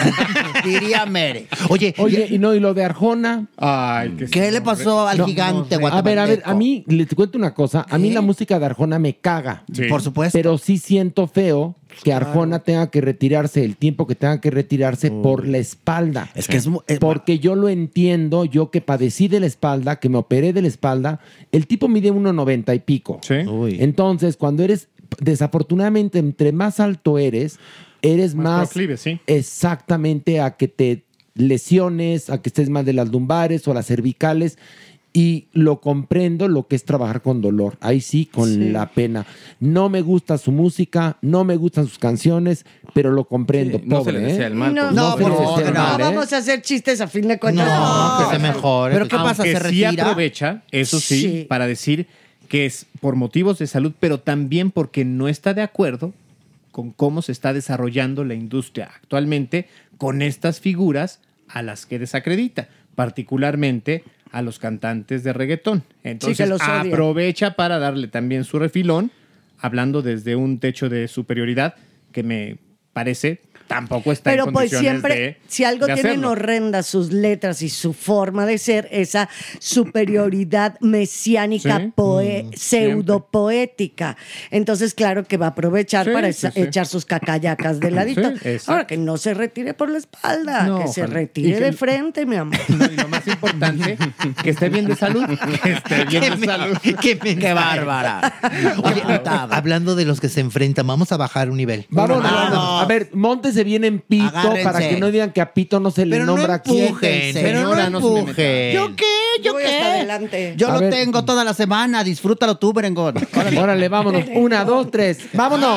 Diría Mere. Oye, Oye, y no, y lo de Arjona. Ay, que ¿Qué le pasó al No, gigante A ver, a ver, a guatemalteco? mí, les cuento una cosa. A mí la música de Arjona me caga. Sí. Por supuesto. Pero sí siento feo que Arjona tenga que retirarse el tiempo que tenga que retirarse por la espalda. Es que es mu- es- Porque yo lo entiendo, yo que padecí de la espalda, que me operé de la espalda, el tipo mide uno noventa y pico. Sí. Uy. Entonces, cuando eres, desafortunadamente, entre más alto eres, eres Más más, proclive, sí. exactamente a que te lesiones, a que estés mal de las lumbares o las cervicales. Y lo comprendo lo que es trabajar con dolor. Ahí sí, con Sí. la pena. No me gusta su música, no me gustan sus canciones, pero lo comprendo. Sí, no se pobre, le desea ¿eh? el mal. No, pues. No, se por le favor, desea el no. No, mal, ¿eh? vamos a hacer chistes a fin de cuentas. no, que se mejore. Pero ¿qué pasa? Aunque ¿Se sí retira? aprovecha, eso sí, Sí. para decir que es por motivos de salud, pero también porque no está de acuerdo con cómo se está desarrollando la industria actualmente con estas figuras a las que desacredita, particularmente a los cantantes de reggaetón. Entonces los odia. aprovecha para darle también su refilón, hablando desde un techo de superioridad que me parece tampoco está Pero en pues condiciones siempre, de- si algo de tienen hacerlo. horrendas sus letras y su forma de ser, esa superioridad mesiánica, Sí. poe- Mm, pseudo poética. Entonces, claro que va a aprovechar Sí, para sí, esa- sí. echar sus cacayacas de ladito. Sí, exacto. Ahora que no se retire por la espalda, No, que se ojalá. retire Y que- de frente, mi amor. No, y lo más importante, que esté bien de salud. Que esté bien de salud. Qué, ¡Qué bárbara! Oye, Apuntada. hablando de los que se enfrentan, vamos a bajar un nivel. Vámonos, Vámonos. vámonos. A ver, móntese bien en pito Agárrense. para que no digan que a pito no se le Pero no nombra aquí. empujen, pero no Señora, no se me meta. empujen. ¿Yo qué? ¿Yo voy hasta qué? adelante. Yo A lo ver. tengo toda la semana. Disfrútalo tú, Berengón. Órale. Órale, vámonos. Una, dos, tres. ¡Vámonos!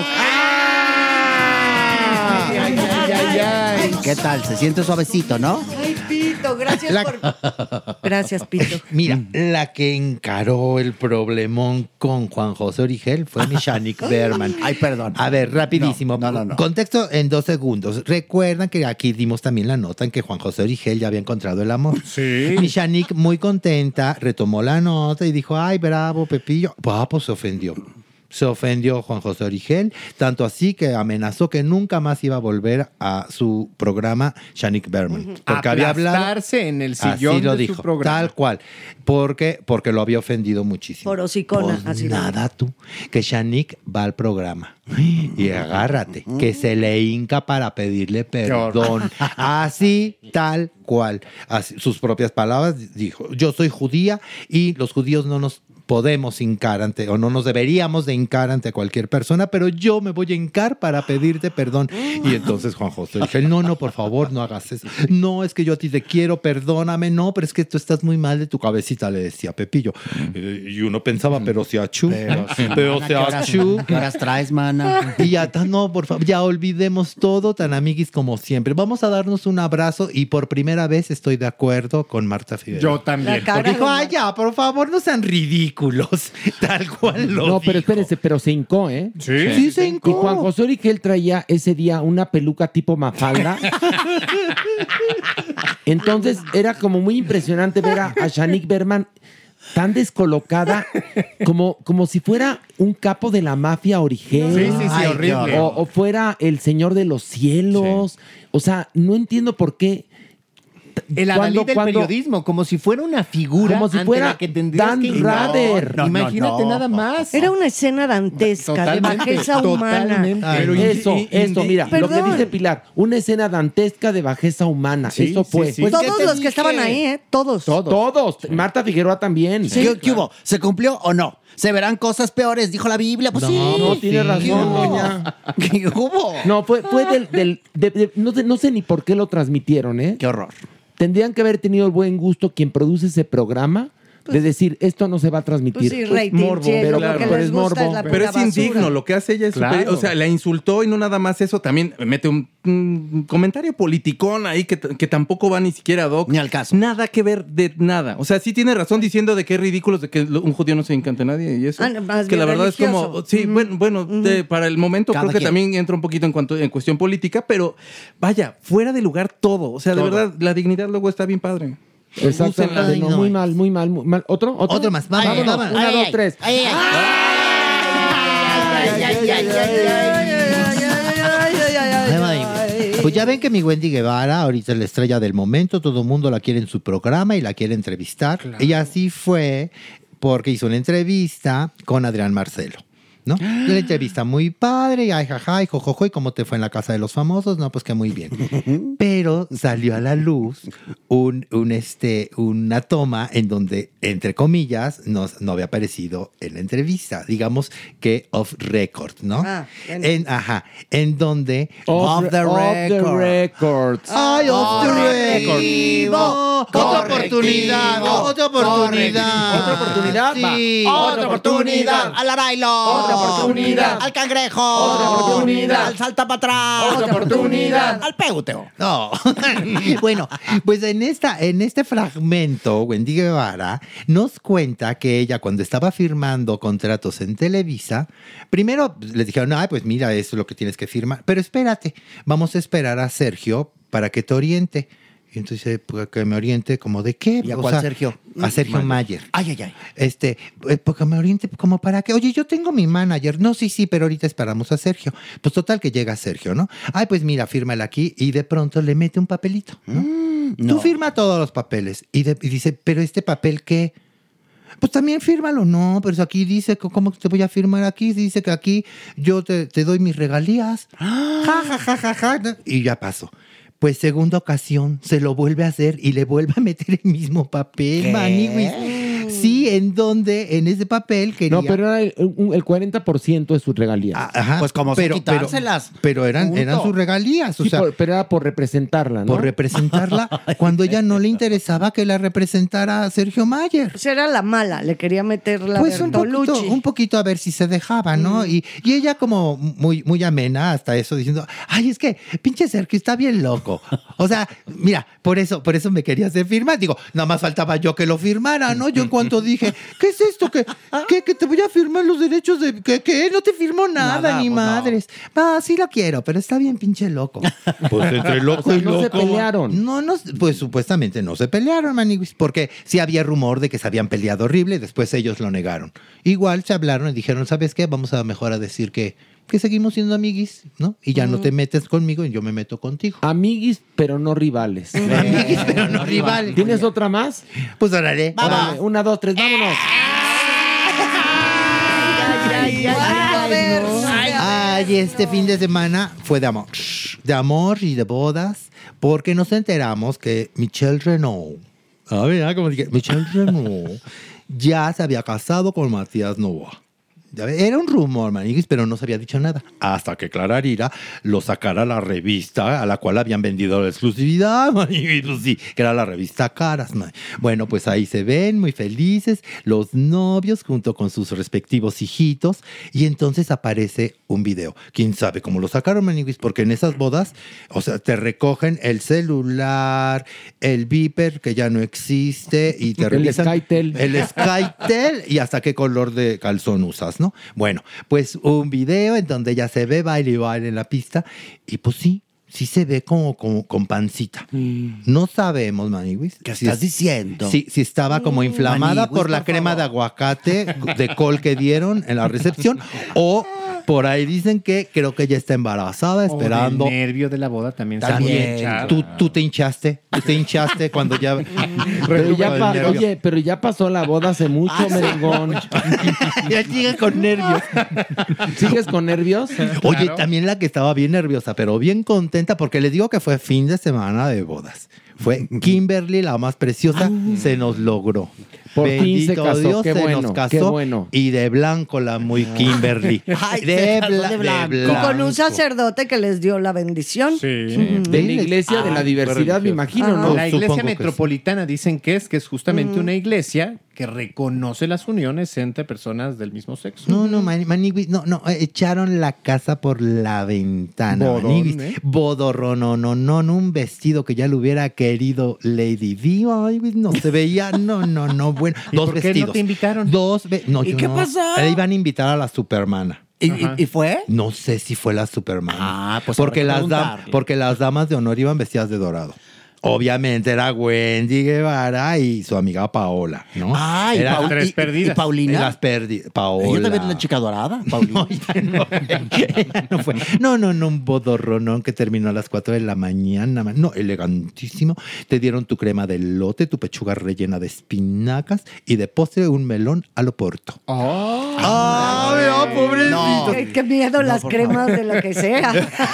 Ay, ay, ay, ay. ¿Qué tal? Se siente suavecito, ¿no? Ay, Pito, gracias La- por... Gracias, Pito. Mira, la que encaró el problemón con Juan José Origel fue mi Shanik Berman. Ay, perdón. A ver, rapidísimo. No, no, no, no. Contexto en dos segundos. Recuerdan que aquí dimos también la nota en que Juan José Origel ya había encontrado el amor. Sí. Mi Shanik, muy contenta, retomó la nota y dijo, ay, bravo, Pepillo. Ah, pues se ofendió. Se ofendió Juan José Origel, tanto así que amenazó que nunca más iba a volver a su programa Shanik Berman. Porque había hablado... Aplastarse en el sillón Así lo de dijo, su programa. tal cual. Porque, porque lo había ofendido muchísimo. Por hocicona, Pues así lo nada tú, que Shanik va al programa y agárrate, que se le hinca para pedirle perdón. Así, tal cual. Así, sus propias palabras dijo, yo soy judía y los judíos no nos podemos hincar ante, o no nos deberíamos de hincar ante cualquier persona, pero yo me voy a hincar para pedirte perdón. Y entonces Juan José dije, no, no, por favor, no hagas eso. No, es que yo a ti te quiero, perdóname. No, pero es que tú estás muy mal de tu cabecita, le decía Pepillo. Eh, y uno pensaba, pero si achú, pero, pero si achú. ¿Qué horas traes, mana? Y ya, tan- no, por favor, ya olvidemos todo, tan amiguis como siempre. Vamos a darnos un abrazo y por primera vez estoy de acuerdo con Marta Figueroa. Yo también. Porque dijo, ay, ya, por favor, no sean ridículos. Tal cual lo No, pero espérense, pero se hincó, ¿eh? Sí. Sí, se hincó. Y Juan José Origel traía ese día una peluca tipo Mafalda. Entonces era como muy impresionante ver a, a Shanique Berman tan descolocada como, como si fuera un capo de la mafia Origel. Sí, sí, sí, Ay, horrible. O, o fuera el señor de los cielos. O sea, no entiendo por qué. El adalid del periodismo, como si fuera una figura Como si ante fuera la que tendrías Dan que... Rather. No, no, Imagínate no. nada más. Era una escena dantesca, Totalmente, de bajeza humana. totalmente. Pero Pero eso, y- y- esto, y- mira, lo que Perdón. dice Pilar, una escena dantesca de bajeza humana. Sí, eso sí, fue. sí. Pues, Todos ¿qué te los que dije? estaban ahí, ¿eh? Todos. Todos. Marta Figueroa también. ¿Qué, qué hubo? ¿Se cumplió o no? ¿Se verán cosas peores? Dijo la Biblia. Pues No, sí. no, tiene ¿Qué razón, hubo? doña. ¿Qué hubo? No, fue, fue del... del- de- de- no, sé, no sé ni por qué lo transmitieron, ¿eh? Qué horror. Tendrían que haber tenido el buen gusto quien produce ese programa de decir, esto no se va a transmitir. Pues sí, rating, sí, pero, lo que pero les es gusta morbo. es la Pero es pura basura. indigno, lo que hace ella es Claro. súper- o sea, la insultó y no nada más eso, también mete un, un comentario politicón ahí que, t- que tampoco va ni siquiera a Doc. Ni al caso. Nada que ver de nada. O sea, sí tiene razón diciendo de que es ridículo de que lo- un judío no se encanta a nadie y eso. Ah, no, más que bien la verdad es religioso. como, sí, bueno, bueno de- para el momento Cada creo que quien. también entra un poquito en cuanto en cuestión política, pero vaya, fuera de lugar todo. O sea, de Todo. verdad, la dignidad luego está bien padre. Exactamente. Ay, no, no. muy mal, muy mal, muy mal. ¿Otro? ¿Otro? Otro más, vamos, Vámonos. vamos. Una, Ay, dos, ay, tres. ay, ay, ay, ay, ay, ay, Ay, pues ya ven que mi Wendy Guevara ahorita es la estrella del momento, todo el mundo la quiere en su programa y la quiere entrevistar. Y así fue porque hizo una entrevista con Adrián Marcelo. ¿No? Una entrevista muy padre, y ay, jaja, y jojojo, y cómo te fue en la casa de los famosos, no, pues que muy bien. Pero salió a la luz un, un este, una toma en donde, entre comillas, no, no había aparecido en la entrevista, digamos que off record, ¿no? Ah, bueno. en, ajá, en donde Off, the, off the records. ¡ay, off the record! Correctivo, Otra oportunidad, otra oportunidad. ¿Otra oportunidad? Sí. Va. Otra oportunidad. Al arailo. Otra oportunidad. Al cangrejo. Otra oportunidad. Al salta para atrás. Otra oportunidad. Al peuteo. No. Bueno, pues en, esta, en este fragmento, Wendy Guevara nos cuenta que ella, cuando estaba firmando contratos en Televisa, primero les dijeron, ay, pues mira, eso es lo que tienes que firmar. Pero espérate, vamos a esperar a Sergio para que te oriente. Y entonces dice, pues, que me oriente, ¿como de qué? ¿Y a O cuál sea, Sergio? A Sergio Mayer. Ay, ay, ay. Este, eh, porque me oriente como para qué. Oye, yo tengo mi manager. No, sí, sí, pero ahorita esperamos a Sergio. Pues total que llega Sergio, ¿no? Ay, pues mira, fírmala aquí y de pronto le mete un papelito, ¿no? Mm, Tú no. firma todos los papeles y, de- y dice, pero este papel qué. Pues también fírmalo. No, pero aquí dice, ¿cómo te voy a firmar aquí? Dice que aquí yo te, te doy mis regalías. Ja, ja, ja, ja, ja. Y ya pasó. Pues segunda ocasión se lo vuelve a hacer y le vuelve a meter el mismo papel, ¿Qué? maniwis. Sí, en donde, en ese papel quería... No, pero era el, un- el cuarenta por ciento de sus regalías. Ajá, Pues como pero, se quitárselas. Pero, pero eran, Punto. eran sus regalías, o Sí, sea, por- pero era por representarla, ¿no? por representarla cuando ella no le interesaba que la representara a Sergio Mayer. Pues era la mala, le quería meter la Pues un poquito, Bertolucci. un poquito a ver si se dejaba, ¿no? Y, y ella como muy, muy amena hasta eso, diciendo, ay, es que pinche Sergio está bien loco. O sea, mira, por eso, por eso me quería hacer firmar. Digo, nada más faltaba yo que lo firmara, ¿no? Yo en cuanto dije, ¿qué es esto? ¿Que, que, que te voy a firmar los derechos de... ¿Qué? ¿Qué? No te firmo nada, Nada, ni pues no. madres. Va, sí lo quiero, pero está bien pinche loco. Pues entre loco O sea, y no loco. se pelearon. No, no, pues supuestamente no se pelearon, maniguis, porque sí había rumor de que se habían peleado horrible y después ellos lo negaron. Igual se hablaron y dijeron, ¿sabes qué? Vamos a mejor a decir que, que seguimos siendo amiguis, ¿no? Y ya no te metes conmigo y yo me meto contigo. Amiguis, pero no rivales. Amiguis, pero no rivales. ¿Tienes otra más? Pues órale. Órale, una, dos, tres, vámonos. Ay, este fin de semana fue de amor. De amor y de bodas, porque nos enteramos que Michelle Renaud, a ver, ah, como dije, Michelle Renaud ya se había casado con Matías Novoa. Ya ve, era un rumor, Maniguis, pero no se había dicho nada. Hasta que Clara Arira lo sacara a la revista a la cual habían vendido la exclusividad, Maniguis, pues sí, que era la revista Caras. Man. Bueno, pues ahí se ven muy felices los novios junto con sus respectivos hijitos y entonces aparece un video. ¿Quién sabe cómo lo sacaron, Maniguis? Porque en esas bodas, o sea, te recogen el celular, el Viper, que ya no existe, y te El revisan Skytel. el Skytel y hasta qué color de calzón usas, ¿no? Bueno, pues un video en donde ya se ve baile y baile en la pista y pues sí, sí se ve como, como con pancita. No sabemos, Maniguis. ¿Qué si estás es- diciendo? Si, si estaba como inflamada Maniguis, por la por crema favor. de aguacate de col que dieron en la recepción o por ahí dicen que creo que ella está embarazada esperando. O del nervio de la boda también. se También. puede hinchar. Tú, tú te hinchaste, tú te hinchaste cuando ya... Pero ya Con pa- el nervio. oye, pero ya pasó la boda hace mucho, Ah, sí. merengón. Ya sigue con nervios. ¿Sigues con nervios? Oye, Claro. también la que estaba bien nerviosa, pero bien contenta, porque les digo que fue fin de semana de bodas. Fue Kimberly, la más preciosa, se nos logró. Por fin se casó, qué se bueno, nos qué casó. bueno. Y de blanco la muy Kimberly. Ay, de, se casó bla- de de blanco. blanco. Y con un sacerdote que les dio la bendición. De la iglesia de la diversidad, me imagino, ¿no? La iglesia Supongo que sí. metropolitana dicen que es, que es justamente Mm. una iglesia que reconoce las uniones entre personas del mismo sexo. No, no, Mani- Maniguis, no, no, eh, echaron la casa por la ventana. Bodón, Maniguis. ¿eh? Bodorrón, no, no, no, no, un vestido que ya lo hubiera querido Lady Di. Ay, no se veía, no, no, no, bueno. ¿Y Dos por qué no vestidos. te invitaron? Dos ve- no, ¿Y yo qué no. pasó? Le iban a invitar a la Supermana. ¿Y, y- y fue? No sé si fue la Supermana. Ah, pues porque habrá que las, dam- preguntar. porque las damas de honor iban vestidas de dorado. Obviamente era Wendy Guevara y su amiga Paola, ¿no? Ah, y Era- Pau- y- y- y Paulina. Las perdidas. Paola. Ella también es la chica dorada, Paulina. No, fue. no, no, no, un bodorronón que terminó a las cuatro de la mañana. man. No, elegantísimo. Te dieron tu crema de elote, tu pechuga rellena de espinacas y de postre un melón al oporto. ¡Ay, no, pobrecito! Qué, qué miedo las cremas de lo que sea.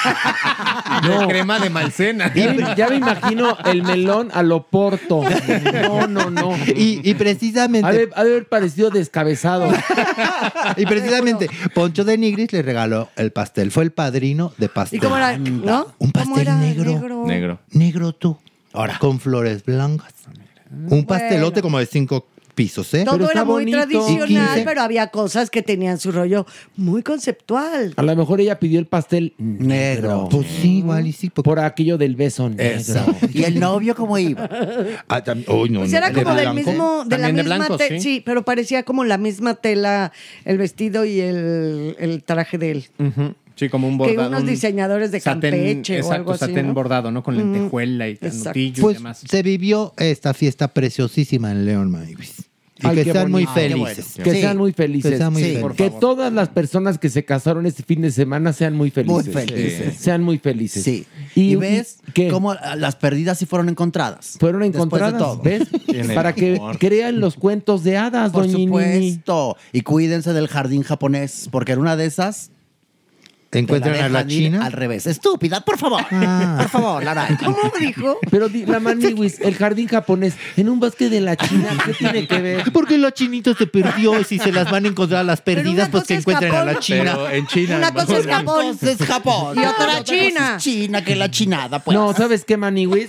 No. Crema de maicena. Ya, me- ya me imagino el melón al oporto. No, no, no. Y, y precisamente... Ha de, ha de haber parecido descabezado. Y precisamente, Poncho de Nigris le regaló el pastel. Fue el padrino de pastel. ¿Y cómo era? ¿No? Un ¿Cómo pastel era? negro. Negro. Negro tú. Ahora. Con flores blancas. Un pastelote como de cinco pisos, ¿eh? Todo era muy Y tradicional, quince. pero había cosas que tenían su rollo muy conceptual. A lo mejor ella pidió el pastel negro. Pues sí, igual y sí. Por aquello del beso negro. ¿Y el novio cómo iba? Ah, tam- uy, no, Pues no, era ¿de como del blanco? mismo, de la También de misma blanco, te- sí. sí, pero parecía como la misma tela, el vestido y el, el traje de él. Ujú. Sí, como un Que bordado. unos un diseñadores de satén- Campeche o exacto, algo así, satén ¿no? bordado, ¿no? Con Mm, lentejuela y exacto. canutillo y Pues demás. se vivió esta fiesta preciosísima en León, Maniguis. Y Ay, que qué sean muy bonito. felices. Que Sí. sean muy felices. Que sean muy Sí. felices. Que todas las personas que se casaron este fin de semana sean muy felices. Muy felices. Sí. Sean muy felices. Sí. Y, Y, ves ¿qué? cómo las perdidas sí fueron encontradas. Fueron Después de encontradas, todo. ¿ves? Tiene Para que humor. crean los cuentos de hadas, Por doña Nini. supuesto. Y cuídense del jardín japonés, porque en una de esas Encuentran te la a la dejan ir china. al revés. Estúpida, por favor. Ah. Por favor, Lara. ¿Cómo dijo? Pero di- la Maniwis, el jardín japonés, en un bosque de la China, ¿qué tiene que ver? Porque la chinita se perdió y si se las van a encontrar a las Pero perdidas, una pues cosa que es encuentren a la Japón. china. Pero en China. Una cosa es Una Japón cosa es Japón. y otra otra cosa China. es China, que la chinada, pues. No, ¿sabes qué, Maniwis?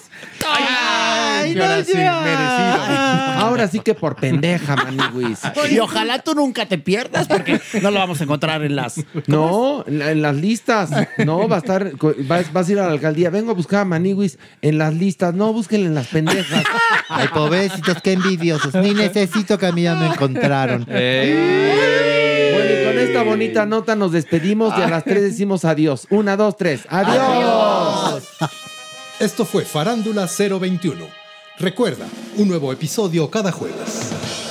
Ay, ahora sí, merecido. Ahora sí que por pendeja, Maniwis. Y ojalá tú nunca te pierdas, porque no lo vamos a encontrar en las... No, en, la- en las listas. No, va a estar, co- vas, vas a ir a la alcaldía. Vengo a buscar a Maniwis en las listas. No, búsquenle en las pendejas. Ay, pobrecitos, qué envidiosos. Ni necesito que a mí ya me encontraron. Bueno, y con esta bonita nota nos despedimos y a las tres decimos adiós. Una, dos, tres. ¡Adiós! Esto fue Farándula cero veintiuno. Recuerda, un nuevo episodio cada jueves.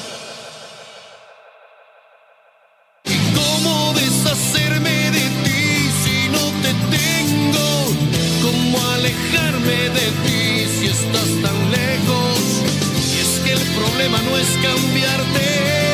¿Cómo deshacerme de ti si no te tengo? ¿Cómo alejarme de ti si estás tan lejos? Y es que el problema no es cambiarte.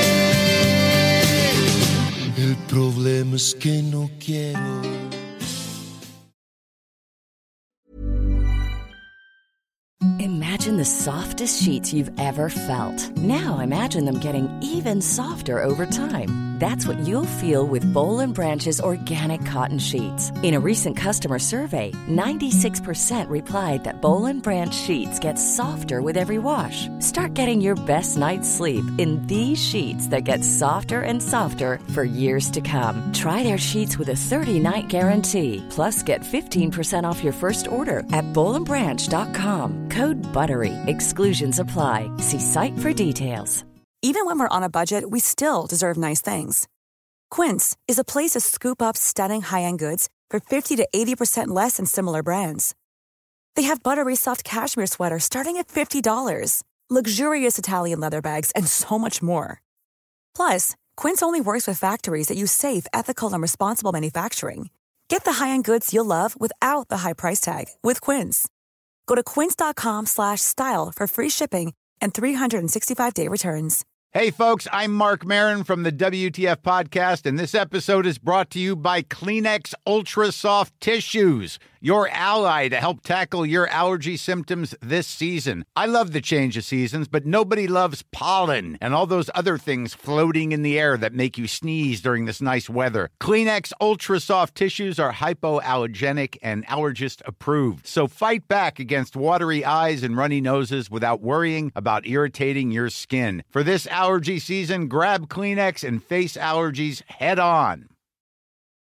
El problema es que no quiero. Imagine the softest sheets you've ever felt. Now imagine them getting even softer over time. That's what you'll feel with Boll and Branch's organic cotton sheets. In a recent customer survey, ninety-six percent replied that Boll and Branch sheets get softer with every wash. Start getting your best night's sleep in these sheets that get softer and softer for years to come. Try their sheets with a thirty-night guarantee. Plus, get fifteen percent off your first order at boll and branch dot com. Code BUTTERY. Exclusions apply. See site for details. Even when we're on a budget, we still deserve nice things. Quince is a place to scoop up stunning high-end goods for fifty to eighty percent less than similar brands. They have buttery soft cashmere sweaters starting at fifty dollars, luxurious Italian leather bags, and so much more. Plus, Quince only works with factories that use safe, ethical, and responsible manufacturing. Get the high-end goods you'll love without the high price tag with Quince. Go to quince dot com slash style for free shipping and three sixty-five day returns. Hey, folks, I'm Mark Maron from the W T F Podcast, and this episode is brought to you by Kleenex Ultra Soft Tissues, your ally to help tackle your allergy symptoms this season. I love the change of seasons, but nobody loves pollen and all those other things floating in the air that make you sneeze during this nice weather. Kleenex Ultra Soft Tissues are hypoallergenic and allergist approved, so fight back against watery eyes and runny noses without worrying about irritating your skin. For this allergy season, grab Kleenex and face allergies head on.